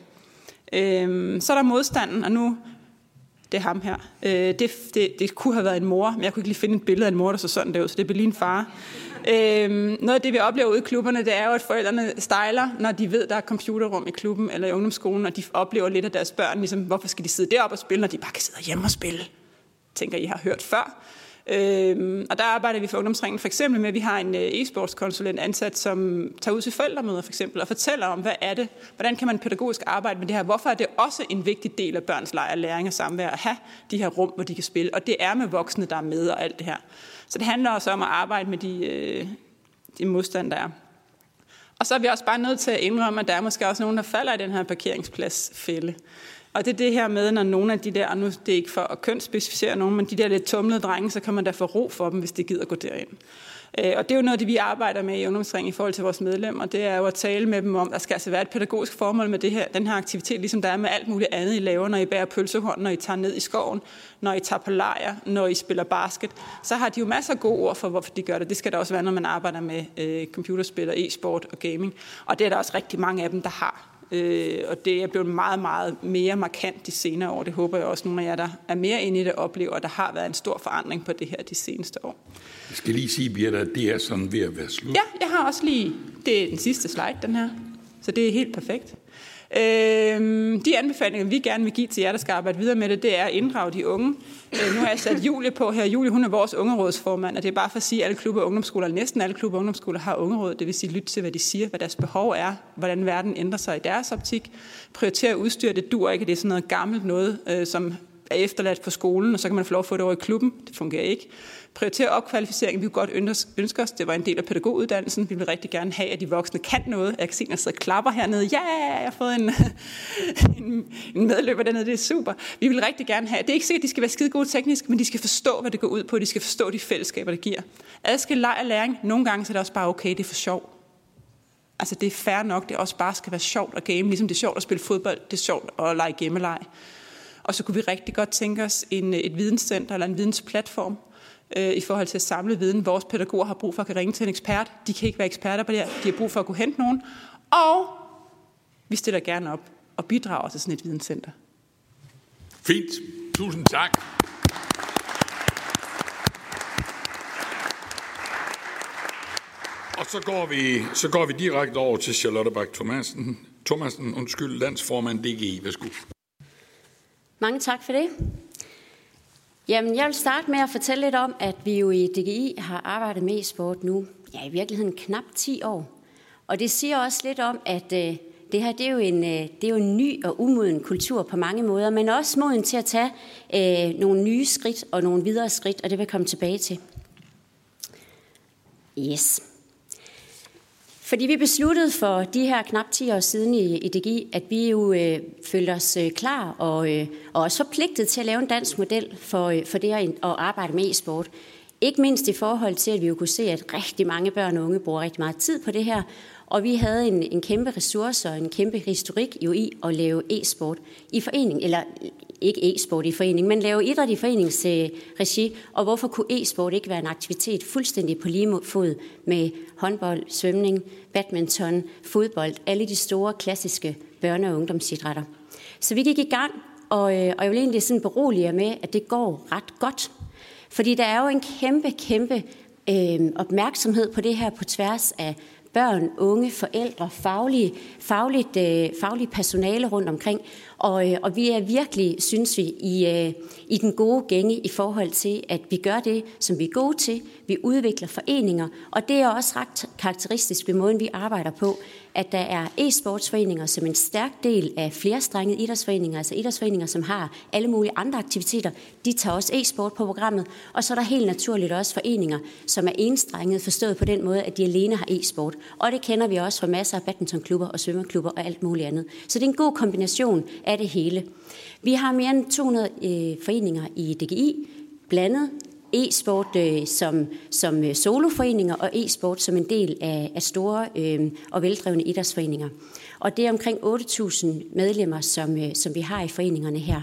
Øhm, så er der modstanden, og nu... Det er ham her. Øh, det, det, det kunne have været en mor, men jeg kunne ikke lige finde et billede af en mor, der så sådan der ud, så det blev lige en far. Øh, noget af det, vi oplever ude i klubberne, det er jo, at forældrene styler, når de ved, der er computerrum i klubben eller i ungdomsskolen, og de oplever lidt af deres børn, ligesom, hvorfor skal de sidde deroppe og spille, når de bare kan sidde hjemme og spille? Tænker, I har hørt før. Øhm, og der arbejder vi for Ungdomsringen for eksempel med, at vi har en e-sportskonsulent ansat, som tager ud til forældremøder for eksempel, og fortæller om, hvad er det, hvordan kan man pædagogisk arbejde med det her, hvorfor er det også en vigtig del af børns leg og læring og samvær at have de her rum, hvor de kan spille, og det er med voksne, der er med og alt det her. Så det handler også om at arbejde med de, øh, de modstand, der er. Og så er vi også bare nødt til at indrømme, at der er måske også nogen, der falder i den her parkeringspladsfælde. Og det er det her med, når nogle af de der, og nu det er ikke for at kønsspecificere nogen, men de der lidt tumlede drenge, så kan man da få ro for dem, hvis de gider gå derind. Og det er jo noget af det, vi arbejder med i Ungdomsringen i forhold til vores medlemmer. Det er jo at tale med dem om, at der skal altså være et pædagogisk formål med det her, den her aktivitet, ligesom der er med alt muligt andet, I laver, når I bærer pølsehorn, når I tager ned i skoven, når I tager på lejr, når I spiller basket. Så har de jo masser af gode ord for, hvorfor de gør det. Det skal der også være, når man arbejder med øh, computerspil og e-sport og gaming. Og det er der også rigtig mange af dem, der har. Øh, og det er blevet meget, meget mere markant de senere år. Det håber jeg også, nogle af jer, der er mere inde i det, oplever, at der har været en stor forandring på det her de seneste år. Jeg skal lige sige, Birte, at det er sådan ved at være slut. Ja, jeg har også lige, det er den sidste slide, den her. Så det er helt perfekt. Øh, de anbefalinger, vi gerne vil give til jer, der skal arbejde videre med det, det er at inddrage de unge. Øh, nu har jeg sat Julie på her. Julie, hun er vores ungerådsformand, og det er bare for at sige, at alle klubber og ungdomsskoler, næsten alle klubber og ungdomsskoler har ungeråd. Det vil sige, lytte til, hvad de siger, hvad deres behov er, hvordan verden ændrer sig i deres optik. Prioritere udstyr, det dur ikke, det er sådan noget gammelt noget, øh, som er efterladt på skolen, og så kan man få lov at få det over i klubben. Det fungerer ikke. Prioritere opkvalificering. Vi kunne godt ønske os, det var en del af pædagoguddannelsen. Vi vil rigtig gerne have, at de voksne kan noget. Jeg kan se, at jeg sidder og klapper hernede. Ja, jeg har fået en, en, en medløber dernede. Det er super. Vi vil rigtig gerne have. Det er ikke sikkert, at de skal være skide gode teknisk, men de skal forstå, hvad det går ud på. De skal forstå de fællesskaber, det giver. Adskil leg og læring. Nogle gange så er det også bare okay, det er for sjov. Altså det er fair nok, det også bare skal være sjovt at game. Ligesom det er sjovt at spille fodbold, det er sjovt at lege gemmeleg. Og så kunne vi rigtig godt tænke os en, et videnscenter eller en vidensplatform øh, i forhold til at samle viden. Vores pædagoger har brug for at kunne ringe til en ekspert. De kan ikke være eksperter på det her. De har brug for at kunne hente nogen. Og vi stiller gerne op og bidrager til sådan et videnscenter. Fint. Tusind tak. Og så går vi, så går vi direkte over til Charlotte Bak Thomasen, Thomasen, undskyld, landsformand D G I. Værsgo. Mange tak for det. Jamen, jeg vil starte med at fortælle lidt om, at vi jo i D G I har arbejdet med e-sport nu, ja, i virkeligheden knap ti år. Og det siger også lidt om, at øh, det her det er, jo en, øh, det er jo en ny og umoden kultur på mange måder, men også moden til at tage øh, nogle nye skridt og nogle videre skridt, og det vil jeg komme tilbage til. Yes. Fordi vi besluttede for de her knap ti år siden i, i D G I, at vi jo øh, følte os øh, klar og, øh, og også forpligtet til at lave en dansk model for, øh, for det at, at arbejde med e-sport. Ikke mindst i forhold til, at vi jo kunne se, at rigtig mange børn og unge bruger rigtig meget tid på det her, og vi havde en, en kæmpe ressource og en kæmpe historik jo i at lave e-sport i forening, eller ikke e-sport i forening, men lave idræt i foreningsregi, og hvorfor kunne e-sport ikke være en aktivitet fuldstændig på lige fod med håndbold, svømning, badminton, fodbold, alle de store klassiske børne- og ungdomsidrætter. Så vi gik i gang, og, og jeg vil egentlig sådan berolige jer med, at det går ret godt. Fordi der er jo en kæmpe, kæmpe øh, opmærksomhed på det her på tværs af børn, unge, forældre, faglige, fagligt, øh, faglige personale rundt omkring. Og, øh, og vi er virkelig, synes vi, i, øh, i den gode gænge i forhold til, at vi gør det, som vi er gode til. Vi udvikler foreninger, og det er også ret karakteristisk ved måden, vi arbejder på, at der er e-sportsforeninger som en stærk del af flerstrengede idrætsforeninger, altså idrætsforeninger, som har alle mulige andre aktiviteter. De tager også e-sport på programmet, og så er der helt naturligt også foreninger, som er enstrenget, forstået på den måde, at de alene har e-sport. Og det kender vi også fra masser af badmintonklubber og svømmeklubber og alt muligt andet. Så det er en god kombination af det hele. Vi har mere end to hundrede øh, foreninger i D G I, blandet e-sport øh, som, som øh, soloforeninger og e-sport som en del af, af store øh, og veldrevne idrætsforeninger. Og det er omkring otte tusind medlemmer, som, øh, som vi har i foreningerne her.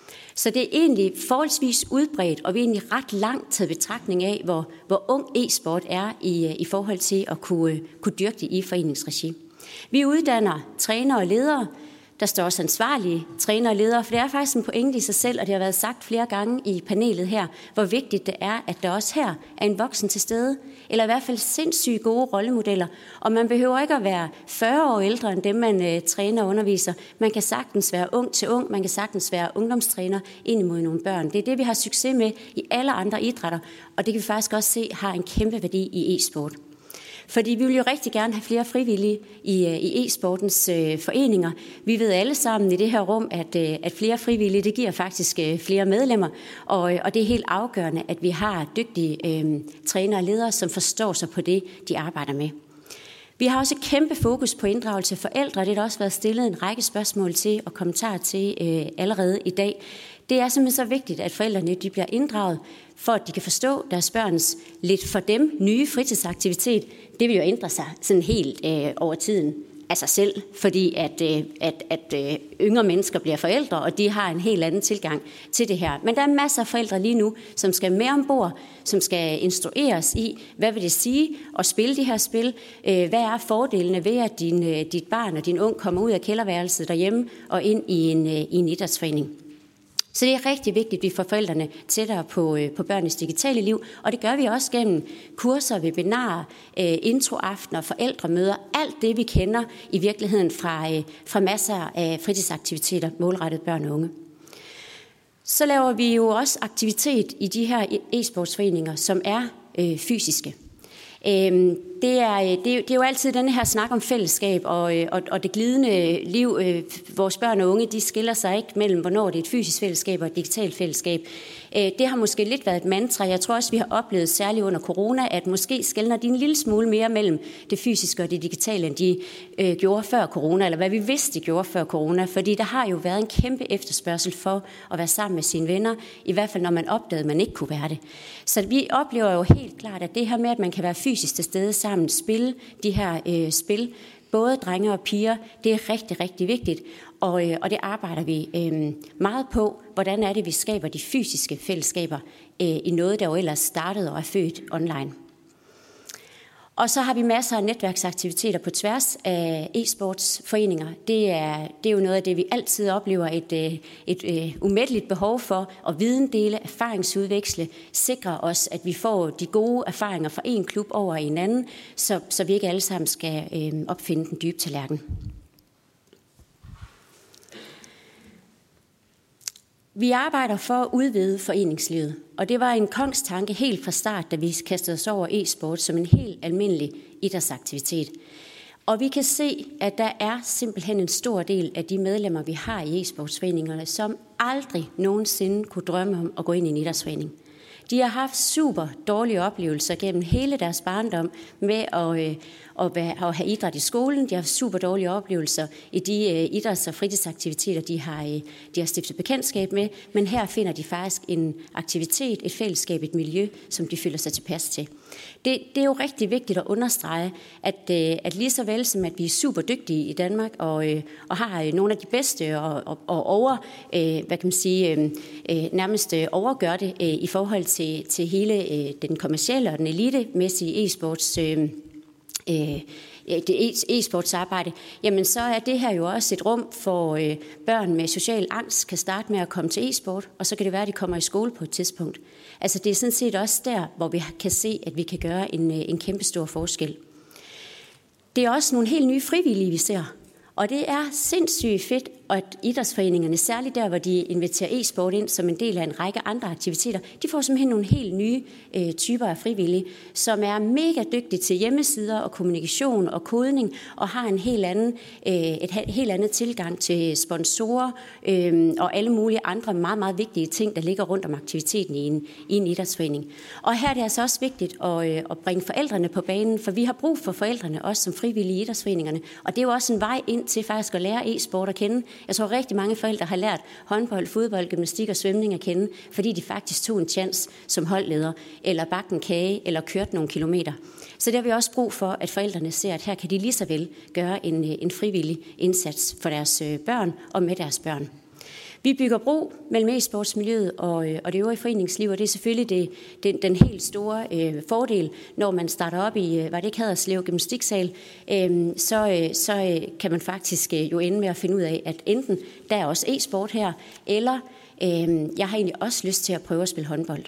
Så det er egentlig forholdsvis udbredt, og vi er egentlig ret langt taget betragtning af, hvor, hvor ung e-sport er i, i forhold til at kunne, kunne dyrke det i foreningsregi. Vi uddanner trænere og ledere. Der står også ansvarlige trænere og ledere, for det er faktisk en pointe i sig selv, og det har været sagt flere gange i panelet her, hvor vigtigt det er, at der også her er en voksen til stede, eller i hvert fald sindssygt gode rollemodeller. Og man behøver ikke at være fyrre år ældre end dem, man uh, træner og underviser. Man kan sagtens være ung til ung, man kan sagtens være ungdomstræner ind imod nogle børn. Det er det, vi har succes med i alle andre idrætter, og det kan vi faktisk også se har en kæmpe værdi i e-sport. Fordi vi vil jo rigtig gerne have flere frivillige i, i e-sportens øh, foreninger. Vi ved alle sammen i det her rum, at, øh, at flere frivillige, det giver faktisk øh, flere medlemmer. Og, og det er helt afgørende, at vi har dygtige øh, trænere og ledere, som forstår sig på det, de arbejder med. Vi har også et kæmpe fokus på inddragelse af forældre. Det har der også været stillet en række spørgsmål til og kommentarer til øh, allerede i dag. Det er simpelthen så vigtigt, at forældrene de bliver inddraget, for at de kan forstå deres børns lidt for dem nye fritidsaktivitet. Det vil jo ændre sig sådan helt øh, over tiden af sig selv, fordi at, øh, at, at øh, yngre mennesker bliver forældre, og de har en helt anden tilgang til det her. Men der er masser af forældre lige nu, som skal med ombord, som skal instrueres i, hvad vil det sige at spille de her spil? Øh, hvad er fordelene ved, at din, øh, dit barn og din ung kommer ud af kælderværelset derhjemme og ind i en, øh, i en idrætsforening? Så det er rigtig vigtigt, at vi får forældrene tættere på, øh, på børnenes digitale liv, og det gør vi også gennem kurser, webinarer, øh, introaftener, forældremøder, alt det vi kender i virkeligheden fra, øh, fra masser af fritidsaktiviteter målrettet børn og unge. Så laver vi jo også aktivitet i de her e-sportsforeninger, som er øh, fysiske. Det er, det er jo altid denne her snak om fællesskab og, og, og det glidende liv. Vores børn og unge, de skiller sig ikke mellem, hvornår det er et fysisk fællesskab og et digitalt fællesskab. Det har måske lidt været et mantra. Jeg tror også, vi har oplevet særligt under corona, at måske skiller de en lille smule mere mellem det fysiske og det digitale, end de øh, gjorde før corona, eller hvad vi vidste, de gjorde før corona. Fordi der har jo været en kæmpe efterspørgsel for at være sammen med sine venner, i hvert fald når man opdagede, at man ikke kunne være det. Så vi oplever jo helt klart, at det her med, at man kan være fysisk til stede sammen, spille de her øh, spil, både drenge og piger, det er rigtig, rigtig vigtigt. Og, øh, og det arbejder vi øh, meget på, hvordan er det, vi skaber de fysiske fællesskaber øh, i noget, der jo ellers startede og er født online. Og så har vi masser af netværksaktiviteter på tværs af e-sportsforeninger. Det er, det er jo noget af det, vi altid oplever et, et, et umætteligt behov for, at videndele, erfaringsudveksle, sikre os, at vi får de gode erfaringer fra en klub over i en anden, så, så vi ikke alle sammen skal øh, opfinde den dybe tallerken. Vi arbejder for at udvide foreningslivet, og det var en kongstanke helt fra start, da vi kastede os over e-sport som en helt almindelig idrætsaktivitet. Og vi kan se, at der er simpelthen en stor del af de medlemmer, vi har i e-sportsforeningerne, som aldrig nogensinde kunne drømme om at gå ind i en idrætsforening. De har haft super dårlige oplevelser gennem hele deres barndom med at, øh, at, være, at have idræt i skolen. De har haft super dårlige oplevelser i de øh, idræts- og fritidsaktiviteter, de har, øh, de har stiftet bekendtskab med. Men her finder de faktisk en aktivitet, et fællesskab, et miljø, som de føler sig tilpas til. Det, det er jo rigtig vigtigt at understrege, at, øh, at lige så vel som at vi er super dygtige i Danmark og, øh, og har øh, nogle af de bedste og, og, og over, øh, hvad kan man sige, øh, øh, nærmest øh, overgør det øh, i forhold til, til hele øh, den kommercielle og den elitemæssige e-sports øh, øh, det e-sportsarbejde, jamen så er det her jo også et rum for øh, børn med social angst kan starte med at komme til e-sport, og så kan det være, at de kommer i skole på et tidspunkt. Altså det er sådan set også der, hvor vi kan se, at vi kan gøre en, en kæmpe stor forskel. Det er også nogle helt nye frivillige, vi ser. Og det er sindssygt fedt, at idrætsforeningerne, særligt der, hvor de inviterer e-sport ind som en del af en række andre aktiviteter, de får simpelthen nogle helt nye øh, typer af frivillige, som er mega dygtige til hjemmesider og kommunikation og kodning, og har en helt anden, øh, et helt andet tilgang til sponsorer øh, og alle mulige andre meget, meget vigtige ting, der ligger rundt om aktiviteten i en, i en idrætsforening. Og her er det altså også vigtigt at, øh, at bringe forældrene på banen, for vi har brug for forældrene, også som frivillige i idrætsforeningerne, og det er jo også en vej ind til faktisk at lære e-sport at kende. Jeg tror, rigtig mange forældre har lært håndbold, fodbold, gymnastik og svømning at kende, fordi de faktisk tog en chance som holdleder, eller bagte en kage, eller kørte nogle kilometer. Så der har vi også brug for, at forældrene ser, at her kan de lige så vel gøre en, en frivillig indsats for deres børn og med deres børn. Vi bygger bro mellem e-sportsmiljøet og, og det øvrige foreningsliv, og det er selvfølgelig det, den, den helt store øh, fordel, når man starter op i, hvad det ikke hedder, Slev Gymnastiksal, øh, så, øh, så øh, kan man faktisk øh, jo ende med at finde ud af, at enten der er også e-sport her, eller øh, jeg har egentlig også lyst til at prøve at spille håndbold.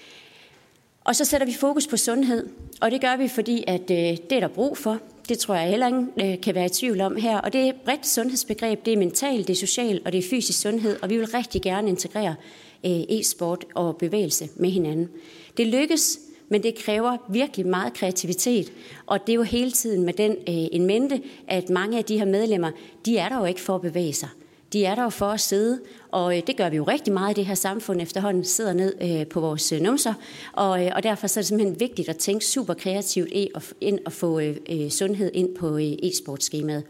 Og så sætter vi fokus på sundhed, og det gør vi, fordi at, øh, det er der brug for. Det tror jeg heller ingen øh, kan være i tvivl om her. Og det er et bredt sundhedsbegreb. Det er mental, det er social og det er fysisk sundhed. Og vi vil rigtig gerne integrere øh, e-sport og bevægelse med hinanden. Det lykkes, men det kræver virkelig meget kreativitet. Og det er jo hele tiden med den øh, en mente, at mange af de her medlemmer, de er der jo ikke for at bevæge sig. De er der jo for at sidde, og det gør vi jo rigtig meget i det her samfund efterhånden, sidder ned øh, på vores øh, numser, og, øh, og derfor så er det simpelthen vigtigt at tænke super kreativt ind og få øh, sundhed ind på øh, e-sportskemaet.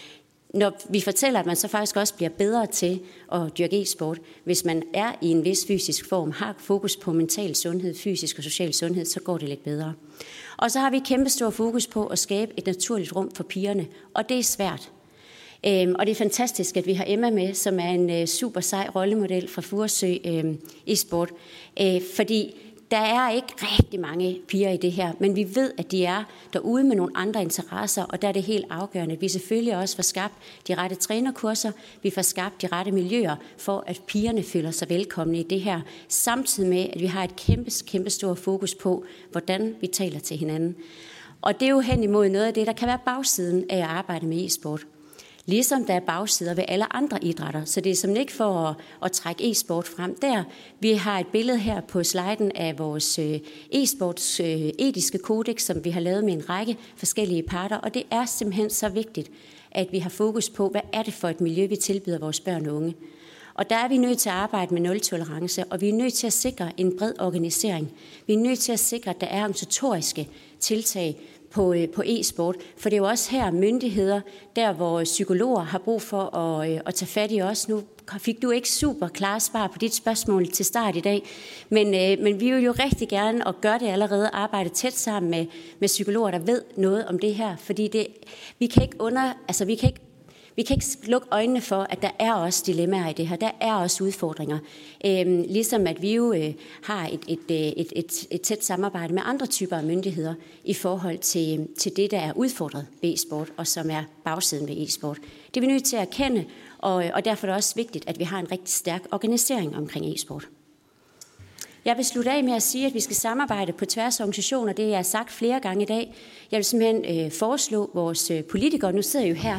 Når vi fortæller, at man så faktisk også bliver bedre til at dyrke e-sport, hvis man er i en vis fysisk form, har fokus på mental sundhed, fysisk og social sundhed, så går det lidt bedre. Og så har vi kæmpe stor fokus på at skabe et naturligt rum for pigerne, og det er svært. Øhm, og det er fantastisk, at vi har Emma med, som er en øh, super sej rollemodel fra Furesø øh, e-sport, øh, fordi der er ikke rigtig mange piger i det her, men vi ved, at de er derude med nogle andre interesser, og der er det helt afgørende, at vi selvfølgelig også får skabt de rette trænerkurser, vi får skabt de rette miljøer, for at pigerne føler sig velkomne i det her, samtidig med, at vi har et kæmpe, kæmpe stort fokus på, hvordan vi taler til hinanden. Og det er jo hen imod noget af det, der kan være bagsiden af at arbejde med e-sport. Ligesom der er bagsider ved alle andre idrætter. Så det er simpelthen ikke for at, at trække e-sport frem der. Vi har et billede her på sliden af vores e-sports etiske kodex, som vi har lavet med en række forskellige parter. Og det er simpelthen så vigtigt, at vi har fokus på, hvad er det for et miljø, vi tilbyder vores børn og unge. Og der er vi nødt til at arbejde med nul-tolerance, og vi er nødt til at sikre en bred organisering. Vi er nødt til at sikre, at der er organisatoriske tiltag på, på e-sport, for det er jo også her myndigheder, der hvor psykologer har brug for at, at tage fat i os. Nu fik du ikke super klare svar på dit spørgsmål til start i dag, men, men vi vil jo rigtig gerne, og gør det allerede, arbejde tæt sammen med, med psykologer, der ved noget om det her, fordi det, vi kan ikke under, altså vi kan ikke Vi kan ikke lukke øjnene for, at der er også dilemmaer i det her. Der er også udfordringer. Øhm, ligesom at vi jo øh, har et, et, et, et, et tæt samarbejde med andre typer af myndigheder i forhold til, til det, der er udfordret ved e-sport, og som er bagsiden ved e-sport. Det er vi nødt til at erkende, og, og derfor er det også vigtigt, at vi har en rigtig stærk organisering omkring e-sport. Jeg vil slutte af med at sige, at vi skal samarbejde på tværs af organisationer. Det er jeg sagt flere gange i dag. Jeg vil simpelthen øh, foreslå vores politikere, nu sidder jeg jo her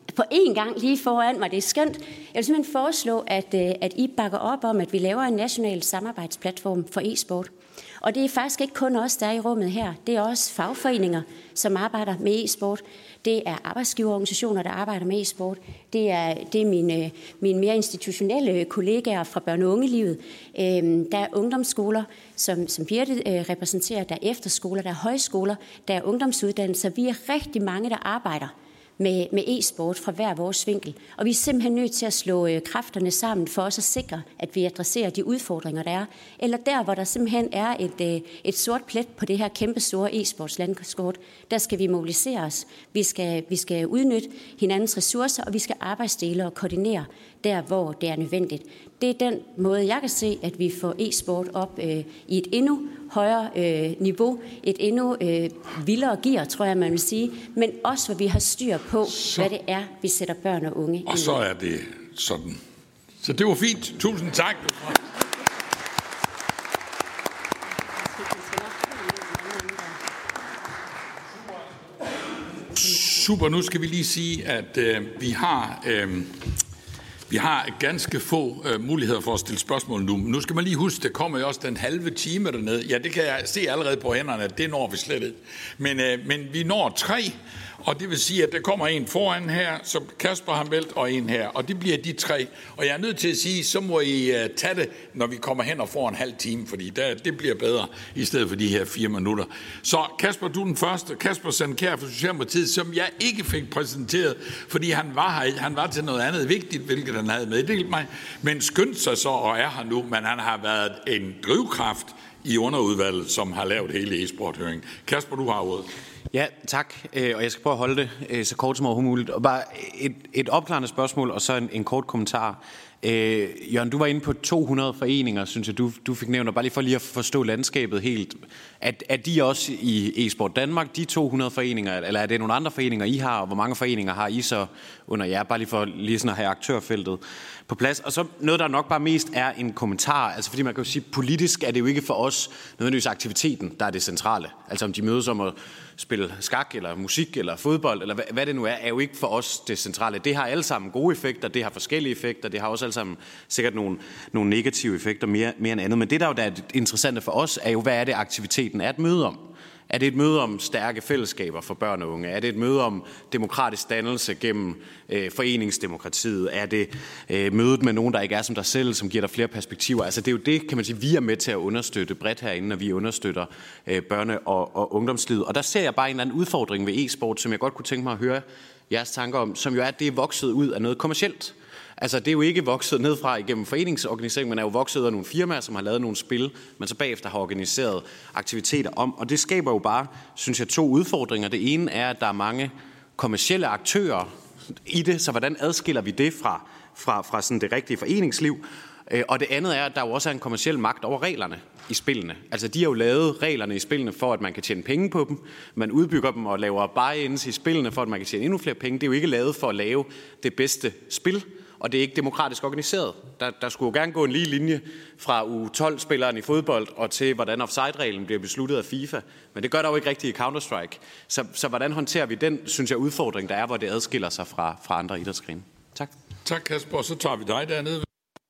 på én gang lige foran mig. Det er skønt. Jeg vil simpelthen foreslå, at, at I bakker op om, at vi laver en national samarbejdsplatform for e-sport. Og det er faktisk ikke kun os, der er i rummet her. Det er også fagforeninger, som arbejder med e-sport. Det er arbejdsgiverorganisationer, der arbejder med e-sport. Det er, det er mine, mine mere institutionelle kollegaer fra børne- og ungelivet. Der er ungdomsskoler, som, som Birte repræsenterer. Der er efterskoler, der er højskoler, der er ungdomsuddannelser. Vi er rigtig mange, der arbejder med, med e-sport fra hver vores vinkel. Og vi er simpelthen nødt til at slå øh, kræfterne sammen for os at sikre, at vi adresserer de udfordringer, der er. Eller der, hvor der simpelthen er et, øh, et sort plet på det her kæmpe store e-sportslandskort, der skal vi mobilisere os. Vi skal, vi skal udnytte hinandens ressourcer, og vi skal arbejdsdele og koordinere der, hvor det er nødvendigt. Det er den måde, jeg kan se, at vi får e-sport op øh, i et endnu højere øh, niveau, et endnu øh, vildere gear, tror jeg, man vil sige, men også, hvor vi har styr på, så, hvad det er, vi sætter børn og unge Og så er det sådan. Så det var fint. Tusind tak. Super, nu skal vi lige sige, at øh, vi har... Øh, Vi har ganske få øh, muligheder for at stille spørgsmål nu. Nu skal man lige huske, der kommer jo også den halve time dernede. Ja, det kan jeg se allerede på hænderne, at det når vi slet ikke. Men, øh, men vi når tre, og det vil sige, at der kommer en foran her, som Kasper har meldt, og en her. Og det bliver de tre. Og jeg er nødt til at sige, så må I uh, tage det, når vi kommer hen og får en halv time, fordi der, det bliver bedre, i stedet for de her fire minutter. Så Kasper, du er den første. Kasper Sandkjær fra Socialdemokratiet, som jeg ikke fik præsenteret, fordi han var her, han var til noget andet vigtigt, hvilket han havde meddelt mig, men skyndte sig så og er her nu, men han har været en drivkraft i underudvalget, som har lavet hele e-sport-høringen. Kasper, du har ordet. Ja, tak. Og jeg skal prøve at holde det så kort som overhovedet muligt. Og bare et, et opklarende spørgsmål, og så en, en kort kommentar. Øh, Jørgen, du var inde på to hundrede foreninger, synes jeg, du, du fik nævnt, og bare lige for lige at forstå landskabet helt. Er, er de også i e-sport Danmark, de to hundrede foreninger, eller er det nogle andre foreninger, I har, og hvor mange foreninger har I så under jer? Bare lige for lige sådan at have aktørfeltet på plads. Og så noget, der nok bare mest er en kommentar, altså fordi man kan jo sige, politisk er det jo ikke for os nødvendigvis aktiviteten, der er det centrale. Altså om de mødes om at spille skak, eller musik, eller fodbold, eller hvad, hvad det nu er, er jo ikke for os det centrale. Det har alle sammen gode effekter, det har forskellige effekter, det har også alle sammen sikkert nogle, nogle negative effekter mere, mere end andet. Men det, der jo der er interessante for os, er jo, hvad er det, aktiviteten er et møde om? Er det et møde om stærke fællesskaber for børn og unge? Er det et møde om demokratisk dannelse gennem øh, foreningsdemokratiet? Er det øh, mødet med nogen, der ikke er som dig selv, som giver dig flere perspektiver? Altså det er jo det, kan man sige, vi er med til at understøtte bredt herinde, når vi understøtter øh, børne- og, og ungdomslivet. Og der ser jeg bare en eller anden udfordring ved e-sport, som jeg godt kunne tænke mig at høre jeres tanker om, som jo er, at det er vokset ud af noget kommercielt. Altså, det er jo ikke vokset nedfra igennem foreningsorganisering, men er jo vokset ud af nogle firmaer, som har lavet nogle spil, men så bagefter har organiseret aktiviteter om. Og det skaber jo bare, synes jeg, to udfordringer. Det ene er, at der er mange kommercielle aktører i det, så hvordan adskiller vi det fra, fra, fra sådan det rigtige foreningsliv? Og det andet er, at der jo også er en kommerciel magt over reglerne i spillene. Altså, de har jo lavet reglerne i spillene for, at man kan tjene penge på dem. Man udbygger dem og laver buy-ins i spillene, for at man kan tjene endnu flere penge. Det er jo ikke lavet for at lave det bedste spil. Og det er ikke demokratisk organiseret. Der, der skulle jo gerne gå en lige linje fra U tolv-spilleren i fodbold og til, hvordan offside-reglen bliver besluttet af FIFA. Men det gør der jo ikke rigtigt i Counter-Strike. Så, så hvordan håndterer vi den, synes jeg, udfordring, der er, hvor det adskiller sig fra, fra andre idrætsgrene? Tak. Tak, Kasper. Så tager vi dig dernede.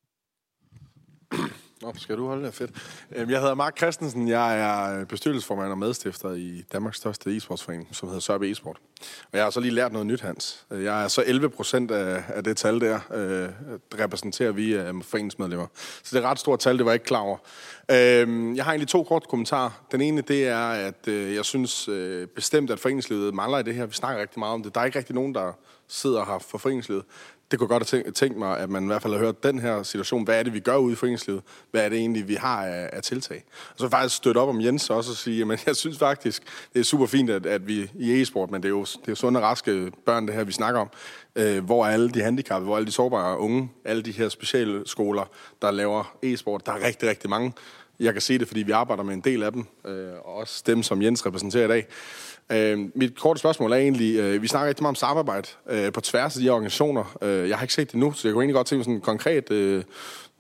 Nå, skal du holde det? Fedt. Jeg hedder Mark Christensen. Jeg er bestyrelsesformand og medstifter i Danmarks største e-sportsforening, som hedder Sørbe e-sport. Og jeg har så lige lært noget nyt, Hans. Jeg er så elleve procent af, af det tal der, øh, repræsenterer vi af foreningsmedlemmer. Så det er et ret stort tal, det var jeg ikke klar over. Øh, jeg har egentlig to korte kommentarer. Den ene, det er, at øh, jeg synes øh, bestemt, at foreningslivet mangler i det her. Vi snakker rigtig meget om det. Der er ikke rigtig nogen, der sidder her for foreningslivet. Det kunne godt have tænkt mig, at man i hvert fald har hørt den her situation. Hvad er det, vi gør ude i foreningslivet? Hvad er det egentlig, vi har af, af tiltag? Og så faktisk støtte op om Jens også og sige, at jeg synes faktisk, det er super fint, at, at vi i e-sport, men det er jo, det er sunde, raske børn, det her, vi snakker om, øh, hvor er alle de handicappede, hvor er alle de sårbare unge, alle de her specielle skoler, der laver e-sport. Der er rigtig, rigtig mange. Jeg kan se det, fordi vi arbejder med en del af dem, øh, og også dem, som Jens repræsenterer i dag. Øh, mit korte spørgsmål er egentlig, øh, vi snakker rigtig meget om samarbejde øh, på tværs af de organisationer. Øh, jeg har ikke set det nu, så jeg kunne egentlig godt tænke mig sådan en konkret øh,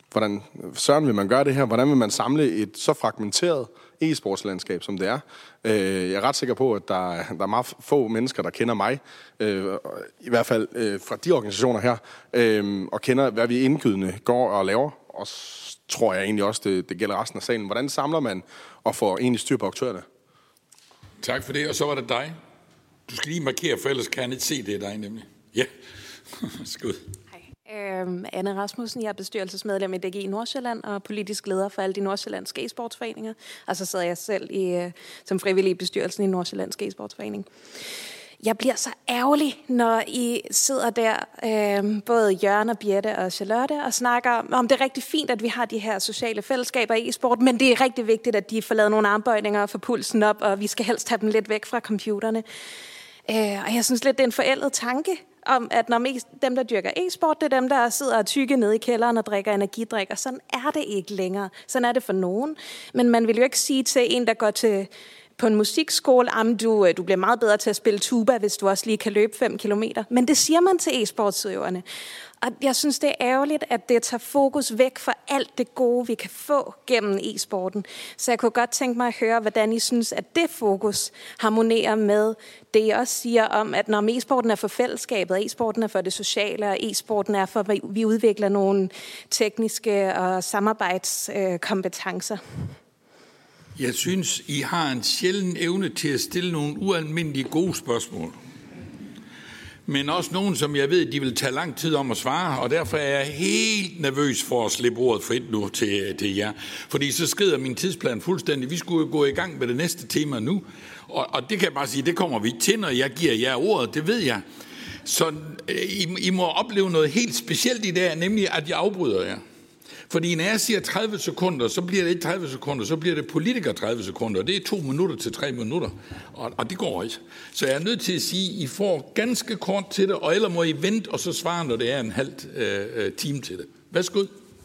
hvordan søren vil man gøre det her? Hvordan vil man samle et så fragmenteret e-sportslandskab, som det er? Jeg er ret sikker på, at der er, der er meget få mennesker, der kender mig, i hvert fald fra de organisationer her, og kender, hvad vi indgydende går og laver. Og tror jeg egentlig også, det, det gælder resten af salen. Hvordan samler man og får egentlig styr på aktørerne? Tak for det, og så var det dig. Du skal lige markere, for ellers kan jeg ikke se, det er dig nemlig. Ja, skud. Øhm, Anne Rasmussen, jeg er bestyrelsesmedlem i D G I Nordsjælland og politisk leder for alle de nordsjællandske e-sportsforeninger. Og så sidder jeg selv i, som frivillig i bestyrelsen i Nordsjællandske e-sportsforening. Jeg bliver så ærgerlig, når I sidder der, øh, både Jørgen og Birte og Charlotte, og snakker om, det er rigtig fint, at vi har de her sociale fællesskaber i e-sport, men det er rigtig vigtigt, at de får lavet nogle armbøjninger og får pulsen op, og vi skal helst have dem lidt væk fra computerne. Øh, og jeg synes lidt, det er en forældet tanke, om at når dem, der dyrker e-sport, det er dem, der sidder og tykke nede i kælderen og drikker energidrik, og sådan er det ikke længere. Sådan er det for nogen. Men man vil jo ikke sige til en, der går til på en musikskole, om du, du bliver meget bedre til at spille tuba, hvis du også lige kan løbe fem kilometer. Men det siger man til e-sportsudøverne. Og jeg synes, det er ærgerligt, at det tager fokus væk fra alt det gode, vi kan få gennem e-sporten. Så jeg kunne godt tænke mig at høre, hvordan I synes, at det fokus harmonerer med det, I også siger om, at når e-sporten er for fællesskabet, og e-sporten er for det sociale, og e-sporten er for, at vi udvikler nogle tekniske og samarbejdskompetencer. Jeg synes, I har en sjælden evne til at stille nogle ualmindelige gode spørgsmål. Men også nogle, som jeg ved, de vil tage lang tid om at svare, og derfor er jeg helt nervøs for at slippe ordet frit nu til, til jer. Fordi så skrider min tidsplan fuldstændig. Vi skulle gå i gang med det næste tema nu, og, og det kan jeg bare sige, det kommer vi til, når jeg giver jer ordet, det ved jeg. Så I, I må opleve noget helt specielt i dag, nemlig at jeg afbryder jer. Fordi når jeg siger tredive sekunder, så bliver det ikke tredive sekunder, så bliver det politiker tredive sekunder. Det er to minutter til tre minutter, og, og det går ikke. Så jeg er nødt til at sige, at I får ganske kort til det, og ellers må I vente og så svare, når det er en halv øh, time til det. Værsgo.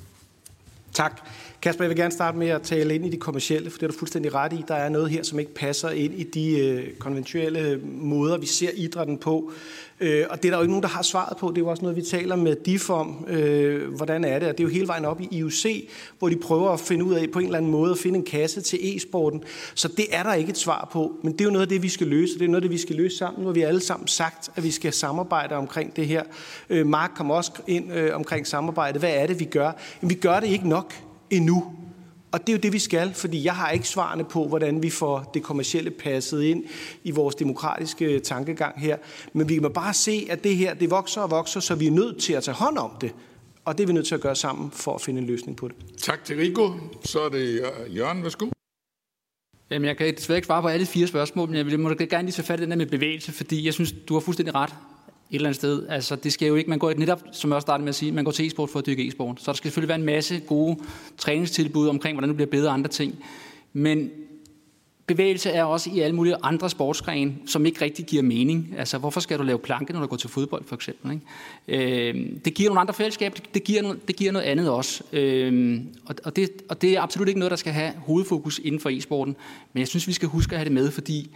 Tak. Kasper, jeg vil gerne starte med at tale ind i de kommercielle, for det er du fuldstændig ret i. Der er noget her, som ikke passer ind i de øh, konventionelle måder, vi ser idrætten på. Øh, og det er der jo ikke nogen, der har svaret på. Det er jo også noget, vi taler med D I F om. Øh, hvordan er det? Og det er jo hele vejen op i I O C, hvor de prøver at finde ud af på en eller anden måde at finde en kasse til e-sporten. Så det er der ikke et svar på. Men det er jo noget af det, vi skal løse. Det er noget af det, vi skal løse sammen. Nu har vi alle sammen sagt, at vi skal samarbejde omkring det her. Øh, Mark kom også ind øh, omkring samarbejde. Hvad er det, vi gør? Men vi gør det ikke nok endnu. Og det er jo det, vi skal, fordi jeg har ikke svarene på, hvordan vi får det kommercielle passet ind i vores demokratiske tankegang her. Men vi må bare se, at det her, det vokser og vokser, så vi er nødt til at tage hånd om det. Og det er vi nødt til at gøre sammen for at finde en løsning på det. Tak til Rico. Så er det Jørgen, værsgo. Jamen, jeg kan desværre ikke svare på alle fire spørgsmål, men jeg må da gerne lige tage fat i den der med bevægelse, fordi jeg synes, du har fuldstændig ret. Et eller andet sted. Altså, det skal jo ikke, man går netop, som jeg også startede med at sige, man går til e-sport for at dyrke e-sport. Så der skal selvfølgelig være en masse gode træningstilbud omkring, hvordan det bliver bedre og andre ting. Men bevægelse er også i alle mulige andre sportsgrene, som ikke rigtig giver mening. Altså, hvorfor skal du lave planke, når du går til fodbold, for eksempel? Ikke? Øh, det giver nogle andre fællesskab, det giver noget, det giver noget andet også. Øh, og, og, det, og det er absolut ikke noget, der skal have hovedfokus inden for e-sporten. Men jeg synes, vi skal huske at have det med, fordi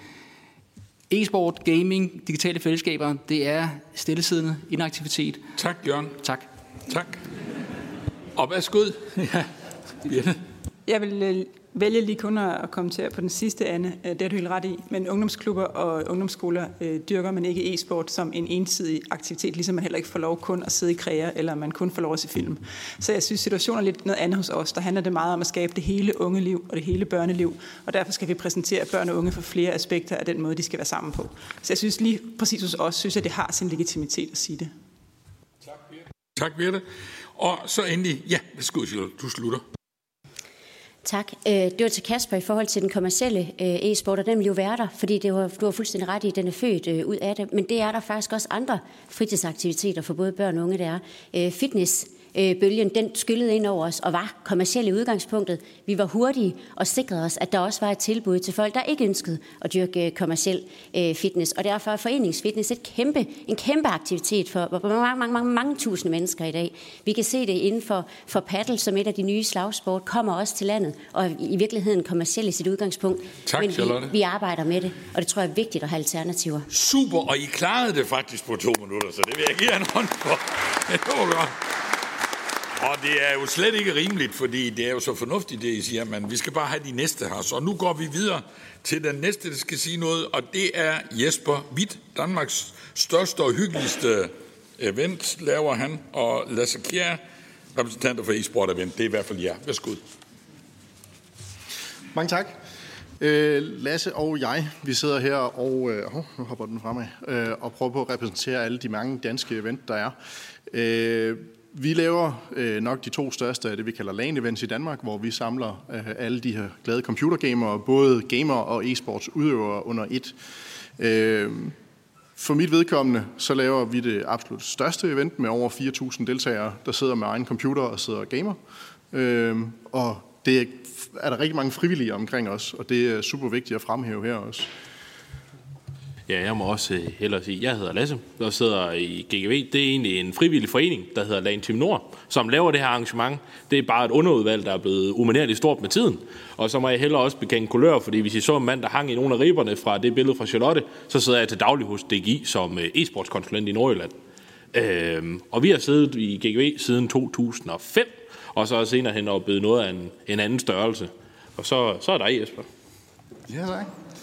e-sport, gaming, digitale fællesskaber, det er stillesiddende inaktivitet. Tak, Jørgen. Tak. Tak. Og værsgo. Ja, Birte. Jeg vil vælge lige kun at kommentere på den sidste, Anne. Det er du helt ret i. Men ungdomsklubber og ungdomsskoler øh, dyrker man ikke e-sport som en ensidig aktivitet, ligesom man heller ikke får lov kun at sidde i kræer, eller man kun får lov at se film. Så jeg synes, situationen er lidt noget andet hos os. Der handler det meget om at skabe det hele unge liv og det hele børneliv, og derfor skal vi præsentere børn og unge for flere aspekter af den måde, de skal være sammen på. Så jeg synes lige præcis hos os, synes jeg, det har sin legitimitet at sige det. Tak, Birte. Tak, Birte. Og så endelig, ja, værsgo, du slutter. Tak. Det var til Kasper i forhold til den kommercielle e-sport, og den vil jo være der, fordi det var, du har fuldstændig ret i, den er født ud af det. Men det er der faktisk også andre fritidsaktiviteter for både børn og unge, der er. Fitness. Bølgen, den skyllede ind over os og var kommerciel i udgangspunktet. Vi var hurtige og sikrede os, at der også var et tilbud til folk, der ikke ønskede at dyrke kommerciel fitness. Og derfor er foreningsfitness et kæmpe, en kæmpe aktivitet for mange, mange, mange, mange tusinde mennesker i dag. Vi kan se det inden for, for paddle, som et af de nye slagsport, kommer også til landet, og i virkeligheden kommerciel i sit udgangspunkt. Tak, men Charlotte. vi, vi arbejder med det, og det tror jeg er vigtigt at have alternativer. Super, og I klarede det faktisk på to minutter, så det vil jeg give jer en hånd for. Det var godt. Og det er jo slet ikke rimeligt, fordi det er jo så fornuftigt, det I siger, men vi skal bare have de næste her. Så nu går vi videre til den næste, der skal sige noget, og det er Jesper Witt, Danmarks største og hyggeligste event, laver han, og Lasse Kjær, repræsentanter for e-sport event. Det er i hvert fald jer. Værsgo. Mange tak. Øh, Lasse og jeg, vi sidder her og, øh, oh, nu hopper den fremad, øh, og prøver på at repræsentere alle de mange danske event, der er. Øh, vi laver øh, nok de to største af det, vi kalder LAN-events i Danmark, hvor vi samler øh, alle de her glade computergamere, både gamer og e-sports udøvere under et. Øh, For mit vedkommende, så laver vi det absolut største event med over fire tusind deltagere, der sidder med egen computer og sidder og gamer. Øhm, og det er der rigtig mange frivillige omkring os, og det er super vigtigt at fremhæve her også. Ja, jeg må også hellere sige, jeg hedder Lasse, og sidder i G G V. Det er egentlig en frivillig forening, der hedder LAN Team Nord, som laver det her arrangement. Det er bare et underudvalg, der er blevet umanerligt stort med tiden. Og så må jeg hellere også bekende kulør, fordi hvis I så en mand, der hang i nogle af ribberne fra det billede fra Charlotte, så sidder jeg til daglig hos D G I som e-sportskonsulent i Nordjylland. Øhm, og vi har siddet i G G V siden to tusind og fem, og så senere hen og blevet noget af en, en anden størrelse. Og så, så er der I, Jesper. Ja, tak.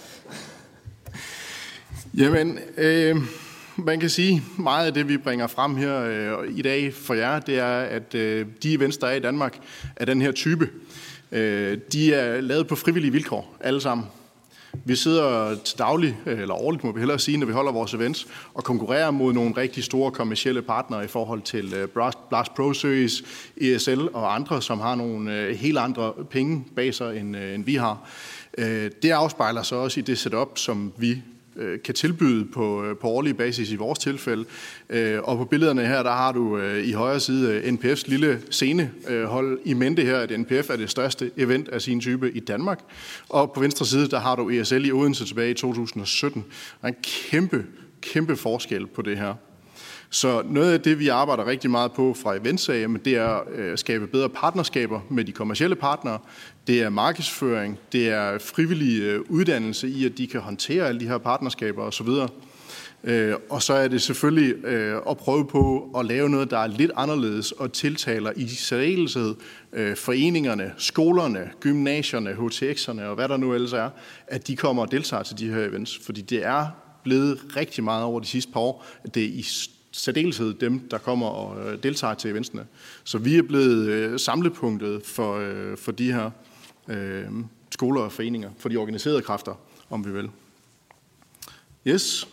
Jamen, øh, man kan sige, meget af det, vi bringer frem her øh, i dag for jer, det er, at øh, de events, der er i Danmark, er den her type. Øh, de er lavet på frivillige vilkår, alle sammen. Vi sidder til daglig, eller årligt må vi hellere sige, når vi holder vores events, og konkurrerer mod nogle rigtig store kommercielle partnere i forhold til øh, Blast Pro Series, E S L og andre, som har nogle øh, helt andre penge bag sig, end, øh, end vi har. Øh, det afspejler sig også i det setup, som vi kan tilbyde på, på årlig basis i vores tilfælde. Og på billederne her, der har du i højre side N P F's lille scene. Hold i mente her, at N P F er det største event af sin type i Danmark. Og på venstre side, der har du E S L i Odense tilbage i to tusind og sytten. Der er en kæmpe, kæmpe forskel på det her. Så noget af det, vi arbejder rigtig meget på fra eventsag, det er at skabe bedre partnerskaber med de kommercielle partnere. Det er markedsføring, det er frivillig uddannelse i, at de kan håndtere alle de her partnerskaber osv. Og så er det selvfølgelig at prøve på at lave noget, der er lidt anderledes og tiltaler i særdeleshed foreningerne, skolerne, gymnasierne, H T X'erne og hvad der nu ellers er, at de kommer og deltager til de her events. Fordi det er blevet rigtig meget over de sidste par år, at det er i særdeleshed dem, der kommer og deltager til eventsene. Så vi er blevet samlepunktet for, for de her øh, skoler og foreninger, for de organiserede kræfter, om vi vil. Yes.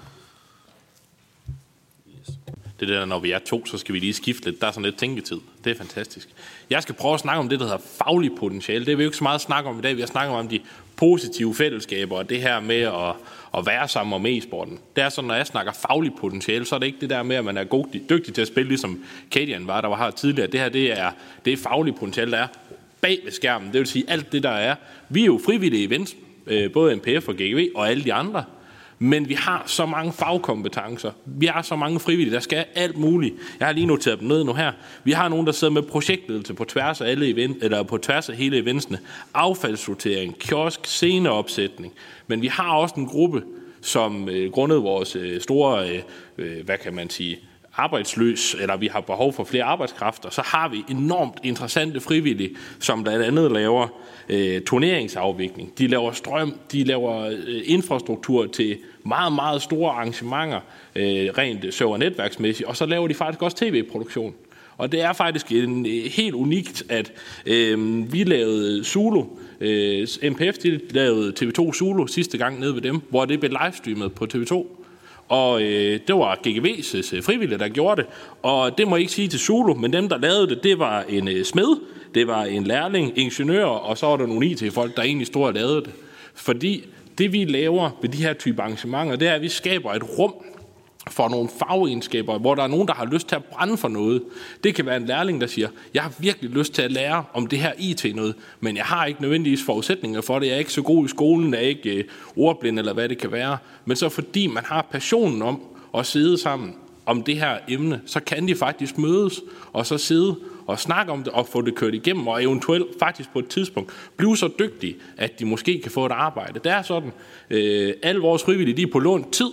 Det der, når vi er to, så skal vi lige skifte lidt. Der er sådan lidt tænketid. Det er fantastisk. Jeg skal prøve at snakke om det, der hedder faglig potentiale. Det er vi jo ikke så meget snakke om i dag. Vi har snakket om de positive fællesskaber, og det her med at, at være sammen om e-sporten. Det er sådan, når jeg snakker faglig potentiale, så er det ikke det der med, at man er god, dygtig til at spille, ligesom Kadian var, der var her tidligere. Det her, det er, det er faglig potentiale, der er bag ved skærmen. Det vil sige, alt det, der er. Vi er jo frivillige events, både N P F og G G V og alle de andre. Men vi har så mange fagkompetencer. Vi har så mange frivillige, der skal alt muligt. Jeg har lige noteret dem ned nu her. Vi har nogen, der sidder med projektledelse på tværs af alle event, eller på tværs af hele eventsene. Affaldssortering, kiosk, sceneopsætning. Men vi har også en gruppe, som øh, grundet vores øh, store, øh, hvad kan man sige, arbejdsløs, eller vi har behov for flere arbejdskræfter, så har vi enormt interessante frivillige, som blandt andet laver øh, turneringsafvikling. De laver strøm, de laver øh, infrastruktur til meget, meget store arrangementer, øh, rent server- netværksmæssigt, og så laver de faktisk også tv-produktion. Og det er faktisk en, helt unikt, at øh, vi lavede Zulu, øh, N P F de lavede T V to Zulu sidste gang nede ved dem, hvor det blev livestreamet på T V to. Og øh, det var G G V's frivillige, der gjorde det. Og det må jeg ikke sige til Zulu, men dem, der lavede det, det var en øh, smed, det var en lærling, ingeniør, og så var der nogle I T-folk, der egentlig stod og lavede det. Fordi det, vi laver ved de her type arrangementer, det er, at vi skaber et rum for nogle fagegenskaber, hvor der er nogen, der har lyst til at brænde for noget. Det kan være en lærling, der siger, jeg har virkelig lyst til at lære om det her I T noget, men jeg har ikke nødvendigvis forudsætninger for det. Jeg er ikke så god i skolen, jeg er ikke ordblind eller hvad det kan være. Men så fordi man har passionen om at sidde sammen om det her emne, så kan de faktisk mødes og så sidde og snakke om det og få det kørt igennem, og eventuelt faktisk på et tidspunkt blive så dygtige, at de måske kan få et arbejde. Det er sådan, øh, alle vores frivillige, de er på lånt tid,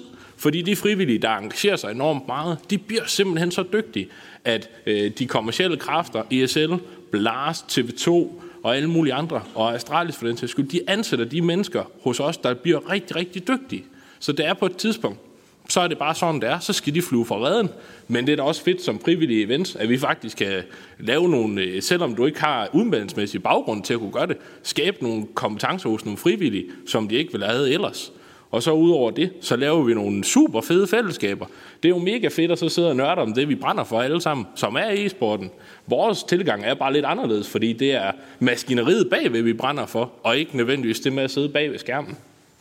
Fordi de frivillige, der engagerer sig enormt meget, de bliver simpelthen så dygtige, at øh, de kommercielle kræfter, E S L, Blast, T V to og alle mulige andre, og Astralis for den sags skyld, de ansætter de mennesker hos os, der bliver rigtig, rigtig dygtige. Så det er på et tidspunkt, så er det bare sådan, det er. Så skal de flyve fra redden. Men det er da også fedt som frivillige events, at vi faktisk kan lave nogle, selvom du ikke har uddannelsesmæssig baggrund til at kunne gøre det, skabe nogle kompetencer hos nogle frivillige, som de ikke ville have ellers. Og så udover det, så laver vi nogle super fede fællesskaber. Det er jo mega fedt at så sidde og nørde om det, vi brænder for alle sammen, som er e-sporten. Vores tilgang er bare lidt anderledes, fordi det er maskineriet bagved, vi brænder for, og ikke nødvendigvis det med at sidde bag ved skærmen.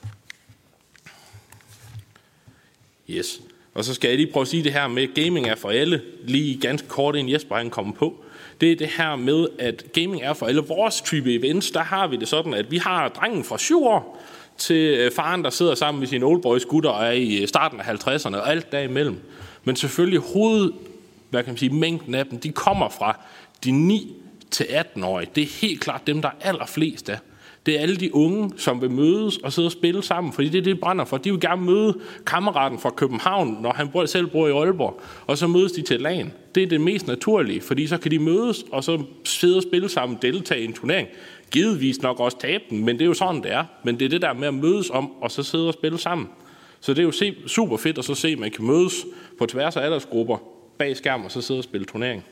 Yes. Og så skal jeg lige prøve at sige det her med, at gaming er for alle, lige ganske kort inden Jesper han kommer på. Det er det her med, at gaming er for alle. Vores type events, der har vi det sådan, at vi har drengen fra syv år til faren, der sidder sammen med sine oldboys gutter og er i starten af halvtredserne og alt derimellem. Men selvfølgelig hoved, hvad kan man sige, mængden af dem, de kommer fra de ni til atten-årige. Det er helt klart dem, der er allerflest af. Det er alle de unge, som vil mødes og sidde og spille sammen, fordi det er det, de brænder for. De vil gerne møde kammeraten fra København, når han selv bor i Aalborg, og så mødes de til LAN. Det er det mest naturlige, fordi så kan de mødes og så sidde og spille sammen, deltage i en turnering. Givetvis nok også tabe den, men det er jo sådan, det er. Men det er det der med at mødes om og så sidde og spille sammen. Så det er jo super fedt at så se, at man kan mødes på tværs af aldersgrupper bag skærm og så sidde og spille turnering.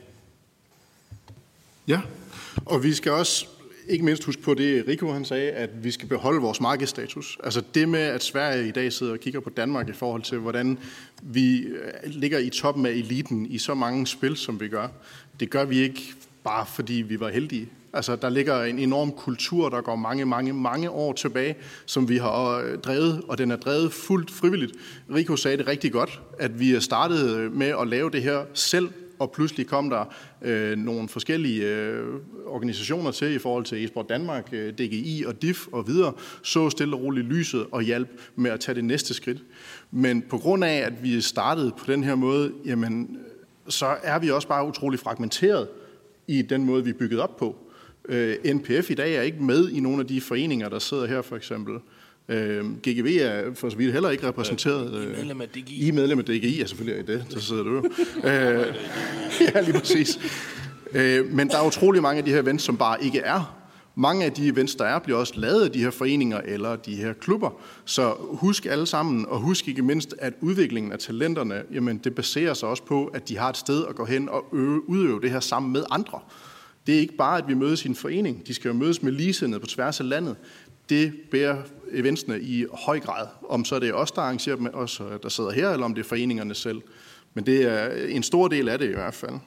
Ja, og vi skal også ikke mindst huske på det, Rico han sagde, at vi skal beholde vores markedsstatus. Altså det med, at Sverige i dag sidder og kigger på Danmark i forhold til, hvordan vi ligger i toppen af eliten i så mange spil, som vi gør. Det gør vi ikke bare fordi vi var heldige. Altså der ligger en enorm kultur, der går mange, mange, mange år tilbage, som vi har drevet, og den er drevet fuldt frivilligt. Rico sagde det rigtig godt, at vi startede med at lave det her selv, og pludselig kom der øh, nogle forskellige øh, organisationer til i forhold til eSport Danmark, øh, D G I og D I F og videre, så stille og roligt lyset og hjalp med at tage det næste skridt. Men på grund af, at vi startede på den her måde, jamen, så er vi også bare utrolig fragmenteret i den måde, vi er bygget op på. Øh, N P F i dag er ikke med i nogle af de foreninger, der sidder her for eksempel. G G V er for så vidt heller ikke repræsenteret. I er medlem af D G I. I er medlem af D G I, ja selvfølgelig er I det, så sidder du jo. Ja, lige præcis. Men der er utrolig mange af de her events, som bare ikke er. Mange af de events, der er, bliver også lavet af de her foreninger eller de her klubber. Så husk alle sammen, og husk ikke mindst, at udviklingen af talenterne, jamen det baserer sig også på, at de har et sted at gå hen og øve, udøve det her sammen med andre. Det er ikke bare, at vi mødes i en forening. De skal jo mødes med ligesindede på tværs af landet. Det bærer eventsene i høj grad. Om så er det os, der arrangerer dem, os, der sidder her, eller om det er foreningerne selv. Men det er en stor del af det i hvert fald.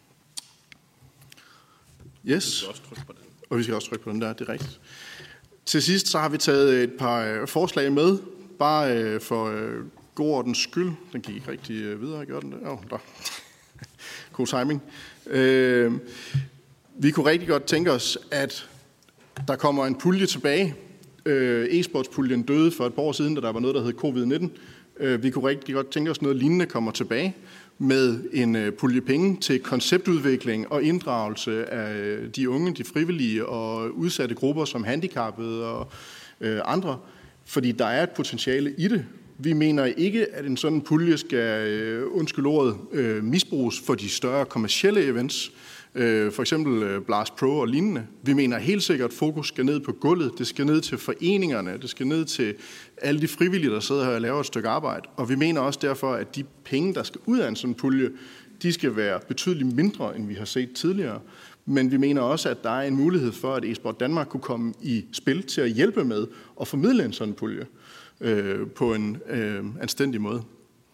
Yes. Og vi skal også trykke på den der, det er rigtigt. Til sidst så har vi taget et par forslag med, bare for god ordens skyld. Den gik ikke rigtig videre, gjorde den det? Åh, oh, der. God timing. Øh, vi kunne rigtig godt tænke os, at der kommer en pulje tilbage. E-sportspuljen døde for et par år siden, da der var noget, der hed covid nitten. Vi kunne rigtig godt tænke os, at noget lignende kommer tilbage med en pulje penge til konceptudvikling og inddragelse af de unge, de frivillige og udsatte grupper som handicappede og andre. Fordi der er et potentiale i det. Vi mener ikke, at en sådan pulje skal, undskyld ordet, misbruges for de større kommercielle events. For eksempel Blast Pro og lignende. Vi mener helt sikkert, at fokus skal ned på gulvet. Det skal ned til foreningerne. Det skal ned til alle de frivillige, der sidder her og laver et stykke arbejde. Og vi mener også derfor, at de penge, der skal ud af en sådan pulje, de skal være betydeligt mindre, end vi har set tidligere. Men vi mener også, at der er en mulighed for, at eSport Danmark kunne komme i spil til at hjælpe med at formidle en sådan pulje øh, på en øh, anstændig måde.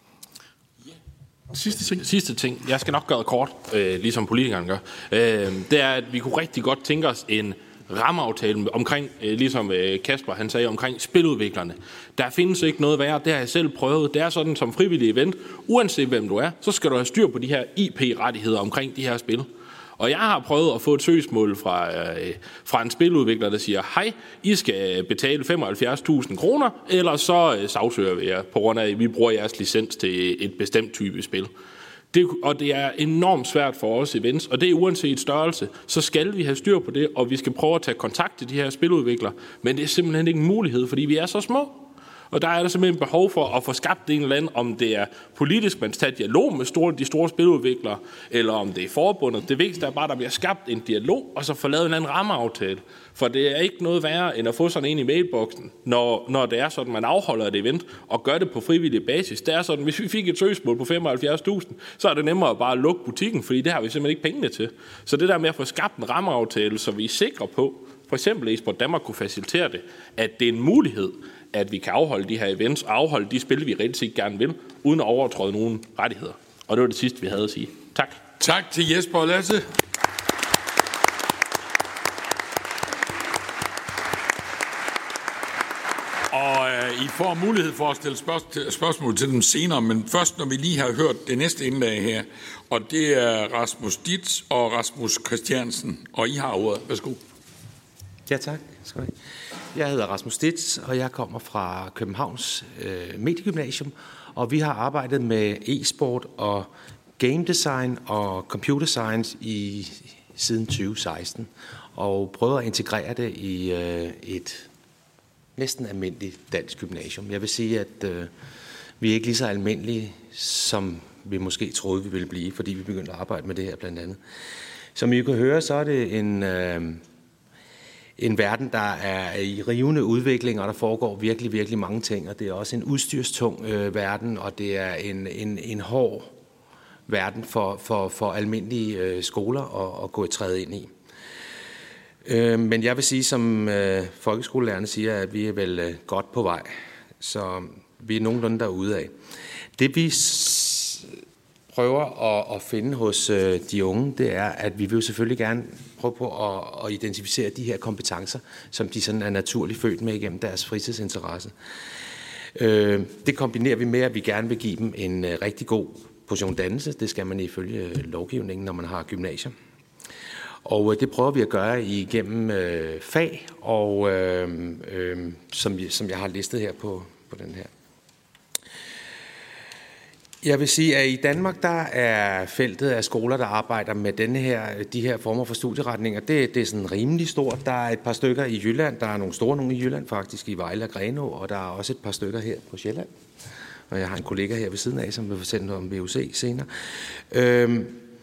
Sidste ting. Sidste ting. Jeg skal nok gøre det kort, øh, ligesom politikerne gør. Øh, det er, at vi kunne rigtig godt tænke os en rammeaftale omkring, øh, ligesom øh, Kasper han sagde, omkring spiludviklerne. Der findes ikke noget værre. Det har jeg selv prøvet. Det er sådan som frivillig event. Uanset hvem du er, så skal du have styr på de her I P-rettigheder omkring de her spil. Og jeg har prøvet at få et søgsmål fra, øh, fra en spiludvikler, der siger, hej, I skal betale femoghalvfjerds tusind kroner, eller så øh, sagsøger vi jer, på grund af, at vi bruger jeres licens til et bestemt type spil. Det, og det er enormt svært for os events, og det er uanset størrelse, så skal vi have styr på det, og vi skal prøve at tage kontakt til de her spiludviklere, men det er simpelthen ikke en mulighed, fordi vi er så små. Og der er der simpelthen behov for at få skabt en eller anden, om det er politisk, man tager dialog med store, de store spiludviklere, eller om det er forbundet. Det vigtigste er bare, at der bliver skabt en dialog, og så få lavet en eller anden rammeaftale. For det er ikke noget værre, end at få sådan en i mailboksen, når, når det er sådan, man afholder et event, og gør det på frivillig basis. Det er sådan, hvis vi fik et søgsmål på femoghalvfjerds tusind, så er det nemmere bare at lukke butikken, fordi det har vi simpelthen ikke pengene til. Så det der med at få skabt en rammeaftale, så vi er sikre på, for eksempel eSport Danmark kunne facilitere det, at det er en mulighed, at vi kan afholde de her events og afholde de spil, vi reelt set gerne vil, uden at overtræde nogen rettigheder. Og det var det sidste, vi havde at sige. Tak. Tak til Jesper og Lasse. Og øh, I får mulighed for at stille spørg- spørgsmål til dem senere, men først når vi lige har hørt det næste indlæg her, og det er Rasmus Ditz og Rasmus Christiansen, og I har ordet. Værsgo. Ja, tak. Jeg hedder Rasmus Ditz, og jeg kommer fra Københavns øh, Mediegymnasium, og vi har arbejdet med e-sport og game design og computer science i siden tyve seksten, og prøver at integrere det i øh, et næsten almindeligt dansk gymnasium. Jeg vil sige, at øh, vi er ikke lige så almindelige, som vi måske troede, vi ville blive, fordi vi begyndte at arbejde med det her blandt andet. Som I kan høre, så er det en... Øh, En verden, der er i rivende udvikling, og der foregår virkelig, virkelig mange ting. Og det er også en udstyrstung øh, verden, og det er en, en, en hård verden for, for, for almindelige øh, skoler at, at gå i træde ind i. Øh, men jeg vil sige, som øh, folkeskolelærerne siger, at vi er vel øh, godt på vej. Så vi er nogenlunde derude af. Det vi prøver at, at finde hos øh, de unge, det er, at vi vil selvfølgelig gerne prøve på at, at identificere de her kompetencer, som de sådan er naturligt født med igennem deres fritidsinteresse. Øh, det kombinerer vi med, at vi gerne vil give dem en øh, rigtig god portion dannelse. Det skal man ifølge lovgivningen, når man har gymnasier. Og øh, det prøver vi at gøre igennem øh, fag, og øh, øh, som, som jeg har listet her på, på den her. Jeg vil sige, at i Danmark, der er feltet af skoler, der arbejder med denne her, de her former for studieretninger. Det, det er sådan rimelig stort. Der er et par stykker i Jylland. Der er nogle store nogle i Jylland, faktisk i Vejle og Grenaa, og der er også et par stykker her på Sjælland. Og jeg har en kollega her ved siden af, som vil fortælle noget om V U C senere. Øhm,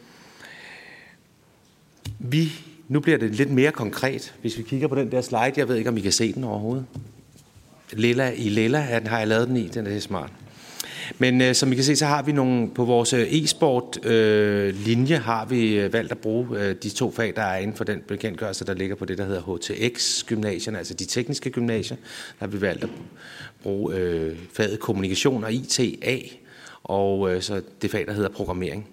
vi, nu bliver det lidt mere konkret, hvis vi kigger på den der slide. Jeg ved ikke, om I kan se den overhovedet. Lilla, i lilla har jeg lavet den i, den er smart. Men øh, som I kan se, så har vi nogle, på vores e-sport øh, linje, har vi øh, valgt at bruge øh, de to fag, der er inden for den bekendtgørelse, der ligger på det, der hedder H T X-gymnasierne, altså de tekniske gymnasier. Der har vi valgt at bruge øh, faget kommunikation og I T A, og øh, så det fag, der hedder programmering.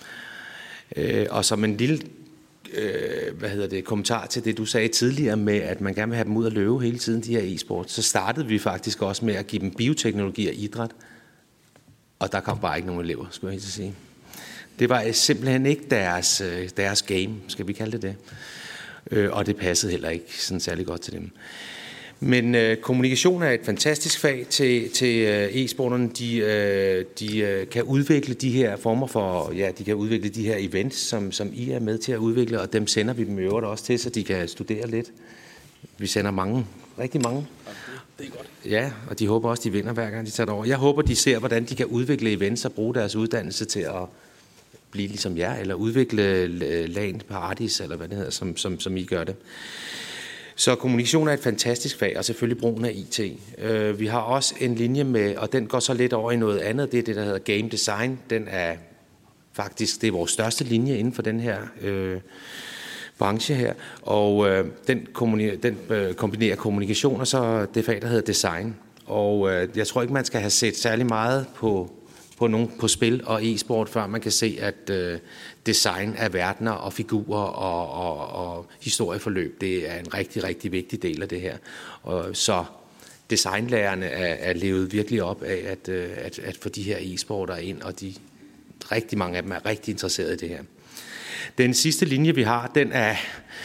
Øh, og som en lille øh, hvad hedder det, kommentar til det, du sagde tidligere med, at man gerne vil have dem ud at løbe hele tiden, de her e-sport, så startede vi faktisk også med at give dem bioteknologi og idræt. Og der kom bare ikke nogen elever, skulle jeg helt sige. Det var simpelthen ikke deres, deres game, skal vi kalde det det. Og det passede heller ikke sådan særlig godt til dem. Men øh, kommunikation er et fantastisk fag til, til øh, e-sporterne. De, øh, de øh, kan udvikle de her former for, ja, de kan udvikle de her events, som, som I er med til at udvikle, og dem sender vi dem i øvrigt også til, så de kan studere lidt. Vi sender mange, rigtig mange. Det er godt. Ja, og de håber også, de vinder hver gang de tager det over. Jeg håber, de ser, hvordan de kan udvikle events og bruge deres uddannelse til at blive ligesom jer, eller udvikle LAN Paradis, eller hvad det hedder, som, som, som I gør det. Så kommunikation er et fantastisk fag, og selvfølgelig brugen af I T. Uh, vi har også en linje med, og den går så lidt over i noget andet, det er det, der hedder game design. Den er faktisk, det er vores største linje inden for den her uh, branche her, og øh, den, kommuni- den øh, kombinerer kommunikation og så det fag, der hedder design. Og øh, jeg tror ikke, man skal have set særlig meget på, på, nogen, på spil og e-sport, før man kan se, at øh, design af verdener og figurer og, og, og historieforløb, det er en rigtig, rigtig vigtig del af det her. Og så designlærerne er, er levet virkelig op af at, øh, at, at få de her e-sporter ind, og de, rigtig mange af dem er rigtig interesserede i det her. Den sidste linje, vi har, den er,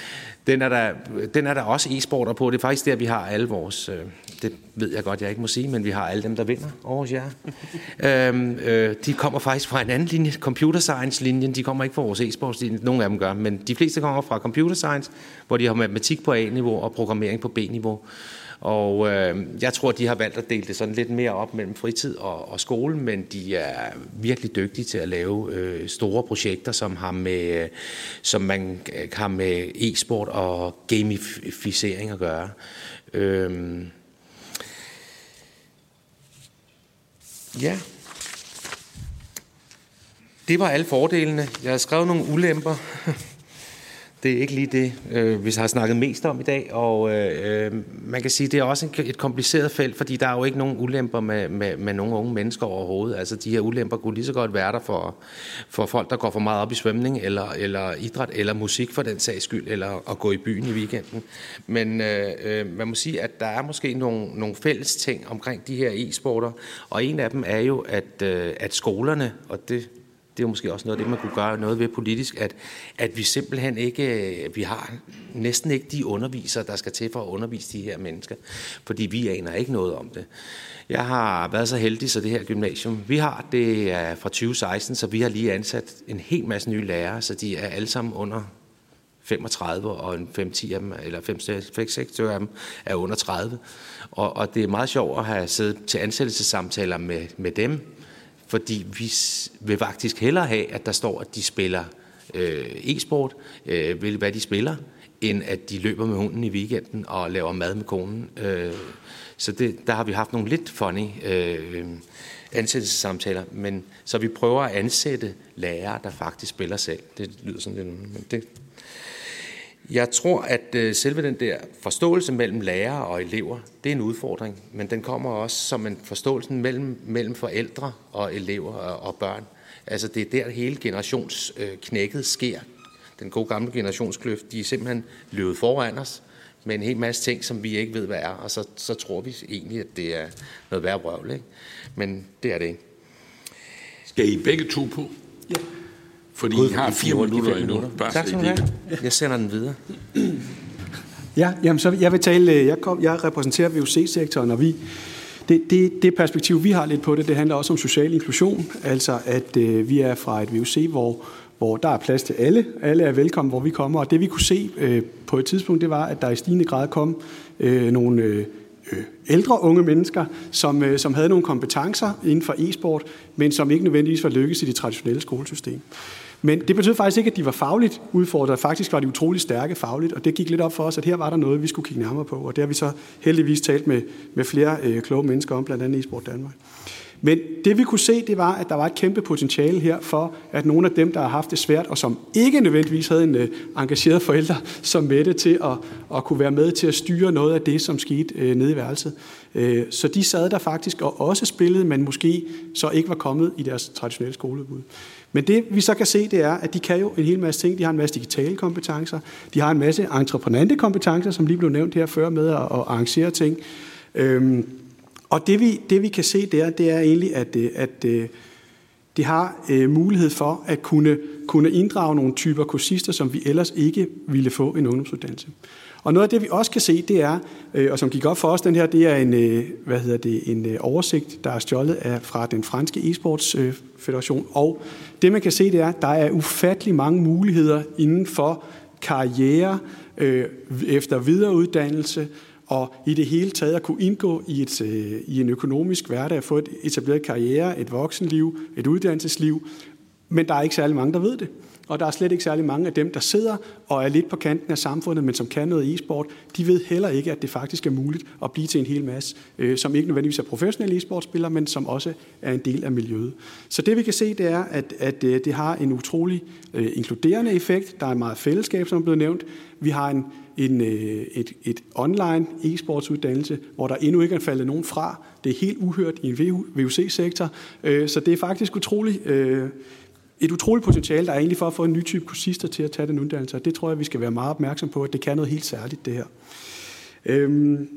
Den er, der, den er der også e-sporter på. Det er faktisk der, vi har alle vores... Øh, det ved jeg godt, jeg ikke må sige, men vi har alle dem, der vinder over hos jer. øhm, øh, de kommer faktisk fra en anden linje, computer science-linjen. De kommer ikke fra vores e-sportslinje. Nogle af dem gør, men de fleste kommer fra computer science, hvor de har matematik på A-niveau og programmering på B-niveau. Og øh, jeg tror, de har valgt at dele det sådan lidt mere op mellem fritid og, og skole, men de er virkelig dygtige til at lave øh, store projekter, som har med, øh, som man har med e-sport og gamificering at gøre. Øh, ja. Det var alle fordelene. Jeg har skrevet nogle ulemper. Det er ikke lige det, øh, vi har snakket mest om i dag, og øh, man kan sige, at det er også en, et kompliceret felt, fordi der er jo ikke nogen ulemper med, med, med nogle unge mennesker overhovedet. Altså de her ulemper kunne lige så godt være der for, for folk, der går for meget op i svømning, eller, eller idræt, eller musik for den sags skyld, eller at gå i byen i weekenden. Men øh, man må sige, at der er måske nogle, nogle fælles ting omkring de her e-sporter, og en af dem er jo, at, øh, at skolerne, og det det er jo måske også noget af det, man kunne gøre noget ved politisk, at, at vi simpelthen ikke, vi har næsten ikke de undervisere, der skal til for at undervise de her mennesker, fordi vi aner ikke noget om det. Jeg har været så heldig, så det her gymnasium, vi har det er fra tyve seksten, så vi har lige ansat en hel masse nye lærere, så de er alle sammen under femogtredive, og en fem ti af dem, eller fem seks af dem er under tredive. Og, og det er meget sjovt at have siddet til ansættelsessamtaler med, med dem, fordi vi vil faktisk hellere have, at der står, at de spiller øh, e-sport, øh, vil hvad de spiller, end at de løber med hunden i weekenden og laver mad med konen. Øh, så det, der har vi haft nogle lidt funny øh, ansættelsessamtaler, men så vi prøver at ansætte lærere, der faktisk spiller selv. Det lyder sådan lidt, men det... Jeg tror, at øh, selve den der forståelse mellem lærere og elever, det er en udfordring, men den kommer også som en forståelse mellem, mellem forældre og elever og, og børn. Altså det er der hele generationsknækket øh, sker. Den gode gamle generationskløft, de er simpelthen løbet foran os med en hel masse ting, som vi ikke ved, hvad er, og så, så tror vi egentlig, at det er noget værd vrøvl, ikke? Men det er det ikke. Skal I begge to på? Ja. Fordi I har fire minutter endnu. Tak skal du have. Jeg sender den videre. Ja, jamen så jeg vil tale, jeg, kom, jeg repræsenterer V U C-sektoren, og vi, det, det, det perspektiv, vi har lidt på det, det handler også om social inklusion, altså at øh, vi er fra et V U C, hvor, hvor der er plads til alle, alle er velkommen, hvor vi kommer, og det vi kunne se øh, på et tidspunkt, det var, at der i stigende grad kom øh, nogle øh, ældre unge mennesker, som, øh, som havde nogle kompetencer inden for e-sport, men som ikke nødvendigvis var lykkes i det traditionelle skolesystem. Men det betød faktisk ikke, at de var fagligt udfordret. Faktisk var de utrolig stærke fagligt, og det gik lidt op for os, at her var der noget, vi skulle kigge nærmere på. Og det har vi så heldigvis talt med, med flere øh, kloge mennesker om, blandt andet e-sport Danmark. Men det vi kunne se, det var, at der var et kæmpe potentiale her for, at nogle af dem, der har haft det svært, og som ikke nødvendigvis havde en øh, engageret forælder som Mette til at, at kunne være med til at styre noget af det, som skete øh, nede i værelset. Øh, så de sad der faktisk og også spillede, men måske så ikke var kommet i deres traditionelle skoleudbud. Men det vi så kan se, det er, at de kan jo en hel masse ting. De har en masse digitale kompetencer. De har en masse entreprenante kompetencer, som lige blev nævnt her før med at, at arrangere ting. Øhm, og det vi, det vi kan se der, det er egentlig, at, at, at de har øh, mulighed for at kunne, kunne inddrage nogle typer kursister, som vi ellers ikke ville få en ungdomsuddannelse. Og noget af det, vi også kan se, det er, øh, og som gik op for os, den her, det er en, øh, hvad hedder det, en øh, oversigt, der er stjålet af, fra den franske e-sports øh, federation. Og det, man kan se, det er, at der er ufattelig mange muligheder inden for karriere, øh, efter videreuddannelse, og i det hele taget at kunne indgå i, et, øh, i en økonomisk hverdag, at få et etableret karriere, et voksenliv, et uddannelsesliv. Men der er ikke særlig mange, der ved det. Og der er slet ikke særlig mange af dem, der sidder og er lidt på kanten af samfundet, men som kan noget e-sport. De ved heller ikke, at det faktisk er muligt at blive til en hel masse, øh, som ikke nødvendigvis er professionelle e-sportspillere, men som også er en del af miljøet. Så det vi kan se, det er, at, at det har en utrolig øh, inkluderende effekt. Der er meget fællesskab, som er blevet nævnt. Vi har en, en, øh, et, et online e-sportsuddannelse, hvor der endnu ikke er faldet nogen fra. Det er helt uhørt i en V U C-sektor. Øh, så det er faktisk utrolig... Øh, Et utroligt potentiale, der er egentlig for at få en ny type kursister til at tage den uddannelse, og det tror jeg, vi skal være meget opmærksom på, at det kan noget helt særligt, det her. Øhm,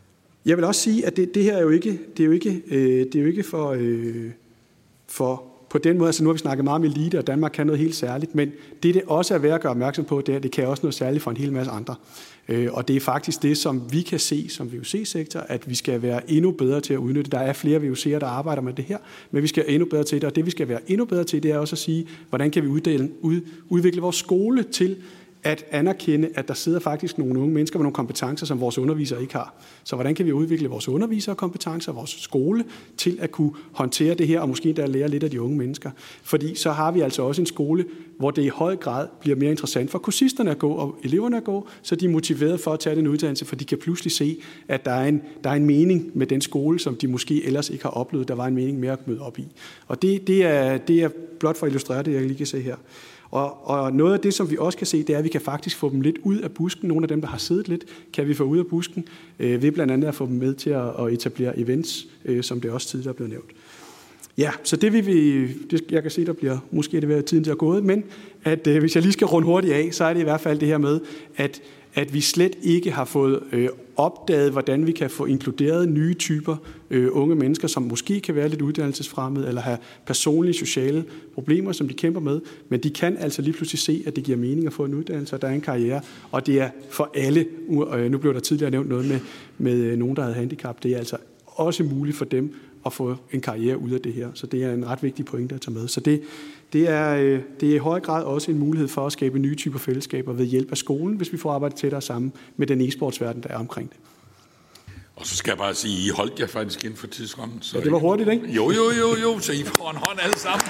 jeg vil også sige, at det, det her er jo ikke, det er jo ikke, øh, det er jo ikke for, øh, for på den måde, altså nu har vi snakket meget om elite, og Danmark kan noget helt særligt, men det, det også er værd at gøre opmærksom på, det er, at det kan også noget særligt for en hel masse andre. Og det er faktisk det, som vi kan se som V U C-sektor, at vi skal være endnu bedre til at udnytte. Der er flere V U C'er, der arbejder med det her, men vi skal være endnu bedre til det, og det vi skal være endnu bedre til, det er også at sige, hvordan kan vi uddele, ud, udvikle vores skole til at anerkende, at der sidder faktisk nogle unge mennesker med nogle kompetencer, som vores undervisere ikke har. Så hvordan kan vi udvikle vores underviserkompetencer, vores skole, til at kunne håndtere det her, og måske der lære lidt af de unge mennesker. Fordi så har vi altså også en skole, hvor det i høj grad bliver mere interessant for kursisterne at gå, og eleverne at gå, så de er motiveret for at tage den uddannelse, for de kan pludselig se, at der er en, der er en mening med den skole, som de måske ellers ikke har oplevet, der var en mening med at møde op i. Og det, det, er, det er blot for at illustrere det, jeg lige kan se her. Og, og noget af det, som vi også kan se, det er, at vi kan faktisk få dem lidt ud af busken. Nogle af dem, der har siddet lidt, kan vi få ud af busken, øh, ved blandt andet at få dem med til at, at etablere events, øh, som det også tidligere er blevet nævnt. Ja, så det vil vi, det, jeg kan se, der bliver måske det være tiden til at gå, men at øh, hvis jeg lige skal runde hurtigt af, så er det i hvert fald det her med, at, at vi slet ikke har fået øh, opdaget, hvordan vi kan få inkluderet nye typer øh, unge mennesker, som måske kan være lidt uddannelsesfremmede, eller have personlige sociale problemer, som de kæmper med, men de kan altså lige pludselig se, at det giver mening at få en uddannelse, og der er en karriere, og det er for alle. Øh, nu blev der tidligere nævnt noget med, med nogen, der havde handicap. Det er altså også muligt for dem at få en karriere ud af det her. Så det er en ret vigtig pointe at tage med. Så det, det, er, det er i høj grad også en mulighed for at skabe nye typer fællesskaber ved hjælp af skolen, hvis vi får arbejdet tættere sammen med den e-sportsverden, der er omkring det. Og så skal jeg bare sige, I holdt jer faktisk inden for tidsrammen. Så ja, det var hurtigt, ikke? Jo, jo, jo, jo, så I får en hånd alle sammen.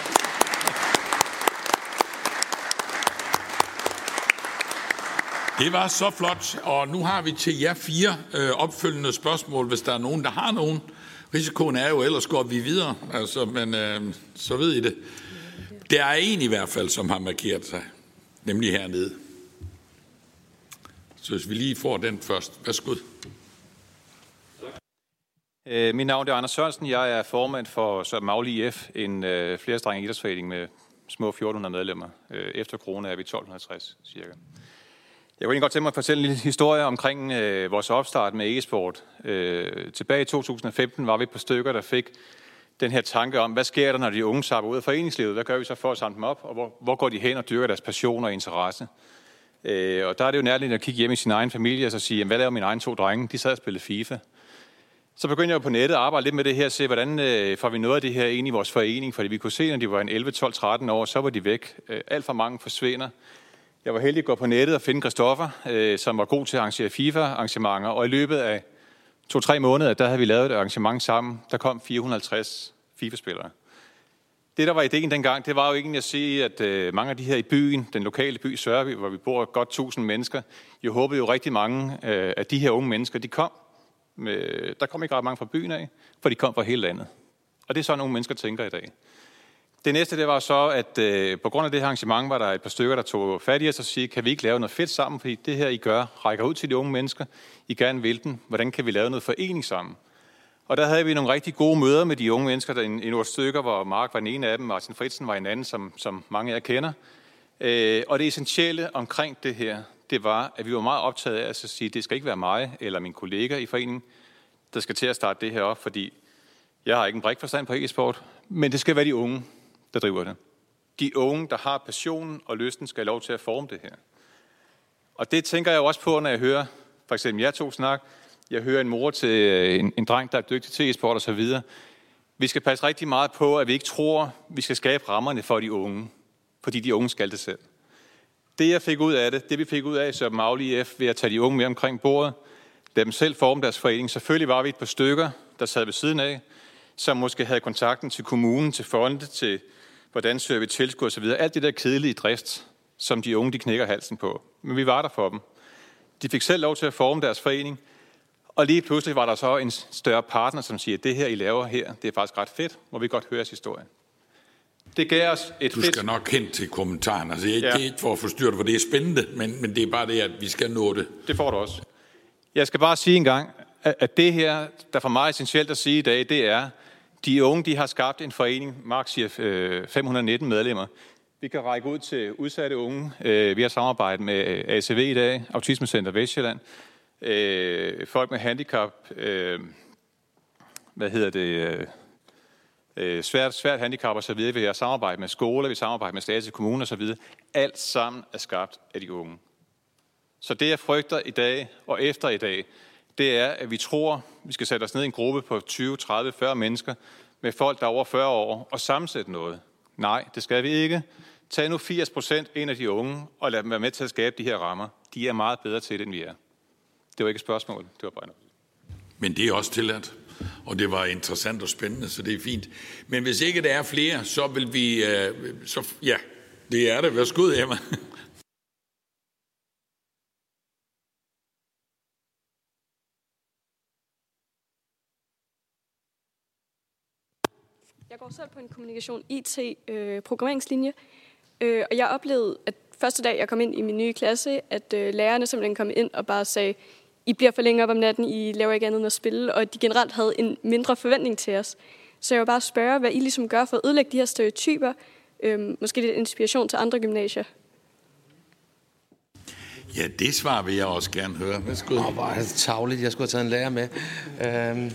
Det var så flot, og nu har vi til jer fire øh, opfølgende spørgsmål, hvis der er nogen, der har nogen. Risikoen er jo, ellers går vi videre, altså, men øh, så ved I det. Der er en i hvert fald, som har markeret sig, nemlig hernede. Så hvis vi lige får den først. Værsgo. Øh, mit navn er Anders Sørensen. Jeg er formand for Søren Magli I F, en øh, flerstrenget idrætsforening med små fjorten hundrede medlemmer. Øh, efter corona er vi tolv halvtreds cirka. Jeg kunne egentlig godt tænke mig at fortælle en lille historie omkring øh, vores opstart med e-sport. Øh, tilbage i to tusind og femten var vi på stykker, der fik den her tanke om, hvad sker der, når de unge sapper ud af foreningslivet? Hvad gør vi så for at samle dem op, og hvor, hvor går de hen og dyrker deres passion og interesse? Øh, og der er det jo nærliggende at kigge hjem i sin egen familie og så sige, hvad laver mine egne to drenge? De sad og spillede FIFA. Så begyndte jeg på nettet at arbejde lidt med det her, og se, hvordan øh, får vi noget af det her ind i vores forening, fordi vi kunne se, når de var en elleve, tolv, tretten år, så var de væk. Øh, alt for mange forsvinder. Jeg var heldig at gå på nettet og finde Christoffer, øh, som var god til at arrangere FIFA-arrangementer, og i løbet af to-tre måneder, der havde vi lavet et arrangement sammen. Der kom fire hundrede og halvtreds FIFA-spillere. Det, der var ideen dengang, det var jo egentlig at sige, at øh, mange af de her i byen, den lokale by Sørby, hvor vi bor godt tusind mennesker, jeg håbede jo rigtig mange øh, af de her unge mennesker, de kom. Med, der kom ikke ret mange fra byen af, for de kom fra hele landet. Og det er sådan, nogle mennesker tænker i dag. Det næste, det var så, at øh, på grund af det her arrangement, var der et par stykker, der tog fat i os og sige, kan vi ikke lave noget fedt sammen, fordi det her, I gør, rækker ud til de unge mennesker. I gerne vil den. Hvordan kan vi lave noget forening sammen? Og der havde vi nogle rigtig gode møder med de unge mennesker, der en, en otte stykker, hvor Mark var den ene af dem, Martin Fritzen var en anden, som, som mange af jer kender. Øh, og det essentielle omkring det her, det var, at vi var meget optaget af at sige, at det skal ikke være mig eller min kollega i foreningen, der skal til at starte det her op, fordi jeg har ikke en brikforstand på e-sport, men det skal være de unge, der driver det. De unge, der har passionen og lysten, skal have lov til at forme det her. Og det tænker jeg også på, når jeg hører for eksempel jer to snak. Jeg hører en mor til en, en dreng, der er dygtig til e-sport og så videre. Vi skal passe rigtig meget på, at vi ikke tror, vi skal skabe rammerne for de unge, fordi de unge skal det selv. Det, jeg fik ud af det, det vi fik ud af i Søren Magli I F, ved at tage de unge med omkring bordet, lade dem selv forme deres forening. Selvfølgelig var vi et par stykker, der sad ved siden af, som måske havde kontakten til kommunen, til fonde, til hvordan søger vi tilskud og så videre. Alt det der kedelige drift, som de unge de knækker halsen på. Men vi var der for dem. De fik selv lov til at forme deres forening, og lige pludselig var der så en større partner, som siger, at det her, I laver her, det er faktisk ret fedt, må vi godt høre jeres historie. Det gav os et Du fedt... skal nok hen til kommentaren. Altså, jeg, Ja. det er ikke for at forstyrre det, for det er spændende, men, men det er bare det, at vi skal nå det. Det får du også. Jeg skal bare sige en gang, at at det her, der for mig er essentielt at sige i dag, det er, de unge, de har skabt en forening, Mark siger øh, fem hundrede og nitten medlemmer. Vi kan række ud til udsatte unge. Øh, vi har samarbejdet med A C V i dag, Autismecenter Vestjylland. Øh, folk med handicap, øh, hvad hedder det, øh, øh, svært, svært handicap osv. Vi har samarbejdet med skoler, vi samarbejder med statslige kommuner osv. Alt sammen er skabt af de unge. Så det, jeg frygter i dag og efter i dag, det er, at vi tror, vi skal sætte os ned i en gruppe på tyve, tredive, fyrre mennesker med folk, der er over fyrre år, og sammensætte noget. Nej, det skal vi ikke. Tag nu firs procent ind af de unge, og lad dem være med til at skabe de her rammer. De er meget bedre til det, end vi er. Det var ikke et spørgsmål, det var bare noget. Men det er også tilladt, og det var interessant og spændende, så det er fint. Men hvis ikke der er flere, så vil vi... Øh, så, ja, det er det. Værsgo, Emma. Jeg går selv på en kommunikation I T øh, programmeringslinje, øh, og jeg oplevede, at første dag, jeg kom ind i min nye klasse, at øh, lærerne simpelthen kom ind og bare sagde, I bliver for længe op om natten, I laver ikke andet end at spille, og at de generelt havde en mindre forventning til os. Så jeg vil bare spørge, hvad I ligesom gør for at ødelægge de her stereotyper, øh, måske lidt inspiration til andre gymnasier. Ja, det svar vil jeg også gerne høre. Værsgo. Åh, hvor er det tavligt, jeg skulle have taget en lærer med. Øhm.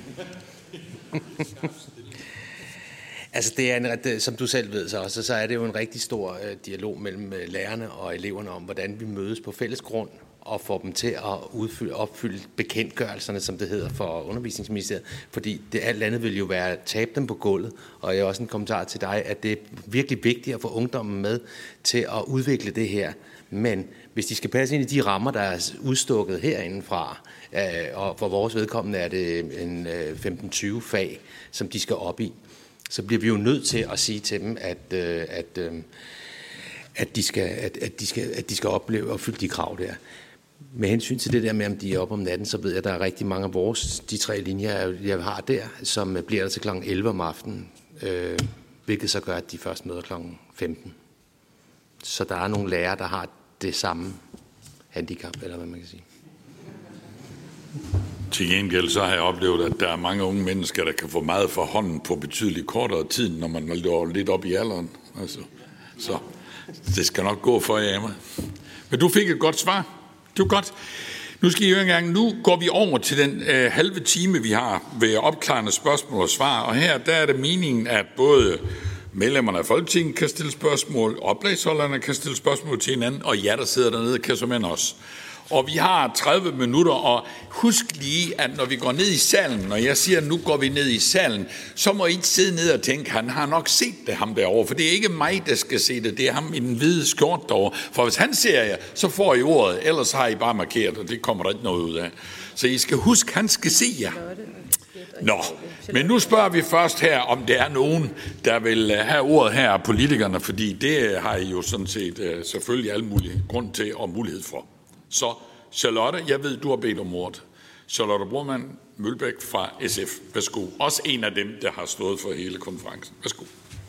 Altså det er en ret, som du selv ved så også, så er det jo en rigtig stor øh, dialog mellem øh, lærerne og eleverne om, hvordan vi mødes på fælles grund og får dem til at udfylde, opfylde bekendtgørelserne, som det hedder for undervisningsministeriet, fordi det alt andet vil jo være at tabe dem på gulvet, og jeg har også en kommentar til dig, at det er virkelig vigtigt at få ungdommen med til at udvikle det her, men hvis de skal passe ind i de rammer, der er udstukket herindefra, øh, og for vores vedkommende er det en øh, femten tyve fag, som de skal op i, så bliver vi jo nødt til at sige til dem, at, øh, at, øh, at, de skal, at, at, de skal, at de skal opleve og fylde de krav der. Med hensyn til det der med, om de er oppe om natten, så ved jeg, at der er rigtig mange af vores, de tre linjer, jeg har der, som bliver der til klokken elleve om aftenen, øh, hvilket så gør, at de først møder klokken femten. Så der er nogle lærere, der har det samme handicap, eller hvad man kan sige. Til gengæld så har jeg oplevet, at der er mange unge mennesker, der kan få meget for hånden på betydeligt kortere tid, når man er lidt op i alderen. Altså, så det skal nok gå for jer, Emma. Men du fik et godt svar. Det var godt. Nu skal I høre en gang. Nu går vi over til den øh, halve time, vi har ved opklarende spørgsmål og svar. Og her der er det meningen, at både medlemmerne af Folketinget kan stille spørgsmål, oplægsholderne kan stille spørgsmål til hinanden, og jer, der sidder dernede, kan som end også. Og vi har tredive minutter, og husk lige, at når vi går ned i salen, når jeg siger, at nu går vi ned i salen, så må I ikke sidde ned og tænke, han har nok set det, ham derovre. For det er ikke mig, der skal se det, det er ham i den hvide skjort derovre. For hvis han ser jer, så får I ordet, ellers har I bare markeret, og det kommer der ikke noget ud af. Så I skal huske, han skal se jer. Nå, men nu spørger vi først her, om der er nogen, der vil have ordet her af politikerne, fordi det har I jo sådan set selvfølgelig alle mulige grund til og mulighed for. Så Charlotte, jeg ved, du har bedt om ordet. Charlotte Broman Mølbæk fra S F. Værsgo. Også en af dem, der har stået for hele konferencen. Værsgo.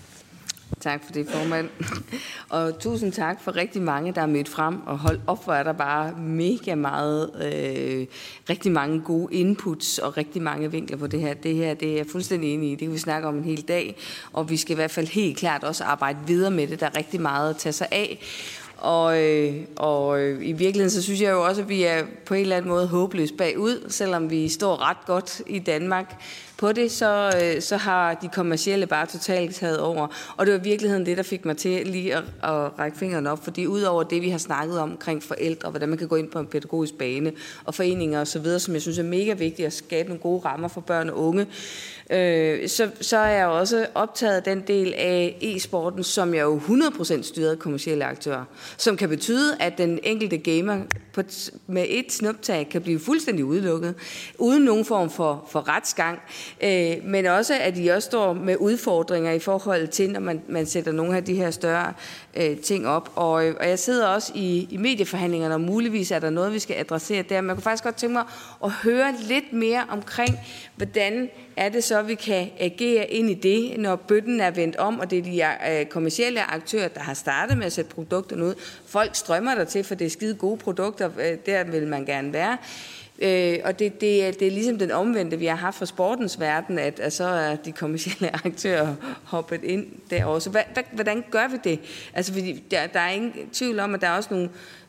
Tak for det, formand. Og tusind tak for rigtig mange, der er mødt frem. Og hold op, hvor er der bare mega meget, øh, rigtig mange gode inputs og rigtig mange vinkler på det her. Det her, det er jeg fuldstændig enig i. Det kan vi snakke om en hel dag. Og vi skal i hvert fald helt klart også arbejde videre med det. Der er rigtig meget at tage sig af. Og, øh, og øh, i virkeligheden, så synes jeg jo også, at vi er på en eller anden måde håbløst bagud, selvom vi står ret godt i Danmark på det, så, øh, så har de kommercielle bare totalt taget over. Og det var i virkeligheden det, der fik mig til lige at, at række fingrene op, fordi udover det, vi har snakket om omkring forældre, hvordan man kan gå ind på en pædagogisk bane, og foreninger osv., som jeg synes er mega vigtigt at skabe nogle gode rammer for børn og unge, øh, så, så er jeg også optaget af den del af e-sporten, som jeg jo hundrede procent styret af kommercielle aktører, som kan betyde, at den enkelte gamer på, med et snuptag kan blive fuldstændig udelukket, uden nogen form for, for retsgang, øh, men også, at de også står med udfordringer i forhold til, når man, man sætter nogle af de her større øh, ting op. Og, og jeg sidder også i, i medieforhandlingerne, og muligvis er der noget, vi skal adressere der, men jeg kunne faktisk godt tænke mig at høre lidt mere omkring, hvordan er det så, vi kan agere ind i det, når bøtten er vendt om, og det er de øh, kommercielle aktører, der har startet med at sætte produkterne ud. Folk strømmer der til, for det er skide gode produkter, øh, der vil man gerne være. Øh, og det, det, er, det er ligesom den omvendte, vi har haft fra sportens verden, at, at så er de kommercielle aktører hoppet ind derovre. Så hvad, hvordan gør vi det? Altså, fordi der, der er ingen tvivl om, at der er også nogle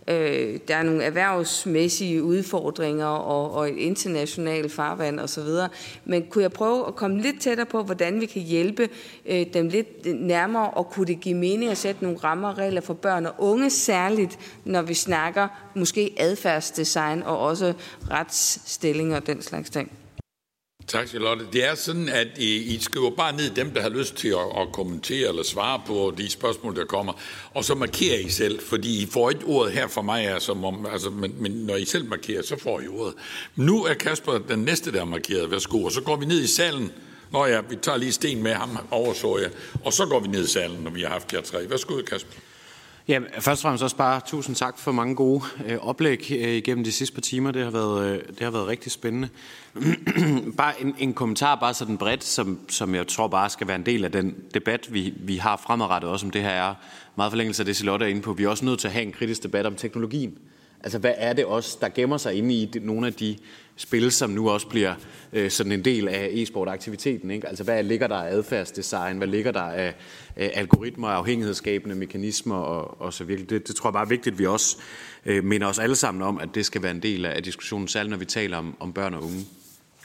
Øh, der er nogle erhvervsmæssige udfordringer og, og et internationalt farvand osv. Men kunne jeg prøve at komme lidt tættere på, hvordan vi kan hjælpe øh, dem lidt nærmere, og kunne det give mening at sætte nogle rammer og regler for børn og unge, særligt når vi snakker måske adfærdsdesign og også retsstilling og den slags ting? Tak, Charlotte. Det er sådan, at I, I skriver bare ned dem, der har lyst til at, at kommentere eller svare på de spørgsmål, der kommer, og så markerer I selv, fordi I får ikke ordet her fra mig, altså, om, altså, men, men når I selv markerer, så får I ordet. Nu er Kasper den næste, der er markeret. Værsgo, og så går vi ned i salen. Nå ja, vi tager lige Sten med, ham overså jeg, og så går vi ned i salen, når vi har haft jer tre. Værsgo, Kasper. Ja, først og fremmest også bare tusind tak for mange gode øh, oplæg øh, igennem de sidste par timer. Det har været, øh, det har været rigtig spændende. bare en, en kommentar, bare sådan bredt, som, som jeg tror bare skal være en del af den debat, vi, vi har fremadrettet, også om det her er meget forlængelse af det, Charlotte er inde på. Vi er også nødt til at have en kritisk debat om teknologien. Altså, hvad er det også, der gemmer sig inde i nogle af de spil, som nu også bliver øh, sådan en del af e-sport-aktiviteten, ikke? Altså, hvad ligger der af adfærdsdesign? Hvad ligger der af øh, algoritmer, afhængighedsskabende mekanismer og, og så virkelig? Det, det tror jeg bare er vigtigt, at vi også øh, minder os alle sammen om, at det skal være en del af diskussionen, særligt når vi taler om, om børn og unge.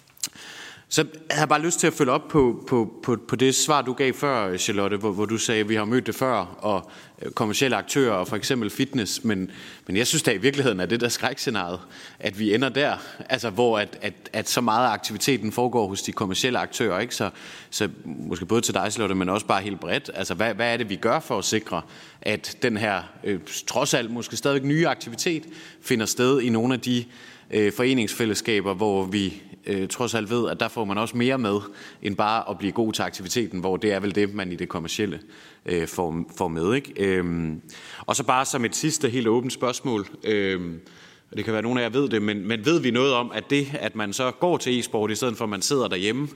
Så jeg har bare lyst til at følge op på, på, på, på det svar, du gav før, Charlotte, hvor, hvor du sagde, at vi har mødt det før, og kommercielle aktører, og for eksempel fitness, men, men jeg synes da i virkeligheden, at det der skrækscenariet, at vi ender der, altså hvor at, at, at så meget af aktiviteten foregår hos de kommercielle aktører, ikke? Så, så måske både til dig, Charlotte, men også bare helt bredt. Altså hvad, hvad er det, vi gør for at sikre, at den her øh, trods alt måske stadig nye aktivitet finder sted i nogle af de øh, foreningsfællesskaber, hvor vi øh, trods alt ved, at der får man også mere med, end bare at blive god til aktiviteten, hvor det er vel det, man i det kommercielle øh, får, får med. Ikke? Øhm, og så bare som et sidste helt åbent spørgsmål, øhm, og det kan være nogen af jer ved det, men, men ved vi noget om, at det, at man så går til e-sport, i stedet for at man sidder derhjemme,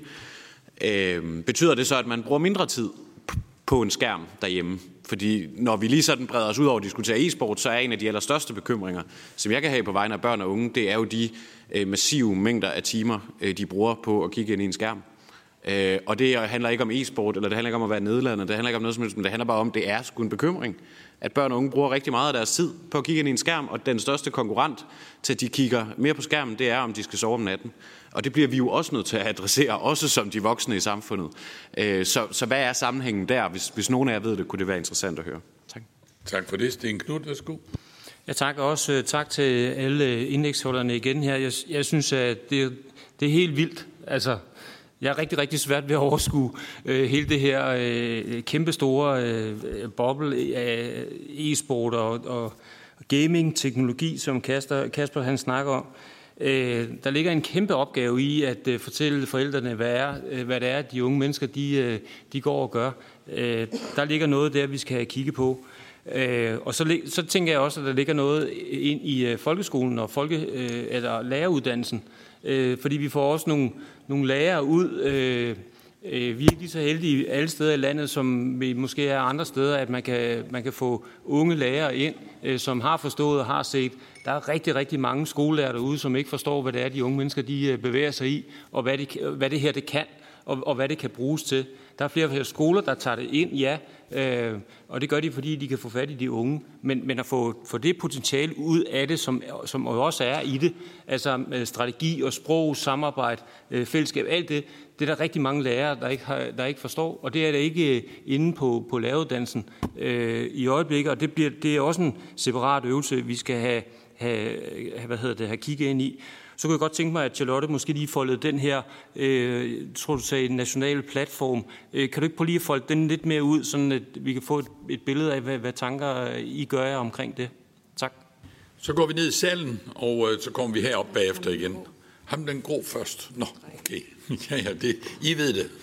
øh, betyder det så, at man bruger mindre tid på en skærm derhjemme? Fordi når vi lige sådan breder os ud over at diskutere e-sport, så er en af de allerstørste bekymringer, som jeg kan have på vegne af børn og unge, det er jo de øh, massive mængder af timer, øh, de bruger på at kigge ind i en skærm. Øh, og det handler ikke om e-sport, eller det handler ikke om at være nedladende, det handler ikke om noget som helst, men det handler bare om, at det er sgu en bekymring, at børn og unge bruger rigtig meget af deres tid på at kigge ind i en skærm, og den største konkurrent til, at de kigger mere på skærmen, det er, om de skal sove om natten. Og det bliver vi jo også nødt til at adressere, også som de voksne i samfundet. Øh, så, så hvad er sammenhængen der? Hvis, hvis nogen af jer ved det, kunne det være interessant at høre. Tak. Tak for det, Sten Knud. Værsgo. Ja, tak. Også tak til alle indlægsholderne igen her. Jeg, jeg synes, at det, det er helt vildt. Altså, jeg er rigtig, rigtig svært ved at overskue øh, hele det her øh, kæmpestore øh, boble af e-sport og, og gaming-teknologi, som Kasper, Kasper han snakker om. Øh, der ligger en kæmpe opgave i at øh, fortælle forældrene, hvad, er, øh, hvad det er, de unge mennesker de, øh, de går og gør. Øh, der ligger noget der, vi skal have kigget på. Øh, og så, så tænker jeg også, at der ligger noget ind i øh, folkeskolen og folke, øh, eller læreruddannelsen. Øh, fordi vi får også nogle, nogle lærere ud. Øh, øh, vi er ikke lige så heldige alle steder i landet, som vi måske er andre steder, at man kan, man kan få unge lærere ind, øh, som har forstået og har set. Der er rigtig, rigtig mange skolelærer derude, som ikke forstår, hvad det er, de unge mennesker de øh, bevæger sig i, og hvad, de, hvad det her det kan, og, og hvad det kan bruges til. Der er flere og flere skoler, der tager det ind, ja, øh, og det gør de, fordi de kan få fat i de unge. Men, men at få, få det potentiale ud af det, som, som også er i det, altså øh, strategi og sprog, samarbejde, øh, fællesskab, alt det, det er der rigtig mange lærere, der ikke, har, der ikke forstår, og det er der ikke øh, inde på, på læreruddannelsen øh, i øjeblikket, og det, bliver, det er også en separat øvelse, vi skal have, have, hvad hedder det, have kigget ind i. Så kunne jeg godt tænke mig, at Charlotte måske lige foldede den her, øh, tror du sagde, nationale platform. Øh, kan du ikke prøve lige at folde den lidt mere ud, sådan at vi kan få et, et billede af, hvad, hvad tanker I gør jer omkring det? Tak. Så går vi ned i salen, og øh, så kommer vi herop bagefter igen. Ham den grå først. Nå, okay. ja, ja, det, I ved det.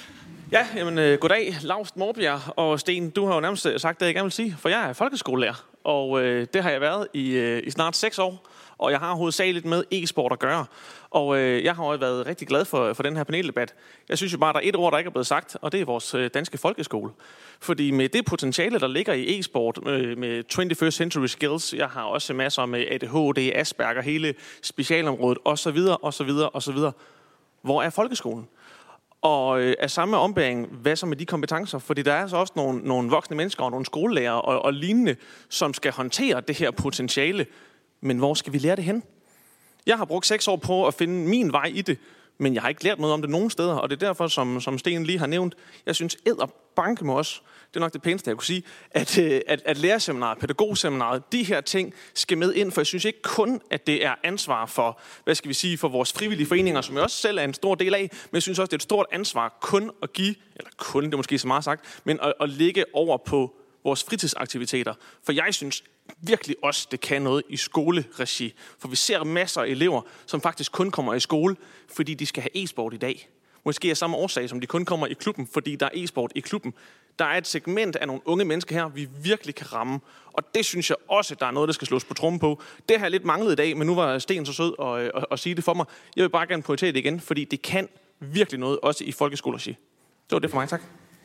Ja, jamen, øh, goddag, Laust Morbjerg og Sten. Du har jo nærmest sagt det, jeg gerne vil sige, for jeg er folkeskolelærer, og øh, det har jeg været i, øh, i snart seks år. Og jeg har hovedsageligt med e-sport at gøre. Og øh, jeg har også været rigtig glad for, for den her paneldebat. Jeg synes jo bare, der er et ord, der ikke er blevet sagt, og det er vores øh, danske folkeskole. Fordi med det potentiale, der ligger i e-sport, øh, med twenty-first century skills, jeg har også masser med A D H D, Asperger, hele specialområdet osv., osv., osv. Hvor er folkeskolen? Og øh, af samme ombæring, hvad så med de kompetencer? Fordi der er altså også nogle, nogle voksne mennesker og nogle skolelærer og, og lignende, som skal håndtere det her potentiale. Men hvor skal vi lære det hen? Jeg har brugt seks år på at finde min vej i det, men jeg har ikke lært noget om det nogen steder, og det er derfor, som, som Sten lige har nævnt, jeg synes, edderbanke med os, det er nok det pæneste, jeg kunne sige, at, at, at lærerseminaret, pædagogseminaret, de her ting skal med ind, for jeg synes ikke kun, at det er ansvar for, hvad skal vi sige, for vores frivillige foreninger, som jeg også selv er en stor del af, men jeg synes også, det er et stort ansvar kun at give, eller kun, det er måske så meget sagt, men at, at lægge over på vores fritidsaktiviteter. For jeg synes virkelig også, det kan noget i skoleregi. For vi ser masser af elever, som faktisk kun kommer i skole, fordi de skal have e-sport i dag. Måske af samme årsag, som de kun kommer i klubben, fordi der er e-sport i klubben. Der er et segment af nogle unge mennesker her, vi virkelig kan ramme. Og det synes jeg også, der er noget, der skal slås på trommen på. Det har jeg lidt manglet i dag, men nu var Sten så sød at, at, at sige det for mig. Jeg vil bare gerne prioritere det igen, fordi det kan virkelig noget, også i folkeskoleregi. Det var det for mig, tak.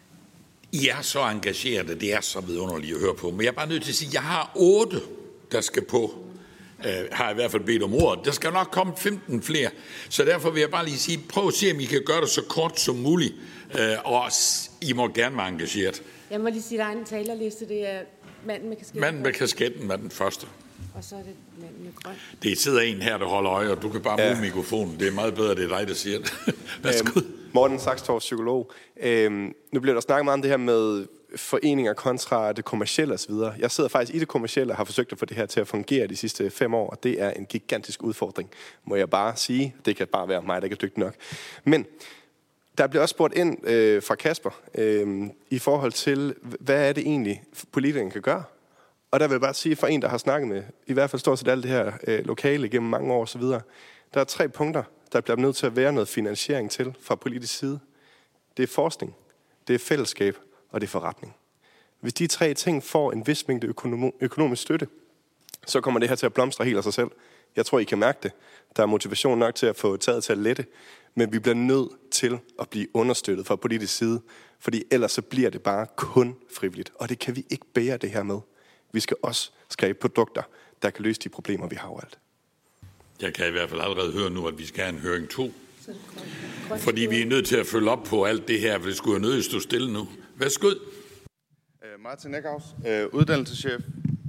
I er så engagerede, det er så vidunderligt at høre på. Men jeg er bare nødt til at sige, at jeg har otte, der skal på. Uh, har i hvert fald bedt om ordet. Der skal nok komme femten flere. Så derfor vil jeg bare lige sige, prøv at se, om I kan gøre det så kort som muligt. Uh, og I må gerne være engageret. Jeg må lige sige, der er en talerliste. Det er manden med kasketten. Manden med kasketten var den første. Og så er det manden med grøn. Det sidder en her, der holder øje, og du kan bare bruge ja. mikrofonen. Det er meget bedre, det er dig, der siger det. Værsgo. Øhm, Morten Saxtorff, psykolog. Øhm, nu bliver der snakket meget om det her med foreninger kontra det kommercielle osv. Jeg sidder faktisk i det kommercielle og har forsøgt at få det her til at fungere de sidste fem år, og det er en gigantisk udfordring, må jeg bare sige. Det kan bare være mig, der ikke er dygtig nok. Men der bliver også spurgt ind øh, fra Kasper øh, i forhold til, hvad er det egentlig, politikerne kan gøre? Og der vil jeg bare sige, for en, der har snakket med, i hvert fald stort set alt det her øh, lokale gennem mange år osv., der er tre punkter, der bliver nødt til at være noget finansiering til fra politisk side. Det er forskning, det er fællesskab, og det er forretning. Hvis de tre ting får en vis mængde økonom- økonomisk støtte, så kommer det her til at blomstre helt af sig selv. Jeg tror, I kan mærke det. Der er motivation nok til at få taget til at lette, men vi bliver nødt til at blive understøttet fra politisk side, fordi ellers så bliver det bare kun frivilligt, og det kan vi ikke bære det her med. Vi skal også skabe produkter, der kan løse de problemer, vi har overalt. Jeg kan i hvert fald allerede høre nu, at vi skal have en høring to. Fordi vi er nødt til at følge op på alt det her, for det skulle jo nødt stå stille nu. Værsgo. Uh, Martin Eckhaus, uh, uddannelseschef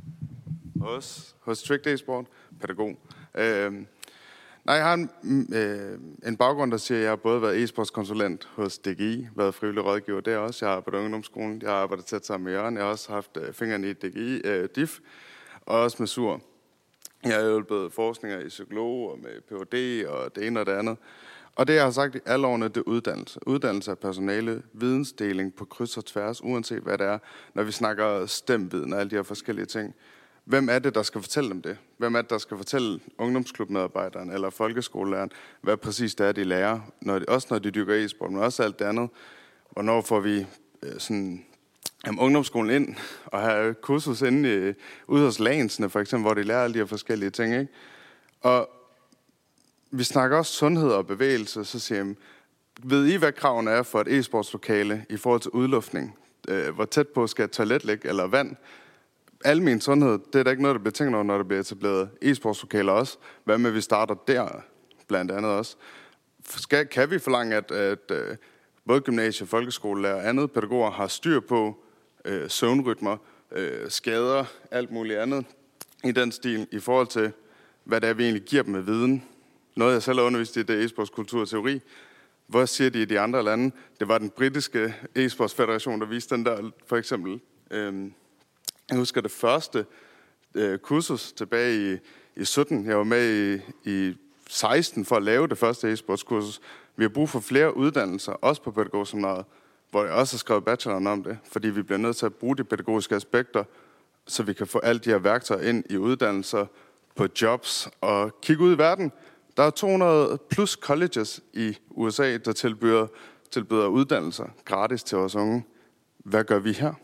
hos, hos Trick Day Sport, pædagog. Uh, nej, jeg har en, uh, en baggrund, der siger, at jeg har både været e-sportskonsulent hos D G I, været frivillig rådgiver der også. Jeg har arbejdet på ungdomsskolen, jeg har arbejdet tæt sammen med Jørgen, jeg har også haft uh, fingrene i D G I, uh, D I F, og også med S U R. Jeg har hjulpet forskninger i psykolog og med P H D og det ene og det andet. Og det, jeg har sagt i alle årene, det er uddannelse. Uddannelse af personale, vidensdeling på kryds og tværs, uanset hvad det er, når vi snakker stemviden og alle de her forskellige ting. Hvem er det, der skal fortælle dem det? Hvem er det, der skal fortælle ungdomsklubmedarbejderen eller folkeskolelæreren, hvad præcis det er, de lærer? Når de, også når de dykker e-sport, men også alt det andet. Hvornår får vi øh, sådan, jamen, ungdomsskolen ind og have kursus inde i, ude hos Lagensene, for eksempel, hvor de lærer alle de her forskellige ting, ikke? Og vi snakker også sundhed og bevægelse, så siger jeg, ved I, hvad kravene er for et e-sportslokale i forhold til udluftning? Øh, hvor tæt på skal et toilet ligge, eller vand? Almen sundhed, det er der ikke noget, der bliver tænkt over, når der bliver etableret e-sportslokaler også. Hvad med, at vi starter der, blandt andet også? Skal, kan vi forlange, at, at, at både gymnasie, folkeskolelærer og andet pædagoger har styr på øh, søvnrytmer, øh, skader, alt muligt andet i den stil, i forhold til, hvad det er, vi egentlig giver dem med viden? Noget, jeg selv har undervist i, det er e-sports kultur og teori. Hvad siger de i de andre lande? Det var den britiske e-sports federation, der viste den der, for eksempel. Øhm, jeg husker det første øh, kursus tilbage i, i sytten. Jeg var med i, i seksten for at lave det første e-sports kursus. Vi har brug for flere uddannelser, også på pædagogseminaret, hvor jeg også har skrevet bacheloren om det, fordi vi bliver nødt til at bruge de pædagogiske aspekter, så vi kan få alle de her værktøjer ind i uddannelser, på jobs og kigge ud i verden. Der er to hundrede plus colleges i U S A, der tilbyder, tilbyder uddannelser gratis til vores unge. Hvad gør vi her?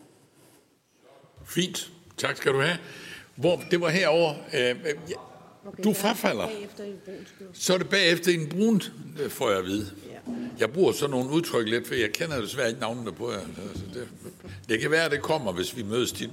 Fint. Tak skal du have. Hvor, det var herovre. Du frafalder. Så er det bagefter en brun, får jeg at vide. Jeg bruger sådan nogle udtryk lidt, for jeg kender desværre ikke navnene på jer. Det, det kan være, at det kommer, hvis vi mødes tit nok.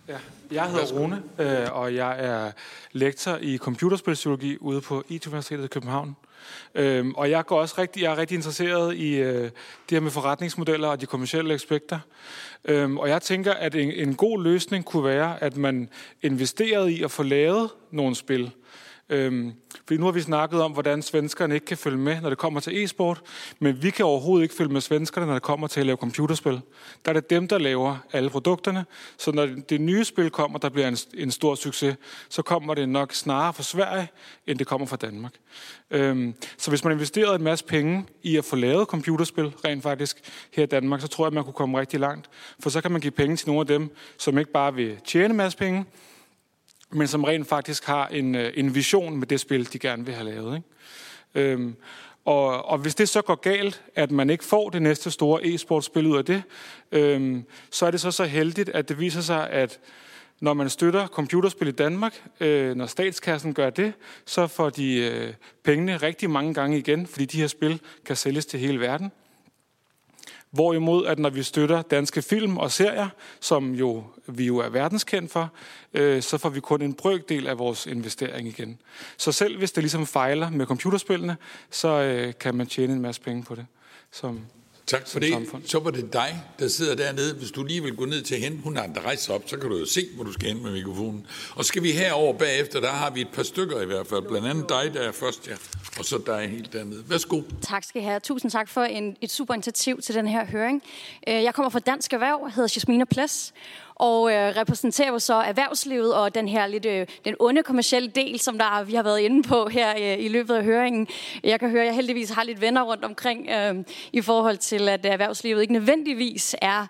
Ja, jeg hedder Rune, øh, og jeg er lektor i computerspilpsykologi ude på I T Universitetet i København. Øhm, og jeg, går også rigtig, jeg er rigtig interesseret i øh, det her med forretningsmodeller og de kommercielle aspekter. Øhm, og jeg tænker, at en, en god løsning kunne være, at man investerede i at få lavet nogle spil. Øhm, fordi nu har vi snakket om, hvordan svenskerne ikke kan følge med, når det kommer til e-sport, men vi kan overhovedet ikke følge med svenskerne, når det kommer til at lave computerspil. Der er det dem, der laver alle produkterne, så når det nye spil kommer, der bliver en, en stor succes, så kommer det nok snarere fra Sverige, end det kommer fra Danmark. Øhm, så hvis man investerede en masse penge i at få lavet computerspil, rent faktisk, her i Danmark, så tror jeg, at man kunne komme rigtig langt, for så kan man give penge til nogle af dem, som ikke bare vil tjene en masse penge, men som rent faktisk har en, en vision med det spil, de gerne vil have lavet. Ikke? Øhm, og, og hvis det så går galt, at man ikke får det næste store e-sportspil ud af det, øhm, så er det så så heldigt, at det viser sig, at når man støtter computerspil i Danmark, øh, når statskassen gør det, så får de øh, pengene rigtig mange gange igen, fordi de her spil kan sælges til hele verden. Hvorimod, at når vi støtter danske film og serier, som jo, vi jo er verdenskendt for, øh, så får vi kun en brøkdel af vores investering igen. Så selv hvis det ligesom fejler med computerspillene, så øh, kan man tjene en masse penge på det. Som, tak for det. Samfund. Så var det dig, der sidder dernede. Hvis du lige vil gå ned til hende, hun har der rejst op, så kan du jo se, hvor du skal hen med mikrofonen. Og skal vi herover bagefter, der har vi et par stykker i hvert fald. Blandt andet dig, der er først, ja. Og så dig helt dernede. Værsgo. Tak skal I have. Tusind tak for en, et super initiativ til den her høring. Jeg kommer fra Dansk Erhverv, hedder Jasmina Ples, og øh, repræsenterer jo så erhvervslivet og den her lidt øh, den onde kommercielle del, som der vi har været inde på her øh, i løbet af høringen. Jeg kan høre, at jeg heldigvis har lidt venner rundt omkring øh, i forhold til, at erhvervslivet ikke nødvendigvis er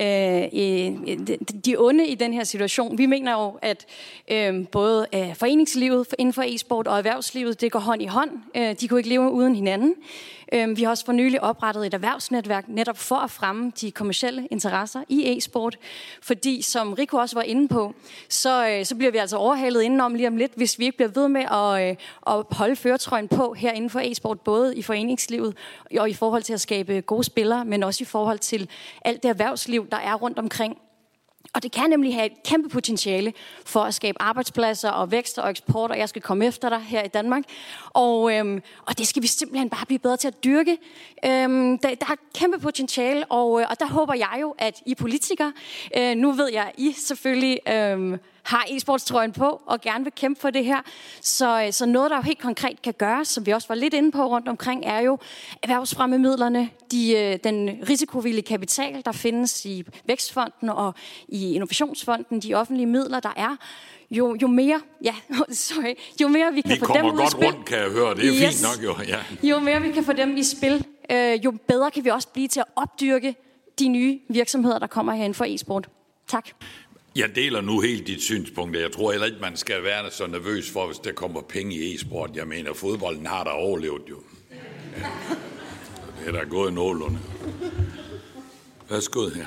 øh, de onde i den her situation. Vi mener jo, at øh, både øh, foreningslivet inden for e-sport og erhvervslivet, det går hånd i hånd. Øh, de kunne ikke leve uden hinanden. Vi har også for nylig oprettet et erhvervsnetværk netop for at fremme de kommercielle interesser i e-sport. Fordi, som Rico også var inde på, så, så bliver vi altså overhalet indenom lige om lidt, hvis vi ikke bliver ved med at, at holde føretrøjen på her inden for e-sport, både i foreningslivet og i forhold til at skabe gode spillere, men også i forhold til alt det erhvervsliv, der er rundt omkring. Og det kan nemlig have et kæmpe potentiale for at skabe arbejdspladser og vækst og eksport, og jeg skal komme efter dig her i Danmark. Og, øhm, og det skal vi simpelthen bare blive bedre til at dyrke. Øhm, der, der er et kæmpe potentiale, og, og der håber jeg jo, at I politikere, øh, nu ved jeg, at I selvfølgelig øh, har e-sportstrøjen på og gerne vil kæmpe for det her. Så, så noget, der jo helt konkret kan gøres, som vi også var lidt inde på rundt omkring, er jo erhvervsfremmemidlerne, de, den risikovillige kapital, der findes i Vækstfonden og i Innovationsfonden, de offentlige midler, der er. Jo, jo mere, ja, sorry, jo mere vi kan vi få dem ud i spil. Vi kommer godt rundt, kan jeg høre. Det er yes. fint nok, jo. Ja. Jo mere vi kan få dem i spil, øh, jo bedre kan vi også blive til at opdyrke de nye virksomheder, der kommer herinde for e-sport. Tak. Jeg deler nu helt dit synspunkt. Jeg tror heller ikke, man skal være så nervøs for, hvis der kommer penge i e-sport. Jeg mener, fodbolden har der overlevet jo. Ja. Det er der gået nogenlunde. Værsgo her.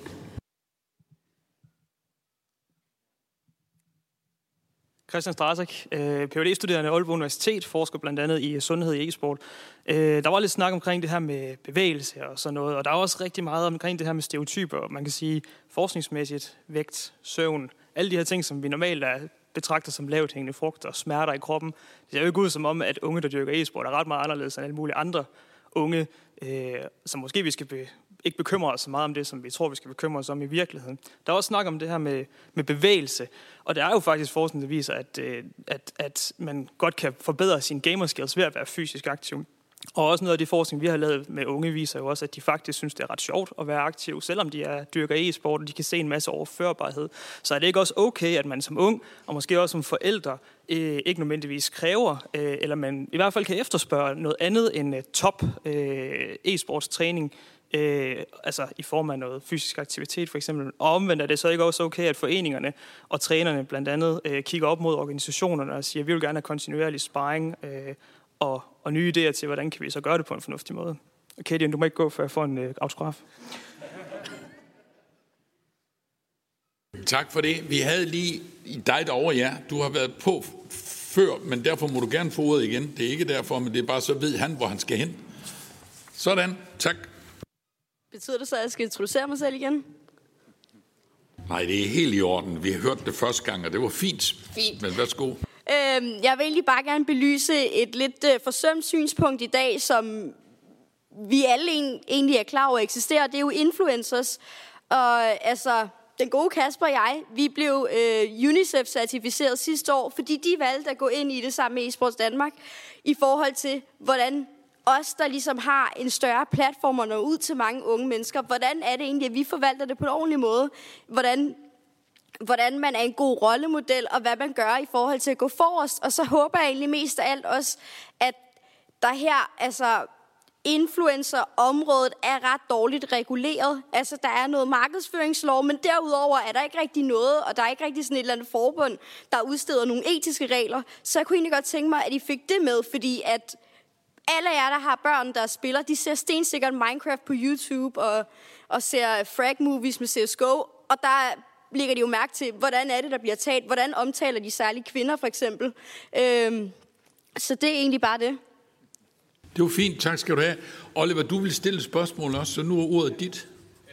Christian Strasek, P H D-studerende Aalborg Universitet, forsker blandt andet i sundhed i e-sport. Der var lidt snak omkring det her med bevægelse og sådan noget, og der er også rigtig meget omkring det her med stereotyper. Man kan sige forskningsmæssigt, vægt, søvn, alle de her ting, som vi normalt er, betragter som lavt hængende frugter, smerter i kroppen. Det ser jo ikke ud som om, at unge, der dyrker e-sport, er ret meget anderledes end alle mulige andre unge, øh, som måske vi skal be, ikke bekymre os så meget om det, som vi tror, vi skal bekymre os om i virkeligheden. Der er også snak om det her med, med bevægelse, og der er jo faktisk forskning, der viser, at, at, at man godt kan forbedre sine gamerskills ved at være fysisk aktiv. Og også noget af det forskning, vi har lavet med unge, viser jo også, at de faktisk synes, det er ret sjovt at være aktiv, selvom de er dyrker e-sport, og de kan se en masse overførbarhed. Så er det ikke også okay, at man som ung, og måske også som forældre, øh, ikke nødvendigvis kræver, øh, eller man i hvert fald kan efterspørge noget andet end uh, top øh, e-sportstræning, øh, altså i form af noget fysisk aktivitet for eksempel. Og omvendt er det så ikke også okay, at foreningerne og trænerne blandt andet øh, kigger op mod organisationerne og siger, at vi vil gerne have kontinuerlig sparring, øh, Og, og nye idéer til, hvordan kan vi så gøre det på en fornuftig måde. Og Katie, du må ikke gå, før jeg får en øh, autograf. Tak for det. Vi havde lige dig derovre, ja. Du har været på før, men derfor må du gerne få ordet igen. Det er ikke derfor, men det er bare så ved han, hvor han skal hen. Sådan. Tak. Betyder det så, at jeg skal introducere mig selv igen? Nej, det er helt i orden. Vi har hørt det første gang, og det var fint. Fint. Men værsgo. Øhm, jeg vil egentlig bare gerne belyse et lidt øh, forsømt synspunkt i dag, som vi alle egentlig er klar over eksisterer. Det er jo influencers. Og altså, den gode Kasper og jeg, vi blev øh, UNICEF-certificeret sidste år, fordi de valgte at gå ind i det sammen med eSports Danmark, i forhold til, hvordan os, der ligesom har en større platform og når ud til mange unge mennesker, hvordan er det egentlig, at vi forvalter det på en ordentlig måde? Hvordan, hvordan man er en god rollemodel, og hvad man gør i forhold til at gå forrest. Og så håber jeg egentlig mest af alt også, at der her, altså influencer-området er ret dårligt reguleret. Altså, der er noget markedsføringslov, men derudover er der ikke rigtig noget, og der er ikke rigtig sådan et eller andet forbund, der udsteder nogle etiske regler. Så jeg kunne egentlig godt tænke mig, at I fik det med, fordi at alle jer, der har børn, der spiller, de ser stensikkert Minecraft på YouTube og, og ser frag-movies med C S G O, og der lægger de jo mærke til, hvordan er det, der bliver talt, hvordan omtaler de særlige kvinder, for eksempel. Øhm, så det er egentlig bare det. Det var fint, tak skal du have. Oliver, du vil stille spørgsmål også, så nu er ordet dit.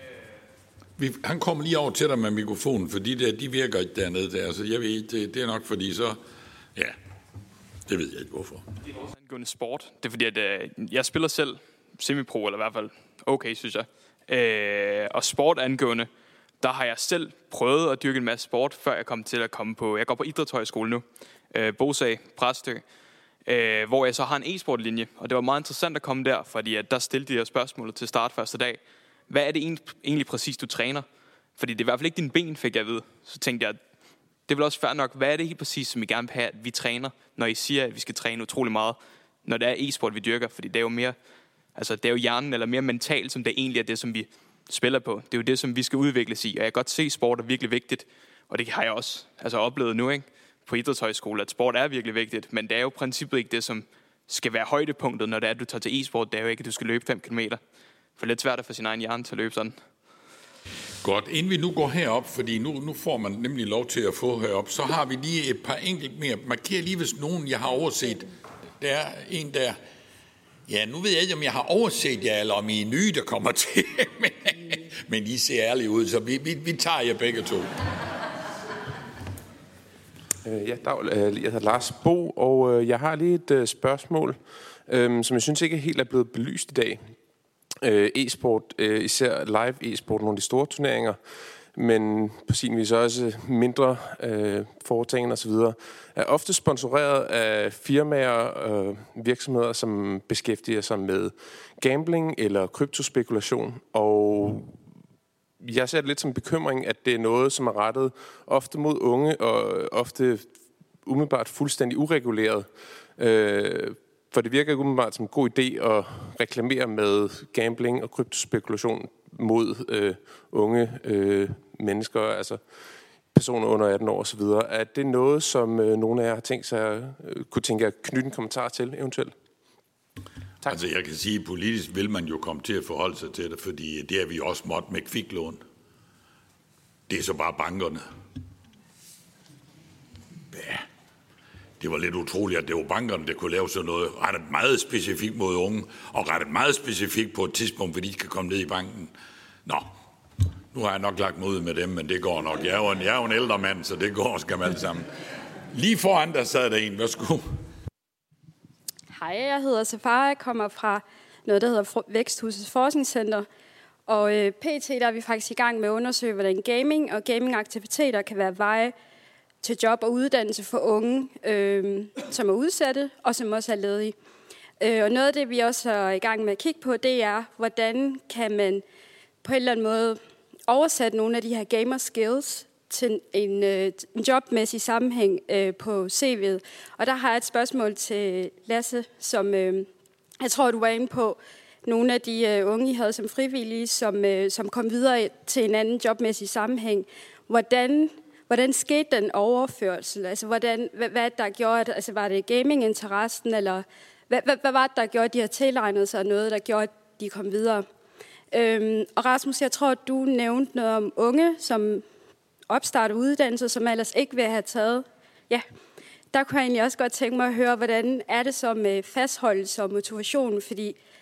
Vi, han kommer lige over til dig med mikrofonen, fordi det, de virker ikke dernede der, så jeg ved det, det er nok fordi så, ja, det ved jeg ikke hvorfor. Det er også angående sport. Det er fordi, at øh, jeg spiller selv semi-pro, eller i hvert fald okay, synes jeg. Øh, og sport angående, der har jeg selv prøvet at dyrke en masse sport, før jeg kom til at komme på, jeg går på idrætshøjskole nu, øh, Bosag, Præstø, øh, hvor jeg så har en e-sportlinje, og det var meget interessant at komme der, fordi at der stillede de her spørgsmål til start første dag. Hvad er det egentlig præcis, du træner? Fordi det er i hvert fald ikke dine ben, fik jeg at vide. Så tænkte jeg, det er vel også fair nok, hvad er det helt præcis, som I gerne vil have, at vi træner, når I siger, at vi skal træne utrolig meget, når det er e-sport, vi dyrker? Fordi det er jo mere, altså det er jo hjernen, eller mere mentalt, som det egentlig er det, som vi spiller på. Det er jo det, som vi skal udvikles i, og jeg kan godt se, at sport er virkelig vigtigt, og det har jeg også altså oplevet nu, ikke? På idrætshøjskole, at sport er virkelig vigtigt, men det er jo i princippet ikke det, som skal være højdepunktet, når det er, at du tager til e-sport. Det er jo ikke, at du skal løbe fem kilometer. For det er lidt svært at få sin egen hjerne til at løbe sådan. Godt, inden vi nu går herop, fordi nu, nu får man nemlig lov til at få herop, så har vi lige et par enkelt mere. Marker lige, hvis nogen, jeg har overset. Der er en der. Ja, nu ved jeg ikke, om jeg har overset jer, eller om I er nye, der kommer til. men, men I ser ærlige ud, så vi, vi, vi tager jer begge to. Ja, dag, jeg hedder Lars Bo, og jeg har lige et spørgsmål, som jeg synes ikke helt er blevet belyst i dag. E-sport, især live e-sport, nogle af de store turneringer, men på sin vis også mindre øh, foretagende osv., er ofte sponsoreret af firmaer og virksomheder, som beskæftiger sig med gambling eller kryptospekulation, og jeg ser det lidt som en bekymring, at det er noget, som er rettet ofte mod unge og ofte umiddelbart fuldstændig ureguleret. Øh, for det virker ikke umiddelbart som en god idé at reklamere med gambling og kryptospekulation mod øh, unge øh, mennesker, altså personer under atten år osv. Er det noget, som øh, nogle af jer har tænkt sig, øh, kunne tænke at knytte en kommentar til eventuelt? Tak. Altså jeg kan sige, at politisk vil man jo komme til at forholde sig til det, fordi det er vi også måtte med kviklån. Det er så bare bankerne. Ja. Det var lidt utroligt, at det var bankerne, der kunne lave sådan noget rettet meget specifikt mod unge, og rettet meget specifikt på et tidspunkt, hvor de kan komme ned i banken. Nå, nu har jeg nok lagt mig ud med dem, men det går nok. Jeg er jo en, jeg er jo en ældre mand, så det går skam alt sammen. Lige foran der sad der en. Værsgo. Hej, jeg hedder Safara. Jeg kommer fra noget, der hedder Væksthusets Forskningscenter. Og øh, P T der er vi faktisk i gang med at undersøge, hvordan gaming og gamingaktiviteter kan være veje til job og uddannelse for unge, øh, som er udsatte og som også er ledige. Øh, og noget af det, vi også er i gang med at kigge på, det er, hvordan kan man på en eller anden måde oversætte nogle af de her gamer skills til en, øh, en jobmæssig sammenhæng øh, på C V'et. Og der har jeg et spørgsmål til Lasse, som øh, jeg tror, du var inde på. Nogle af de øh, unge, I havde som frivillige, som, øh, som kom videre til en anden jobmæssig sammenhæng. Hvordan, hvordan skete den overførsel? Altså, hvordan, hvad, hvad der gjorde, altså, var det gaminginteressen, eller hvad, hvad, hvad var det, der gjorde, at de har tilegnet sig noget, der gjorde, at de kom videre? Øhm, og Rasmus, jeg tror, du nævnte noget om unge, som opstarter uddannelser, som ellers ikke vil have taget. Ja, der kunne jeg egentlig også godt tænke mig at høre, hvordan er det så med fastholdelse og motivation, fordi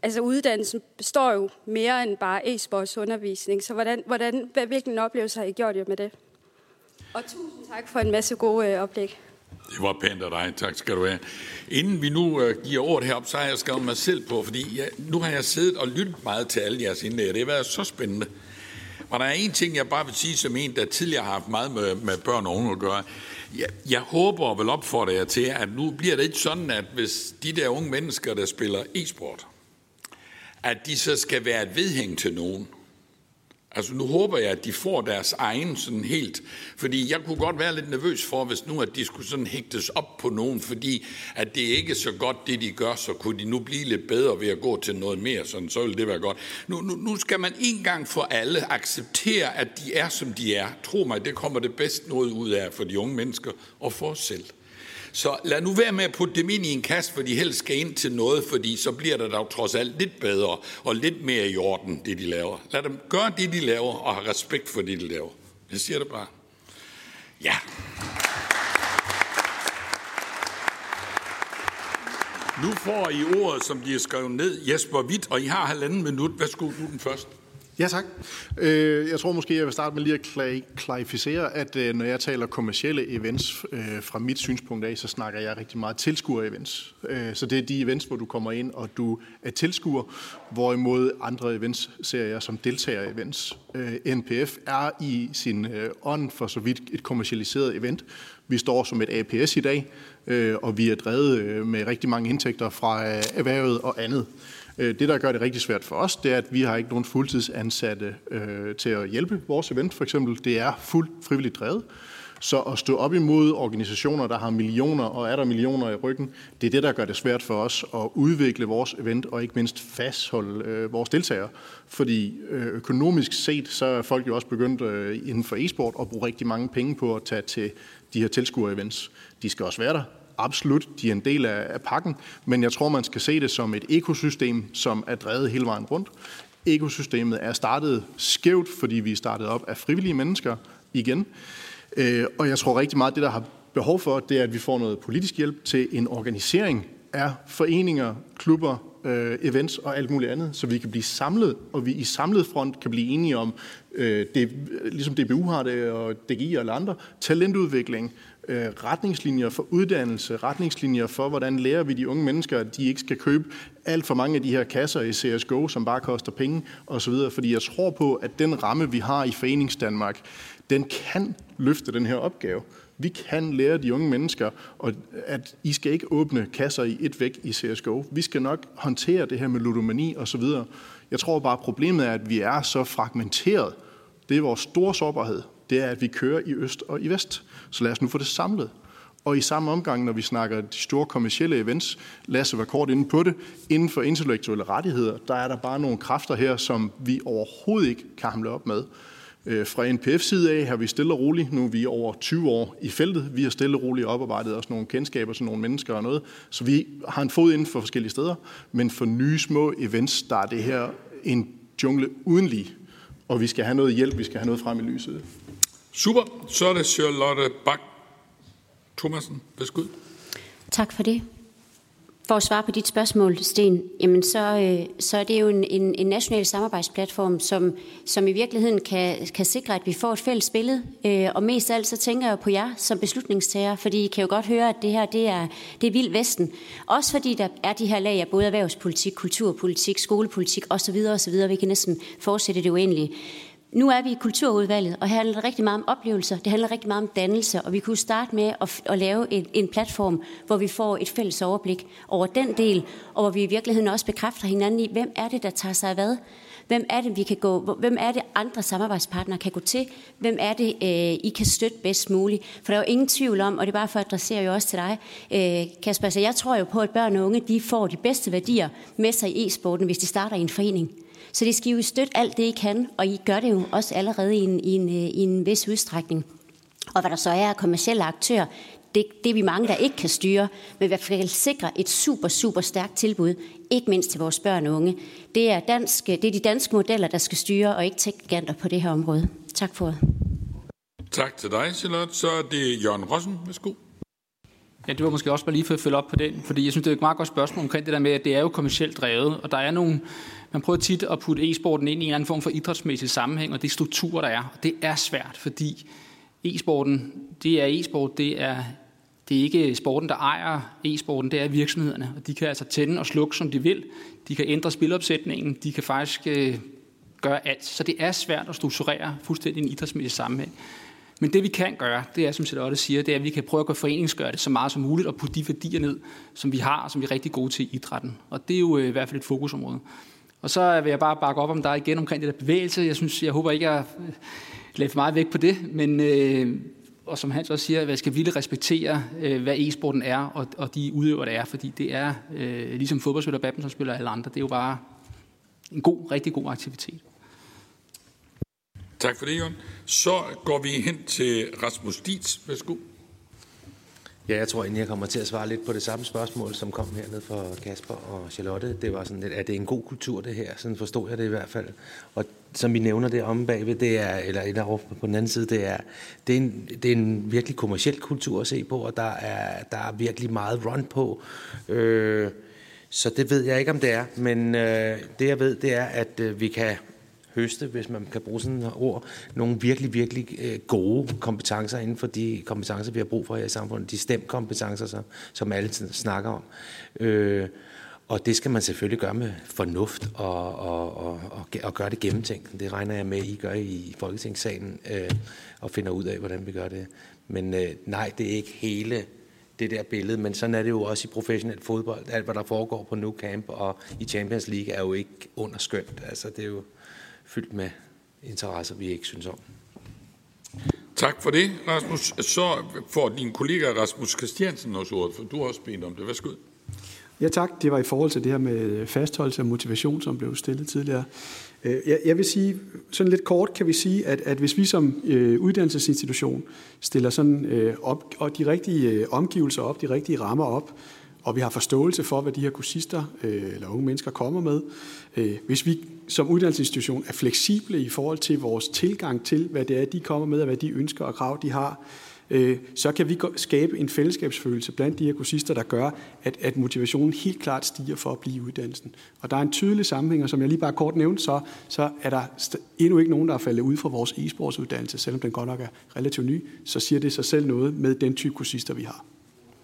altså uddannelsen består jo mere end bare e-sportsundervisning, så hvordan, hvordan, hvad, hvilken oplevelse har I gjort jer med det? Og tusind tak for en masse gode øh, oplæg. Det var pænt af dig. Tak skal du have. Inden vi nu uh, giver ordet herop, så har jeg skrevet mig selv på, fordi jeg, nu har jeg siddet og lyttet meget til alle jeres indlæg, og det har været så spændende. Og der er en ting, jeg bare vil sige som en, der tidligere har haft meget med, med børn og unge at gøre. Jeg, jeg håber og vil opfordre jer til, at nu bliver det ikke sådan, at hvis de der unge mennesker, der spiller e-sport, at de så skal være et vedhæng til nogen. Altså nu håber jeg, at de får deres egen sådan helt, fordi jeg kunne godt være lidt nervøs for, hvis nu, at de skulle sådan hægtes op på nogen, fordi at det ikke er så godt, det de gør, så kunne de nu blive lidt bedre ved at gå til noget mere, sådan, så ville det være godt. Nu, nu, nu skal man en gang for alle acceptere, at de er, som de er. Tro mig, det kommer det bedst noget ud af for de unge mennesker og for os selv. Så lad nu være med at putte dem ind i en kasse, for de helst skal ind til noget, fordi så bliver der dog trods alt lidt bedre og lidt mere i orden, det de laver. Lad dem gøre det, de laver, og have respekt for det, de laver. Jeg siger det bare. Ja. Nu får I ordet, som de er skrevet ned. Jesper Witt, og I har halvanden minut. Værsgo, du den først. Ja, tak. Jeg tror måske, jeg vil starte med lige at klarificere, at når jeg taler kommercielle events fra mit synspunkt af, så snakker jeg rigtig meget tilskuer-events. Så det er de events, hvor du kommer ind, og du er tilskuer, hvorimod andre events ser jeg som deltager-events. N P F er i sin ånd for så vidt et kommercialiseret event. Vi står som et A P S i dag, og vi er drevet med rigtig mange indtægter fra erhvervet og andet. Det, der gør det rigtig svært for os, det er, at vi har ikke nogen fuldtidsansatte øh, til at hjælpe vores event, for eksempel. Det er fuldt frivilligt drevet. Så at stå op imod organisationer, der har millioner og er der millioner i ryggen, det er det, der gør det svært for os at udvikle vores event og ikke mindst fastholde øh, vores deltagere. Fordi øh, økonomisk set, så er folk jo også begyndt øh, inden for e-sport at bruge rigtig mange penge på at tage til de her tilskuer-events. De skal også være der. Absolut, de er en del af pakken, men jeg tror, man skal se det som et ekosystem, som er drevet hele vejen rundt. Ekosystemet er startet skævt, fordi vi er startet op af frivillige mennesker igen. Og jeg tror rigtig meget, det der har behov for, det er, at vi får noget politisk hjælp til en organisering af foreninger, klubber, events og alt muligt andet, så vi kan blive samlet, og vi i samlet front kan blive enige om, det, ligesom D B U har det, og D G I eller andre, talentudvikling, retningslinjer for uddannelse, retningslinjer for, hvordan lærer vi de unge mennesker, at de ikke skal købe alt for mange af de her kasser i C S G O, som bare koster penge osv., fordi jeg tror på, at den ramme, vi har i Foreningsdanmark, den kan løfte den her opgave. Vi kan lære de unge mennesker, at I skal ikke åbne kasser i et væk i C S G O. Vi skal nok håndtere det her med ludomani osv. Jeg tror bare, problemet er, at vi er så fragmenteret. Det er vores store sårbarhed. Det er, at vi kører i øst og i vest. Så lad os nu få det samlet. Og i samme omgang, når vi snakker de store kommercielle events, lad os være kort inde på det, inden for intellektuelle rettigheder, der er der bare nogle kræfter her, som vi overhovedet ikke kan hamle op med. Fra N P F's side af har vi stille og roligt, nu er vi over tyve år i feltet, vi har stille og roligt oparbejdet os nogle kendskaber til nogle mennesker og noget, så vi har en fod inden for forskellige steder, men for nye små events, der er det her en jungle uden lige, og vi skal have noget hjælp, vi skal have noget frem i lyset. Super, så er det Charlotte Bak Thomasen. Værsgo. Tak for det. For at svare på dit spørgsmål, Sten, jamen så, øh, så er det jo en, en, en national samarbejdsplatform, som, som i virkeligheden kan, kan sikre, at vi får et fælles billede. Øh, og mest af alt så tænker jeg på jer som beslutningstager, fordi I kan jo godt høre, at det her det er, det er vild vesten. Også fordi der er de her lag af både erhvervspolitik, kulturpolitik, skolepolitik osv. osv. Vi kan næsten fortsætte det uendelige. Nu er vi i kulturudvalget, og her handler det rigtig meget om oplevelser, det handler rigtig meget om dannelse, og vi kunne starte med at, at lave en, en platform, hvor vi får et fælles overblik over den del, og hvor vi i virkeligheden også bekræfter hinanden i, hvem er det, der tager sig af hvad? Hvem er det, vi kan gå, hvem er det, andre samarbejdspartnere kan gå til? Hvem er det, øh, I kan støtte bedst muligt? For der er jo ingen tvivl om, og det er bare for at adressere jo også til dig, øh, Kasper, så jeg tror jo på, at børn og unge, de får de bedste værdier med sig i e-sporten, hvis de starter i en forening. Så det skal jo støtte alt det, I kan, og I gør det jo også allerede i en, i en, i en vis udstrækning. Og hvad der så er af kommercielle aktører, det, det er vi mange, der ikke kan styre, men i hvert fald sikre et super, super stærkt tilbud, ikke mindst til vores børn og unge. Det er, dansk, det er de danske modeller, der skal styre, og ikke tech-giganter på det her område. Tak for det. Tak til dig, Charlotte. Så er det Jørgen Rossen. Værsgo. Ja, det var måske også bare lige for at følge op på den, fordi jeg synes, det er et meget godt spørgsmål omkring det der med, at det er jo kommercielt drevet, og der er nogle, man prøver tit at putte e-sporten ind i en eller anden form for idrætsmæssig sammenhæng, og det strukturer, der er, og det er svært, fordi e-sporten, det er e-sport, det er, det er ikke sporten, der ejer e-sporten, det er virksomhederne, og de kan altså tænde og slukke, som de vil, de kan ændre spilopsætningen, de kan faktisk øh, gøre alt, så det er svært at strukturere fuldstændig en idrætsmæssig sammenhæng. Men det vi kan gøre, det er, som Charlotte siger, det er, at vi kan prøve at gøre foreningsgøre det så meget som muligt, og putte de værdier ned, som vi har, og som vi er rigtig gode til i idrætten. Og det er jo i hvert fald et fokusområde. Og så vil jeg bare bakke op om dig igen omkring det der bevægelse. Jeg synes, jeg håber ikke, at jeg lagde for meget vægt på det, men øh, og som Hans også siger, at jeg skal virkelig respektere, øh, hvad e-sporten er, og, og de udøvere, der er, fordi det er øh, ligesom fodboldspiller, badmintonspiller og alle andre. Det er jo bare en god, rigtig god aktivitet. Tak for det, Jørgen. Så går vi hen til Rasmus Dietz. Værsgo. Ja, jeg tror egentlig, jeg kommer til at svare lidt på det samme spørgsmål, som kom hernede fra Kasper og Charlotte. Det var sådan lidt, er det en god kultur, det her? Sådan forstod jeg det i hvert fald. Og som vi nævner det om bagved, det er, eller derovre på den anden side, det er, det er, en, det er en virkelig kommerciel kultur at se på, og der er, der er virkelig meget run på. Øh, så det ved jeg ikke, om det er. Men øh, det, jeg ved, det er, at øh, vi kan høste, hvis man kan bruge sådan et ord, nogle virkelig, virkelig gode kompetencer inden for de kompetencer, vi har brug for her i samfundet. De stemkompetencer, som, som alle snakker om. Øh, og det skal man selvfølgelig gøre med fornuft og, og, og, og, og gøre det gennemtænkt. Det regner jeg med, at I gør i Folketingssalen øh, og finder ud af, hvordan vi gør det. Men øh, nej, det er ikke hele det der billede, men sådan er det jo også i professionel fodbold. Alt, hvad der foregår på Nou Camp og i Champions League, er jo ikke underskønt. Altså, det er jo fyldt med interesser, vi ikke synes om. Tak for det, Rasmus. Så får din kollega Rasmus Christiansen også ordet, for du har også bedt om det. Værsgo. Ja tak, det var i forhold til det her med fastholdelse og motivation, som blev stillet tidligere. Jeg vil sige, sådan lidt kort kan vi sige, at, at hvis vi som øh, uddannelsesinstitution stiller sådan øh, op, og de rigtige øh, omgivelser op, de rigtige rammer op, og vi har forståelse for, hvad de her kursister øh, eller unge mennesker kommer med. Øh, hvis vi som uddannelsesinstitution er fleksible i forhold til vores tilgang til, hvad det er, de kommer med, og hvad de ønsker og krav, de har, øh, så kan vi skabe en fællesskabsfølelse blandt de her kursister, der gør, at, at motivationen helt klart stiger for at blive i uddannelsen. Og der er en tydelig sammenhæng, og som jeg lige bare kort nævnte, så, så er der endnu ikke nogen, der er faldet ud fra vores e-sportsuddannelse, selvom den godt nok er relativt ny, så siger det sig selv noget med den type kursister, vi har.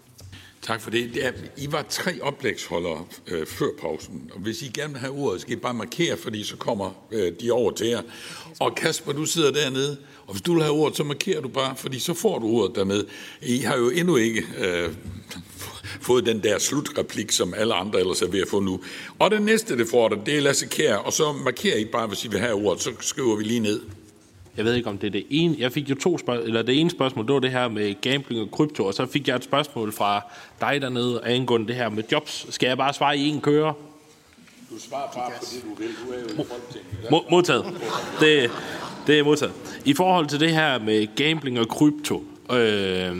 Tak for det. I var tre oplægsholdere øh, før pausen, og hvis I gerne vil have ordet, skal I bare markere, fordi så kommer øh, de over til jer. Og Kasper, du sidder dernede, og hvis du vil have ordet, så markerer du bare, fordi så får du ordet dernede. I har jo endnu ikke øh, fået den der slutreplik, som alle andre ellers er ved at få nu. Og den næste, det får det, det er Lasse Kjær, og så markerer I bare, hvis I vil have ordet, så skriver vi lige ned. Jeg ved ikke, om det er det ene. Jeg fik jo to spørgsmål, eller det ene spørgsmål, det var det her med gambling og krypto, og så fik jeg et spørgsmål fra dig dernede angående det her med jobs. Skal jeg bare svare i en køre? Du svarer bare på det, du vil. Du er jo i Folketinget. Mo- modtaget. Det, det er modtaget. I forhold til det her med gambling og krypto, øh,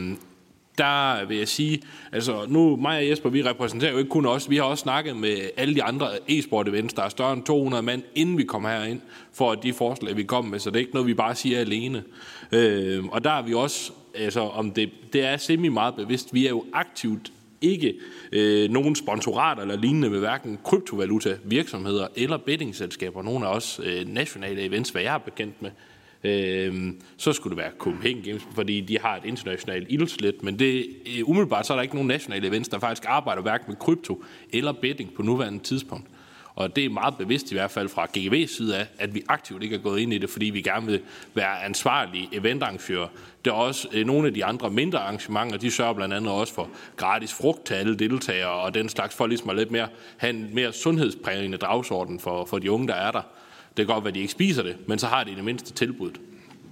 der vil jeg sige, altså nu, mig og Jesper, vi repræsenterer jo ikke kun os, vi har også snakket med alle de andre e-sport-events, der er større end to hundrede mand, inden vi kommer herind, for de forslag, vi kommer med, så det er ikke noget, vi bare siger alene. Øh, og der er vi også, altså om det, det er semi meget bevidst, vi er jo aktivt ikke øh, nogen sponsorater eller lignende med hverken kryptovaluta virksomheder eller bettingselskaber, nogle af os øh, nationale events, hvad jeg er bekendt med. Øhm, så skulle det være Copenhagen Games, fordi de har et internationalt ildslet, men det, øh, umiddelbart så er der ikke nogen nationale events, der faktisk arbejder hverken med krypto eller betting på nuværende tidspunkt. Og det er meget bevidst i hvert fald fra G G V's side af, at vi aktivt ikke er gået ind i det, fordi vi gerne vil være ansvarlige eventarrangører. Det er også øh, nogle af de andre mindre arrangementer, de sørger blandt andet også for gratis frugt til alle deltagere og den slags, for ligesom at lidt mere, have en mere sundhedsprægende dagsorden for, for de unge, der er der. Det kan godt være, at de ikke spiser det, men så har de det mindste tilbuddet.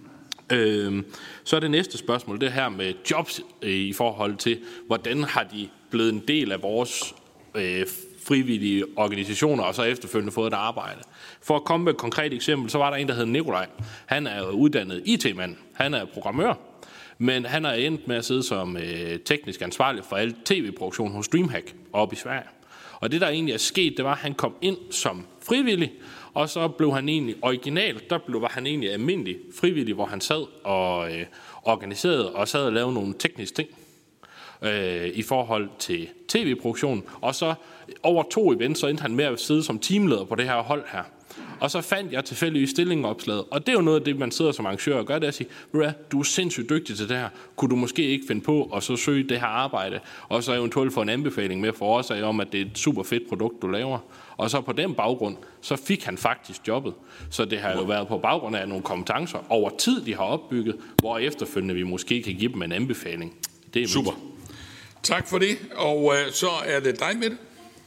Øhm, så er det næste spørgsmål, det her med jobs øh, i forhold til, hvordan har de blevet en del af vores øh, frivillige organisationer, og så efterfølgende fået et arbejde. For at komme med et konkret eksempel, så var der en, der hed Nikolaj. Han er uddannet I T-mand. Han er programmør, men han er endt med at sidde som øh, teknisk ansvarlig for al tv-produktion hos DreamHack oppe i Sverige. Og det, der egentlig er sket, det var, at han kom ind som frivillig, og så blev han egentlig original, der blev, var han egentlig almindelig frivillig, hvor han sad og øh, organiserede og sad og lavede nogle tekniske ting. øh, i forhold til tv-produktion. Og så over to events, så endte han med at sidde som teamleder på det her hold her. Og så fandt jeg tilfældigvis stillingopslaget. Og det er jo noget af det, man sidder som arrangør og gør, det er at sige, du er sindssygt dygtig til det her. Kunne du måske ikke finde på at så søge det her arbejde, og så eventuelt få en anbefaling med for os om, at det er et super fedt produkt, du laver. Og så på den baggrund, så fik han faktisk jobbet. Så det har jo været på baggrund af nogle kompetencer over tid, de har opbygget, hvor efterfølgende vi måske kan give dem en anbefaling. Det er super. Tak for det, og øh, så er det dig med det.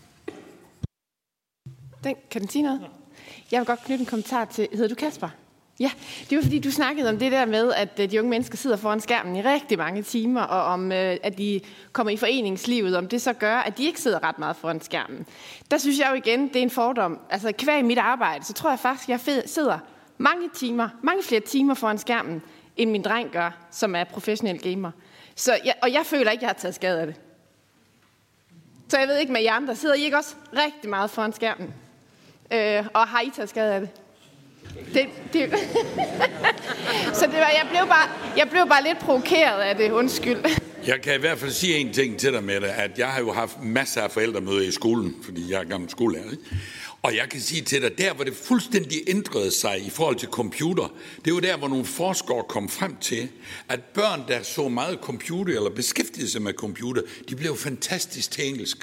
Den, kan den sige noget? Jeg vil godt knytte en kommentar til, hedder du Kasper? Ja, det var fordi, du snakkede om det der med, at de unge mennesker sidder foran skærmen i rigtig mange timer, og om, at de kommer i foreningslivet, om det så gør, at de ikke sidder ret meget foran skærmen. Der synes jeg jo igen, det er en fordom. Altså kvæg mit arbejde, så tror jeg faktisk, at jeg sidder mange timer, mange flere timer foran skærmen, end min dreng gør, som er professionel gamer. Så jeg, og jeg føler ikke, at jeg har taget skade af det. Så jeg ved ikke med jer andre, sidder I ikke også rigtig meget foran skærmen? Øh, og har I taget skade af det? det, det så det var, jeg, blev bare, jeg blev bare lidt provokeret af det, undskyld. Jeg kan i hvert fald sige en ting til dig med det, at jeg har jo haft masser af forældremøder i skolen, fordi jeg er gammel skolelærer. Og jeg kan sige til dig, der hvor det fuldstændig ændrede sig i forhold til computer, det var der, hvor nogle forskere kom frem til, at børn, der så meget computer eller beskæftigede sig med computer, de blev fantastisk til engelsk.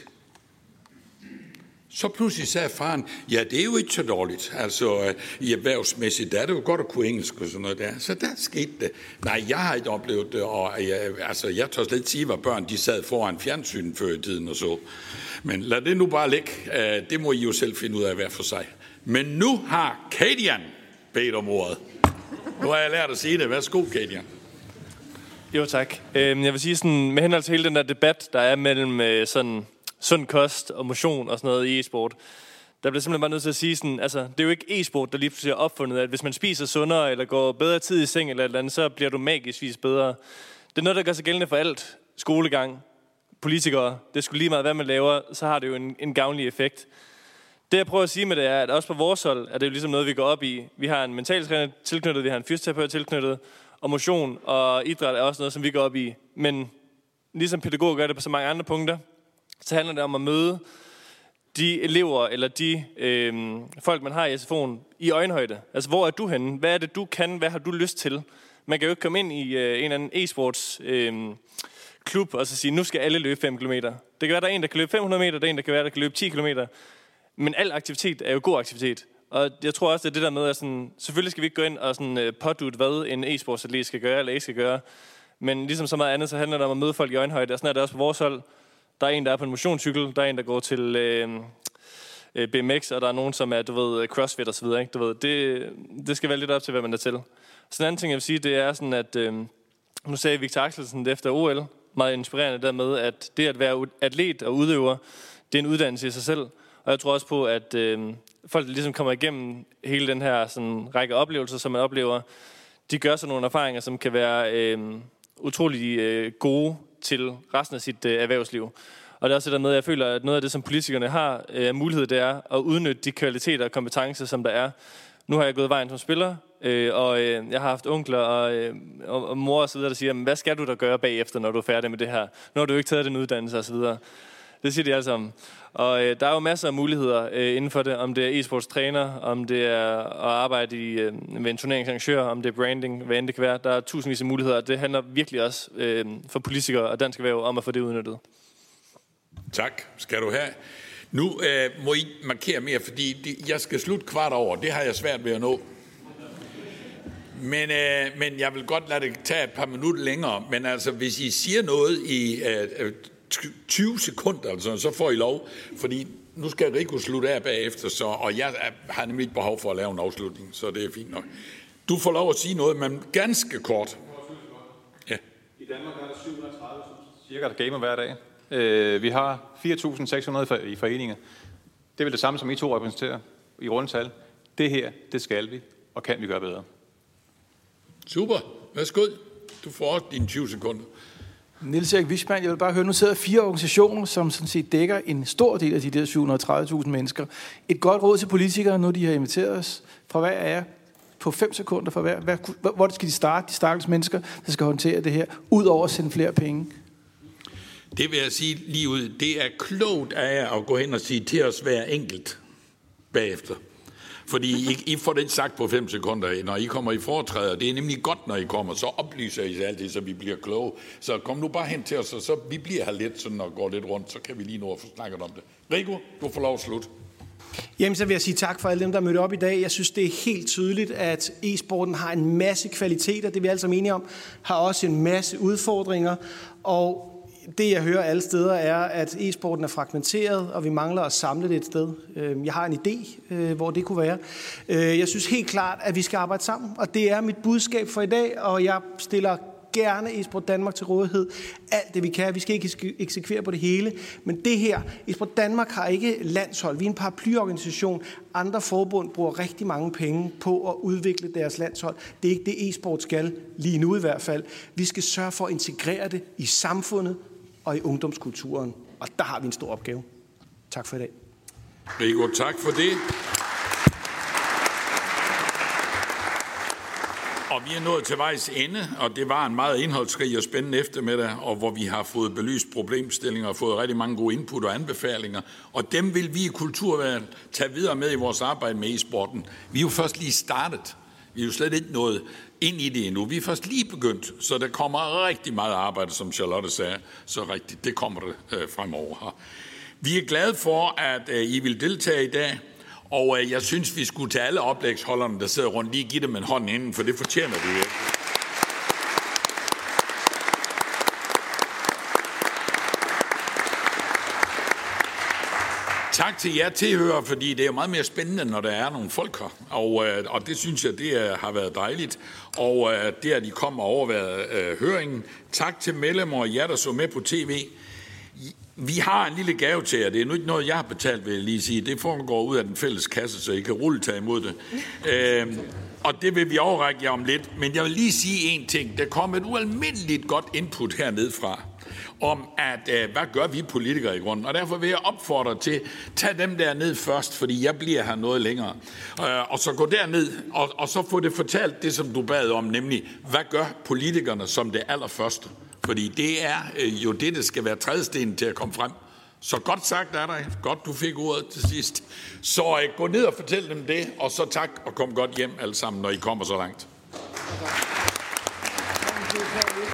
Så pludselig sagde faren, ja, det er jo ikke så dårligt. Altså, i erhvervsmæssigt, der er det jo godt at kunne engelsk og sådan noget der. Så der skete det. Nej, jeg har ikke oplevet det, og jeg, altså, jeg tør slet ikke sige, hvad børn de sad foran fjernsynen før i tiden og så. Men lad det nu bare ligge. Det må I jo selv finde ud af hver for sig. Men nu har Kadian bedt om ordet. Nu har jeg lært at sige det. Værsgo, Kadian. Jo, tak. Jeg vil sige sådan, med henhold til hele den der debat, der er mellem sådan sund kost og motion og sådan noget i e-sport, der bliver simpelthen bare nødt til at sige sådan, altså, det er jo ikke e-sport, der lige pludselig er opfundet, at hvis man spiser sundere eller går bedre tid i seng eller et eller andet, så bliver du magicvis bedre. Det er noget, der gør sig gældende for alt. Skolegang, politikere, det skulle lige meget, hvad man laver, så har det jo en, en gavnlig effekt. Det jeg prøver at sige med det er, at også på vores hold er det jo ligesom noget, vi går op i. Vi har en mentaltræner tilknyttet, vi har en fysioterapeut tilknyttet, og motion og idræt er også noget, som vi går op i. Men ligesom pædagoger gør det på så mange andre punkter, så handler det om at møde de elever eller de øh, folk, man har i S F O'en i øjenhøjde. Altså, hvor er du henne? Hvad er det, du kan? Hvad har du lyst til? Man kan jo ikke komme ind i øh, en eller anden e-sports øh, klub og så sige, nu skal alle løbe fem kilometer. Det kan være, der er en, der kan løbe fem hundrede meter, der er en, der kan være, der kan løbe ti kilometer. Men al aktivitet er jo god aktivitet. Og jeg tror også, det er det der med, at sådan, selvfølgelig skal vi ikke gå ind og sådan, øh, pådutte, hvad en e-sportsatlet skal gøre eller ikke skal gøre. Men ligesom så meget andet, så handler det om at møde folk i øjenhøjde. Og sådan er det også på vores hold. Der er en, der er på en motionscykel, der er en, der går til øh, B M X, og der er nogen, som er, du ved, CrossFit og så videre. Ikke? Du ved, det, det skal være lidt op til, hvad man er til. Så en anden ting, jeg vil sige, det er sådan, at øh, nu sagde Victor Axelsen efter O L, meget inspirerende dermed, at det at være atlet og udøver, det er en uddannelse i sig selv. Og jeg tror også på, at øh, folk, der ligesom kommer igennem hele den her sådan, række oplevelser, som man oplever, de gør sig nogle erfaringer, som kan være øh, utrolig øh, gode til resten af sit øh, erhvervsliv. Og det er også det der med, at jeg føler, at noget af det, som politikerne har øh, mulighed, det er at udnytte de kvaliteter og kompetencer, som der er. Nu har jeg gået vejen som spiller, øh, og øh, jeg har haft onkler og, øh, og, og mor og så videre, der siger, hvad skal du da gøre bagefter, når du er færdig med det her? Når du ikke taget den uddannelse og så videre. Det siger de alle sammen. Og øh, der er jo masser af muligheder øh, inden for det, om det er e-sports træner, om det er at arbejde i, øh, med en turneringsarrangør, om det er branding, hvad end det kan være. Der er tusindvis af muligheder, det handler virkelig også øh, for politikere og dansk erhverv om at få det udnyttet. Tak skal du have. Nu øh, må I markere mere, fordi det, jeg skal slutte kvart over. Det har jeg svært ved at nå. Men, øh, men jeg vil godt lade det tage et par minutter længere. Men altså, hvis I siger noget i øh, tyve sekunder, altså, så får I lov. Fordi nu skal Rico slutte af bagefter, så, og jeg har nemlig ikke behov for at lave en afslutning, så det er fint nok. Du får lov at sige noget, men ganske kort. Ja. I Danmark er der syv hundrede og tredive cirka, der gamer hver dag. Øh, vi har fire tusind seks hundrede i foreninger. Det er vel det samme, som I to repræsenterer i rundtal. Det her, det skal vi, og kan vi gøre bedre. Super. Værsgo. Du får også dine tyve sekunder. Niels Erik Wischmann, jeg vil bare høre, nu sidder fire organisationer, som sådan set dækker en stor del af de der syv hundrede og tredive tusind mennesker. Et godt råd til politikere, nu de har inviteret os, fra hver af jer, på fem sekunder fra hver. Hvor skal de starte, de stakkels mennesker, der skal håndtere det her, ud over at sende flere penge? Det vil jeg sige lige ud. Det er klogt af jer at gå hen og sige til os hver enkelt bagefter. Fordi I, I får det ikke sagt på fem sekunder, når I kommer i foretræder. Det er nemlig godt, når I kommer, så oplyser I altid, så vi bliver kloge. Så kom nu bare hen til os, og så vi bliver her lidt sådan og går lidt rundt, så kan vi lige nå at få snakket om det. Rico, du får lov at slutte. Jamen, så vil jeg sige tak for alle dem, der mødte op i dag. Jeg synes, det er helt tydeligt, at e-sporten har en masse kvaliteter, det er vi alle sammen enige om, har også en masse udfordringer, og det, jeg hører alle steder, er, at e-sporten er fragmenteret, og vi mangler at samle det et sted. Jeg har en idé, hvor det kunne være. Jeg synes helt klart, at vi skal arbejde sammen, og det er mit budskab for i dag, og jeg stiller gerne eSport Danmark til rådighed. Alt det, vi kan. Vi skal ikke eksekvere på det hele, men det her, eSport Danmark har ikke landshold. Vi er en paraplyorganisation. Andre forbund bruger rigtig mange penge på at udvikle deres landshold. Det er ikke det, e-sport skal, lige nu i hvert fald. Vi skal sørge for at integrere det i samfundet og i ungdomskulturen, og der har vi en stor opgave. Tak for i dag. Rico, tak for det. Og vi er nået til vejs ende, og det var en meget indholdsrig og spændende eftermiddag, og hvor vi har fået belyst problemstillinger og fået rigtig mange gode input og anbefalinger. Og dem vil vi i Kulturværden tage videre med i vores arbejde med e-sporten. Vi er jo først lige startet. Vi er jo slet ikke nået ind i det endnu. Vi er først lige begyndt, så der kommer rigtig meget arbejde, som Charlotte sagde. Så rigtigt, det kommer det øh, fremover her. Vi er glade for, at øh, I vil deltage i dag. Og øh, jeg synes, vi skulle til alle oplægsholderne, der sidder rundt, lige give dem en hånd inden, for det fortjener de jo. Tak til jer tilhører, fordi det er meget mere spændende, når der er nogle folk her. Og, øh, og det synes jeg, det har været dejligt. Og øh, det er, de kom og overvejet øh, høringen. Tak til medlemmer og jer, der så med på tv. Vi har en lille gave til jer. Det er nu ikke noget, jeg har betalt, vil jeg lige sige. Det foregår ud af den fælles kasse, så I kan rulle tage imod det. Øhm, og det vil vi overrække jer om lidt. Men jeg vil lige sige en ting. Der kom et ualmindeligt godt input hernede fra om, at øh, hvad gør vi politikere i grunden? Og derfor vil jeg opfordre til, tag dem der ned først, fordi jeg bliver her noget længere. Øh, og så gå derned, og, og så få det fortalt det, som du bad om, nemlig, hvad gør politikerne som det allerførste? Fordi det er øh, jo det, der skal være trædestenen til at komme frem. Så godt sagt er dig. Godt, du fik ordet til sidst. Så øh, gå ned og fortæl dem det, og så tak, og kom godt hjem alle sammen, når I kommer så langt.